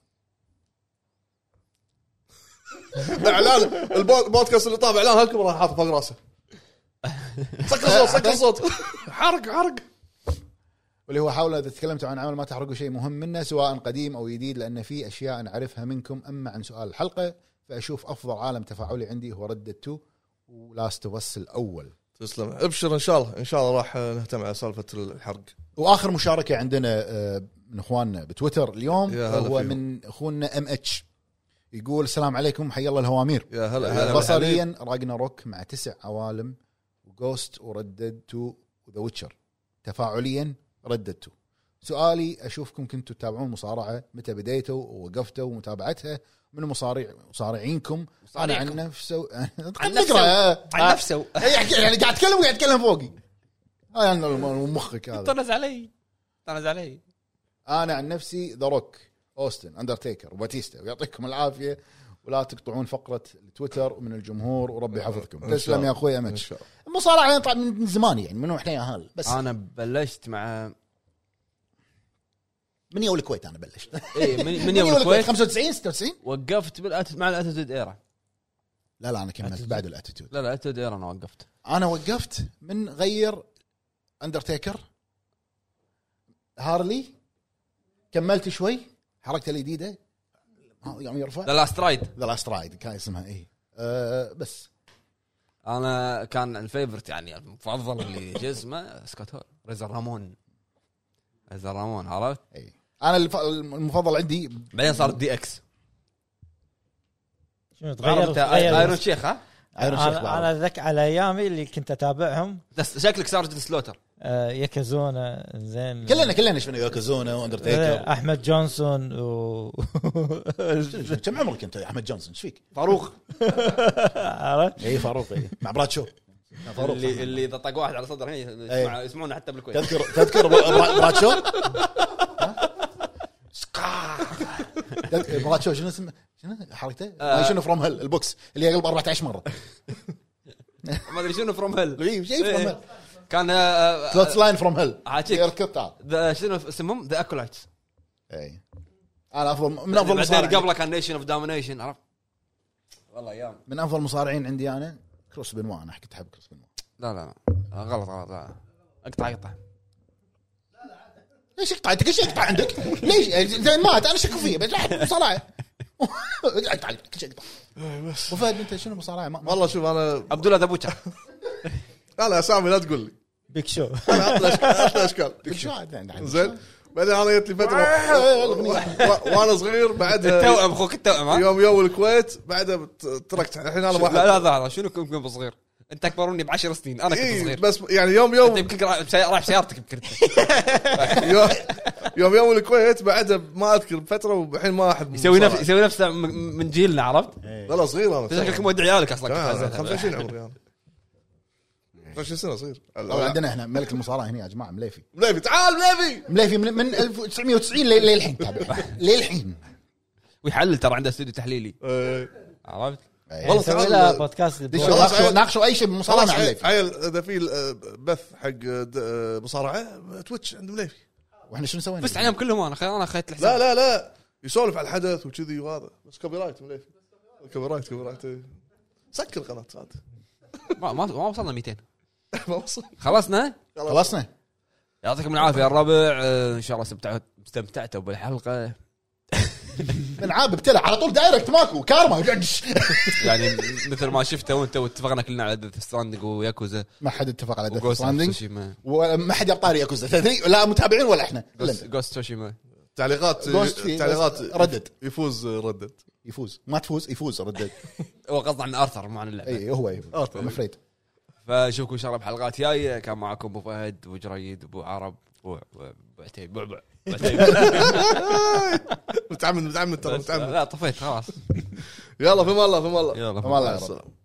اعلان البودكاست اللي طاب اعلان هالكم راح حاط فوق راسه. سكر صوت سكر صوت حرق حرق. واللي هو حاولوا اذا تكلمتوا عن عمل ما تحرقوا شيء مهم منه سواء قديم او جديد، لان في اشياء نعرفها منكم. اما عن سؤال الحلقه فاشوف افضل عالم تفاعلي عندي هو ردد اثنين ولاست بس الاول. تسلم، ابشر ان شاء الله ان شاء الله راح نهتم على سالفه الحرق. واخر مشاركه عندنا من اخواننا بتويتر اليوم هو فيهم. من اخونا ام اتش، يقول السلام عليكم حي الله الهوامير. يا هلا. بصريا راجنا روك مع تسع عوالم وجوست وردد اثنين وذا ويتشر، تفاعليا ردد اثنين. سؤالي اشوفكم كنتوا تتابعون مصارعه، متى بديتوا ووقفتوا متابعتها؟ من مصارع مصارعينكم؟ انا عن نفسه عن نفسه عن نفسه يعني قاعد اتكلم وقاعد اتكلم فوقي. هاي انا مخك هذا طنز علي طنز علي. انا عن نفسي ذا روك، اوستن، اندرتيكر وباتيستا، ويعطيكم العافيه ولا تقطعون فقره التويتر ومن الجمهور وربي يحفظكم. تسلم يا اخوي امتش. المصارعه طبعا من زمان يعني من احنا ياهل، بس انا بلشت مع من يوم الكويت انا بلشت. اي من, من يوم الكويت خمسة وتسعين ستة وتسعين وقفت بالأت... مع الاتيتود ايرا. لا لا انا كملت بعد الاتيتود. لا لا الاتيتود ايرا انا وقفت. انا وقفت من غير اندرتيكر هارلي، كملت شوي حركته الجديده يوم يرفع ذا لاست رايد ذا لاست رايد كان اسمها ايه أه. بس انا كان الفيفورت يعني المفضل اللي جزمه سكوت هول، ريزر رامون ريزر رامون عرفت. اي انا المفضل عندي بعدين صار دي اكس. شنو تغير؟ ايرون شيخ. ها ايرون شيخ. انا ذك على ايامي اللي كنت اتابعهم شكلك سارجنت سلوتر. آه ياكازونا زين، كلنا كلنا شفنا ياكازونا واندرتيكر. احمد جونسون و كم عمرك انت يا احمد جونسون؟ ايش فيك؟ فاروق. اي فاروق اي مع براد شو. فاروق اللي اللي اذا طق واحد على صدره يسمع يسمعونه حتى بالكويت. تذكر تذكر براد شو. براد شو شنو اسمه شنو حركته؟ آه. شنو فروم هيل البوكس اللي يقلب أربعة عشر مره. ما ادري شنو فروم هيل. اي شيء فروم هيل كان كلوتس لاين فروم هيل. يركض ذا شنو اسمهم ذا اكولايتس. اي انا افضل من افضل مصارعين. قبله كان نيشن اوف دومينيشن عرفت والله ايام. من افضل المصارعين عندي انا كروس بنوا. انا كنت احب كروس بنوا. لا لا غلط غلط لا اقطع اقطع. ليش اقطع انت؟ ايش اقطع عندك؟ ليش زي مات انا شكو فيه بس مصارعه. اقطع كل شيء اقطع. بس وفهد انت شنو مصارعه؟ والله شوف انا عبد الله دبوچا. انا اسامي لا تقول لي بيك شو. انا اطلع اشكال بيك شو زين. بعدين انا جت لي فتره وانا صغير بعدها التوأم اخوك التوأم. يوم يوم الكويت بعدها تركت. الحين انا واحد. لا لا لا شنو كنت صغير انت اكبر مني بعشر سنين. انا كنت صغير بس يعني يوم يوم يمكن رايح سيارتك يمكن. يوم يوم الكويت بعدها ما اذكر فتره والحين ما احب يسوي نفس يسوي نفسه من جيلنا عرفت. لا صغير انا شكلك مودع عيالك اصلا. خمسة وعشرين عمري انا خمسة وعشرين سنه صغير. عندنا احنا ملك المصارعه هنا يا جماعه مليفي. مليفي تعال مليفي مليفي من, من ألف وتسعمية وتسعين للحين تابع للحين. ويحلل ترى عنده استوديو تحليلي عرفت. والله سوي له بودكاست ناقشوا ناقشوا اي شيء بالمصارعه مع مليفي. عيل اذا في بث حق مصارعه تويتش عند مليفي. واحنا شنو سوينا بس عليهم كلهم. انا انا اخذت الحساب. لا لا لا يسولف على الحدث وكذي وهذا بس كوبي رايت مليفي. كوبي رايت كوبي رايت سكر القناه هذا. ما ما وصلنا مئتين. ما وصل. خلصنا خلصنا يعطيكم العافيه يا الربع. ان شاء الله استمتعتوا استمتعتوا بالحلقه. من عاب ابتلع على طول دايركت ماكو كارما يعني مثل ما شفته وانت واتفقنا كلنا على ديث ستراندنج وياكوزا. ما حد اتفق على ديث وغوست ستراندنج توشيما. وما حد يبطاري ياكوزا تدري لا متابعين ولا احنا جوست توشيما. تعليقات تعليقات ردد يفوز ردد يفوز ما تفوز يفوز ردد. هو قصد عن ارثر مو عن اللعبه. اي هو ارثر مفريد. فشوفكم ان شاء الله بحلقات جايه. كان معكم ابو فهد وجريد ابو عرب ابو عتيب بعبع متعمد متعمد ترى متعمد. لا طفيت خلاص. يلا في الله في الله يلا في الله.